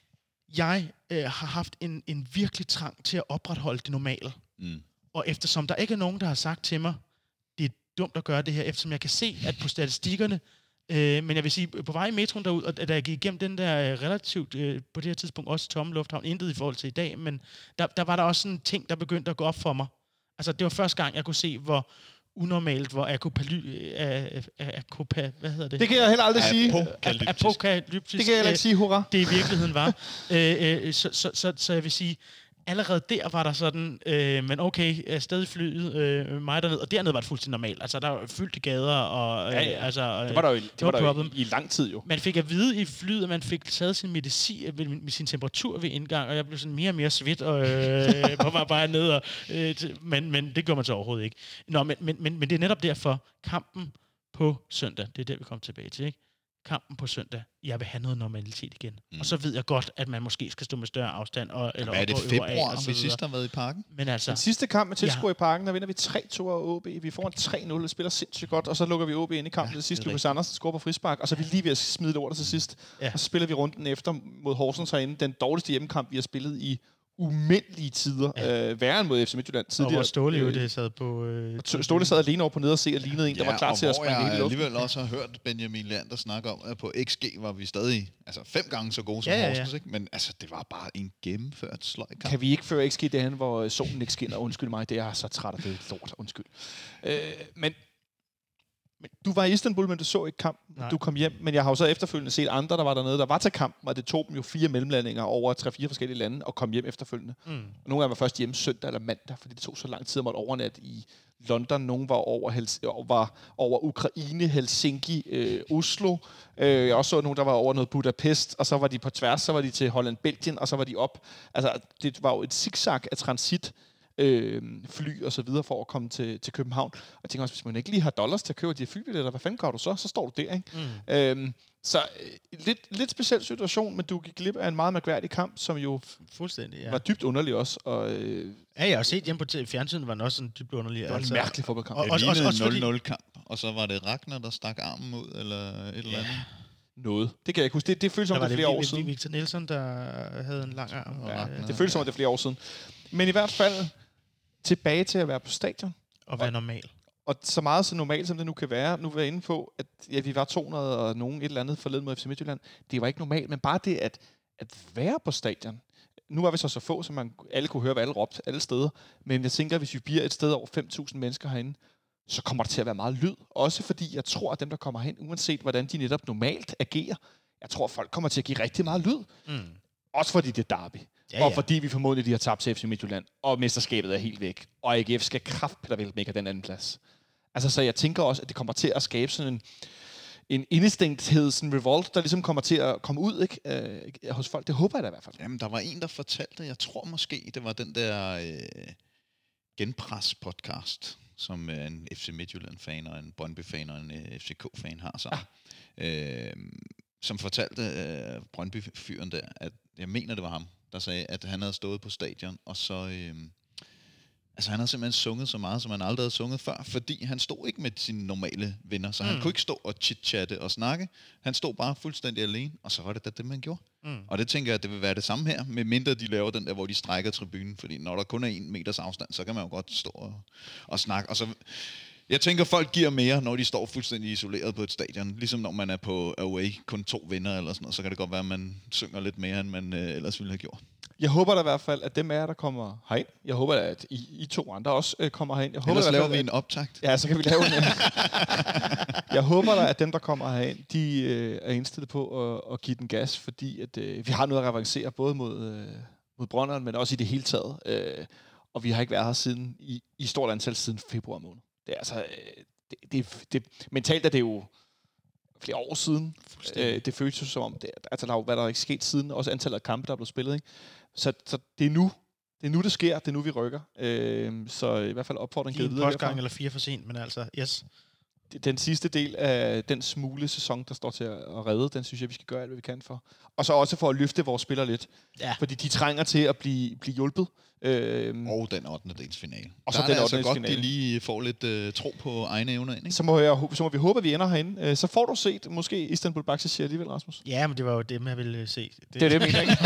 jeg øh, har haft en, en virkelig trang til at opretholde det normale. Mm. Og eftersom der ikke er nogen, der har sagt til mig, det er dumt at gøre det her, eftersom jeg kan se, at på statistikkerne, Øh, men jeg vil sige, på vej i metroen derud, og da jeg gik igennem den der relativt, øh, på det her tidspunkt også tomme lufthavn, intet i forhold til i dag, men der, der var der også sådan ting, der begyndte at gå op for mig. Altså, det var første gang, jeg kunne se, hvor unormalt, hvor akopaly... Akopa... Hvad hedder det? Det kan jeg heller aldrig sige. Apokalyptisk. Det kan jeg heller ikke sige, hurra. Det i virkeligheden var. øh, øh, så, så, så, så jeg vil sige, allerede der var der sådan, øh, men okay, jeg er stadig flyet, øh, mig dernede, og dernede var det fuldstændig normalt. Altså, der var fyldt i gader, og øh, ja, ja. altså... Det var der jo, det var der jo i, i lang tid jo. Man fik at vide i flyet, at man fik taget sin medicin, med sin temperatur ved indgang, og jeg blev sådan mere og mere svedt, og øh, på vej bare ned, og, øh, men, men det gør man så overhovedet ikke. Nå, men, men, men, men det er netop derfor, kampen på søndag, det er der, vi kommer tilbage til, ikke? kampen på søndag. Jeg vil have noget normalitet igen. Mm. Og så ved jeg godt, at man måske skal stå med større afstand. Og, eller Hvad er det, op og øvre af, februar, og så vi videre. sidst har været i parken? Men altså, Den sidste kamp med tilskuere Ja. i parken, der vinder vi tre to af O B. Vi får en tre nul, og spiller sindssygt godt, og så lukker vi O B ind i kampen Ja, til sidst. det er Lukas Andersen scorer på frispark, og så er vi lige ved at smide lortet til sidst. Ja. Og så spiller vi runden efter mod Horsens herinde. Den dårligste hjemmekamp, vi har spillet i umindelige tider. Ja. Øh, værre end mod F C Midtjylland og tidligere. hvor Ståle jo Øh, det sad på... Øh, Ståle sad alene over på nede og se og lignede en, der var klar til at springe og helt hvor i jeg luften. alligevel også har hørt Benjamin Leander snakke om, at på X G var vi stadig altså fem gange så gode som Ja, ja, ja. Horsens, ikke? Men altså, det var bare en gennemført sløjkamp. Kan vi ikke føre X G derhen, hvor solen ikke skinner? Undskyld mig, det er jeg så træt af det lort. Undskyld. Øh, men, men du var i Istanbul, men du så ikke kampen. Nej. Du kom hjem, men jeg har jo så efterfølgende set andre, der var dernede, der var til kampen, og det tog dem jo fire mellemlandinger over tre-fire forskellige lande og kom hjem efterfølgende. Mm. Og nogle af dem var først hjemme søndag eller mandag, fordi det tog så lang tid at måtte overnatte i London. Nogle var over, Hels- var over Ukraine, Helsinki, øh, Oslo. Øh, jeg også så nogle, der var over noget Budapest, og så var de på tværs, så var de til Holland, Belgien, og så var de op. Altså, det var jo et zigzag af transit, øh, fly og så videre for at komme til, til København. Og jeg tænker også, hvis man ikke lige har dollars til at købe de her flybilletter, hvad fanden gør du så? Så står du der, ikke? Mm. Øhm, så øh, lidt, lidt speciel situation, men du gik glip af en meget mærkværdig kamp, som jo Fuldstændig, ja. var dybt underlig også. Og, øh, Ja, jeg har set hjemme på t- fjernsynet, var den også sådan dybt underlig. det var en mærkelig fodboldkamp. Og- Det og- lignede også en fordi- nul-nul-kamp, og så var det Ragnar, der stak armen ud, eller et eller andet. Noget. Det kan jeg ikke huske. Det, det føles som, Der var det er det flere år Vi- siden. Vi- Victor Nielsen, der havde en lang arm. Og Ja, Ragnar. det føles som, at det er flere år siden. Men i hvert fald tilbage til at være på stadion. Og være normal. Og så meget så normalt, som det nu kan være. Nu var jeg inde på, at ja, vi var to hundrede og nogen et eller andet forleden mod F C Midtjylland. Det var ikke normalt, men bare det at, at være på stadion. Nu var vi så så få, så man alle kunne høre, hvad alle råbte alle steder. Men jeg tænker, at hvis vi bliver et sted over fem tusind mennesker herinde, så kommer der til at være meget lyd. Også fordi jeg tror, at dem, der kommer hen, uanset hvordan de netop normalt agerer, jeg tror, at folk kommer til at give rigtig meget lyd. Mm. Også fordi det er derby. Ja, Og ja. fordi vi formodentlig de har tabt til F C Midtjylland, og mesterskabet er helt væk. Og A G F skal kraftpiller vel med den anden plads. Altså, så jeg tænker også, at det kommer til at skabe sådan en, en indestængthed, sådan en revolt, der ligesom kommer til at komme ud, ikke? Øh, hos folk. Det håber jeg da i hvert fald. Jamen, der var en, der fortalte, jeg tror måske, det var den der øh, Genpres-podcast, som øh, en F C Midtjylland-fan og en Brøndby-fan og en øh, F C K-fan har sammen. Ah. Øh, som fortalte øh, Brøndby-fyren der, at jeg mener, det var ham, der sagde, at han havde stået på stadion, og så... Øh, altså, han havde simpelthen sunget så meget, som han aldrig havde sunget før, fordi han stod ikke med sine normale venner, så mm. han kunne ikke stå og chit-chatte og snakke. Han stod bare fuldstændig alene, og så var det da det, man gjorde. Mm. Og det tænker jeg, at det vil være det samme her, med mindre de laver den der, hvor de strækker tribunen, fordi når der kun er en meters afstand, så kan man jo godt stå og, og snakke. Og så, jeg tænker, folk giver mere, når de står fuldstændig isoleret på et stadion. Ligesom når man er på away, kun to venner eller sådan noget, så kan det godt være, at man synger lidt mere, end man øh, ellers ville have gjort. Jeg håber da i hvert fald, at dem af jer, der kommer herind, jeg håber da, at I, I to andre også øh, kommer herind. Jeg håber Ellers da i hvert laver fald, vi at- en optakt. Ja, så kan vi lave en... Jeg håber da, at dem, der kommer herind, de øh, er indstillet på at, at give den gas, fordi at, øh, vi har noget at revancere, både mod, øh, mod Brønderen, men også i det hele taget. Øh, og vi har ikke været her siden, i, i stort antal siden februar måned. Det er altså... Øh, det, det, det, mentalt er det jo flere år siden. Øh, det føles jo som om, det, altså der er jo, hvad der er ikke sket siden, også antallet af kampe, der er blevet spillet. Ikke? Så, så det er nu, det er nu, det sker, det er nu, vi rykker. Øh, så i hvert fald opfordring Lige givet en videre postgang herfra. eller fire for sent, men altså, yes. Den sidste del af den smule sæson, der står til at redde, den synes jeg, vi skal gøre alt, hvad vi kan for. Og så også for at løfte vores spillere lidt. Ja. Fordi de trænger til at blive, blive hjulpet. Øhm, Og den ottende dels finale. Og Der så er den det altså ottendedels godt, de finale. lige får lidt uh, tro på egne evner ind, ikke? så, må jeg, hå- så må vi håbe, at vi ender herinde. Øh, så får du set måske Istanbul Baksehir alligevel, Rasmus. Ja, men det var jo dem, jeg ville se. Det er det, jeg mener, ikke?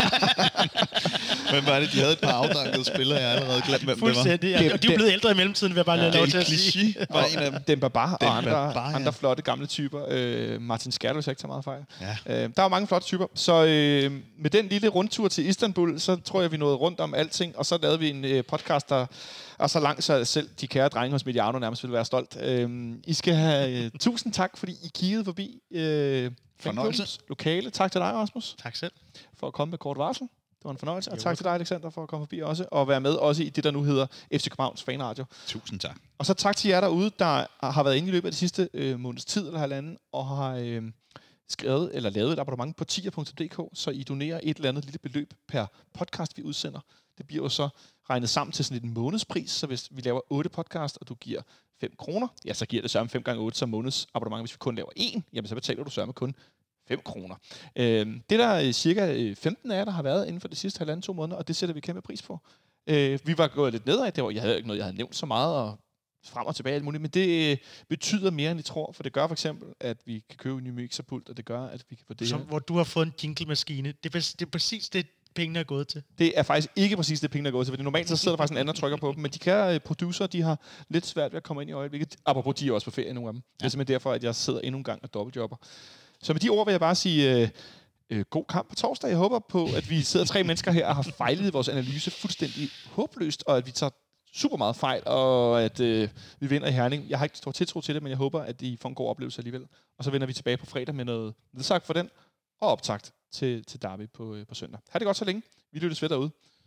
Men var det, de havde et par afdankede spillere, jeg har allerede glemt, hvem det var. Fuldstændig. Ja. Det- Og de er jo blevet ældre i mellemtiden, vil jeg bare Ja, lade Det lov er til at sige. Clichy, var en af dem. Demba Ba og Demba andre, Ba, ja. andre flotte gamle typer. Øh, Martin Skjærl, hvis jeg ikke tager meget fejl. Ja. Øh, der er mange flotte typer. Så øh, med den lille rundtur til Istanbul, så tror jeg, vi nåede rundt om alting. Og så lavede vi en øh, podcast, der er så lang, så selv de kære drenge hos Mediano nærmest vil være stolt. Øh, I skal have øh, tusind tak, fordi I kiggede forbi øh, Fornøjelse. Fanklubbens lokale. Tak til dig, Rasmus, Tak selv. for at komme med kort varsel. Det var en fornøjelse. Og Jo, tak til dig, Alexander, for at komme forbi også. Og være med også i det, der nu hedder F C Københavns Fanradio. Tusind tak. Og så tak til jer derude, der har været inde i løbet af de sidste øh, måneds tid eller halvanden, og har øh, skrevet eller lavet et abonnement på tier punktum d k, så I donerer et eller andet lille beløb per podcast, vi udsender. Det bliver jo så regnet sammen til sådan en månedspris, så hvis vi laver otte podcast, og du giver fem kroner, ja, så giver det sørme fem gange otte som månedsabonnement. Hvis vi kun laver en, jamen så betaler du sørme kun fem kroner. Øh, det er der cirka femten af, der har været inden for de sidste halvanden to måneder, og det sætter vi kæmpe pris på. Øh, vi var gået lidt nedad, det var, jeg havde ikke noget, jeg havde nævnt så meget, og frem og tilbage alt muligt, men det øh, betyder mere, end I tror, for det gør for eksempel, at vi kan købe en ny mixerpult, og det gør, at vi kan få det Som, her. hvor du har fået en jingle-maskine. Det er, det er præcis det, pengene er gået til. Det er faktisk ikke præcis det, pengene er gået til, for normalt så sidder der faktisk en anden og trykker på dem, men de kære øh, producer, de har lidt svært ved at komme ind i øjeblikket. Apropos, de er også på ferie, nogle af dem. Ja. Det er simpelthen derfor, at jeg sidder endnu en gang og dobbeltjobber. Så med de ord vil jeg bare sige, øh, øh, god kamp på torsdag. Jeg håber på, at vi sidder tre mennesker her og har fejlet vores analyse fuldstændig håbløst, og at vi tager super meget fejl, og at øh, vi vinder i Herning. Jeg har ikke stor tiltro til det, men jeg håber, at I får en god oplevelse alligevel. Og så vender vi tilbage på fredag med noget nedsagt for den, og optakt til, til Derby på, øh, på søndag. Ha' det godt så længe. Vi lyttes ved derude.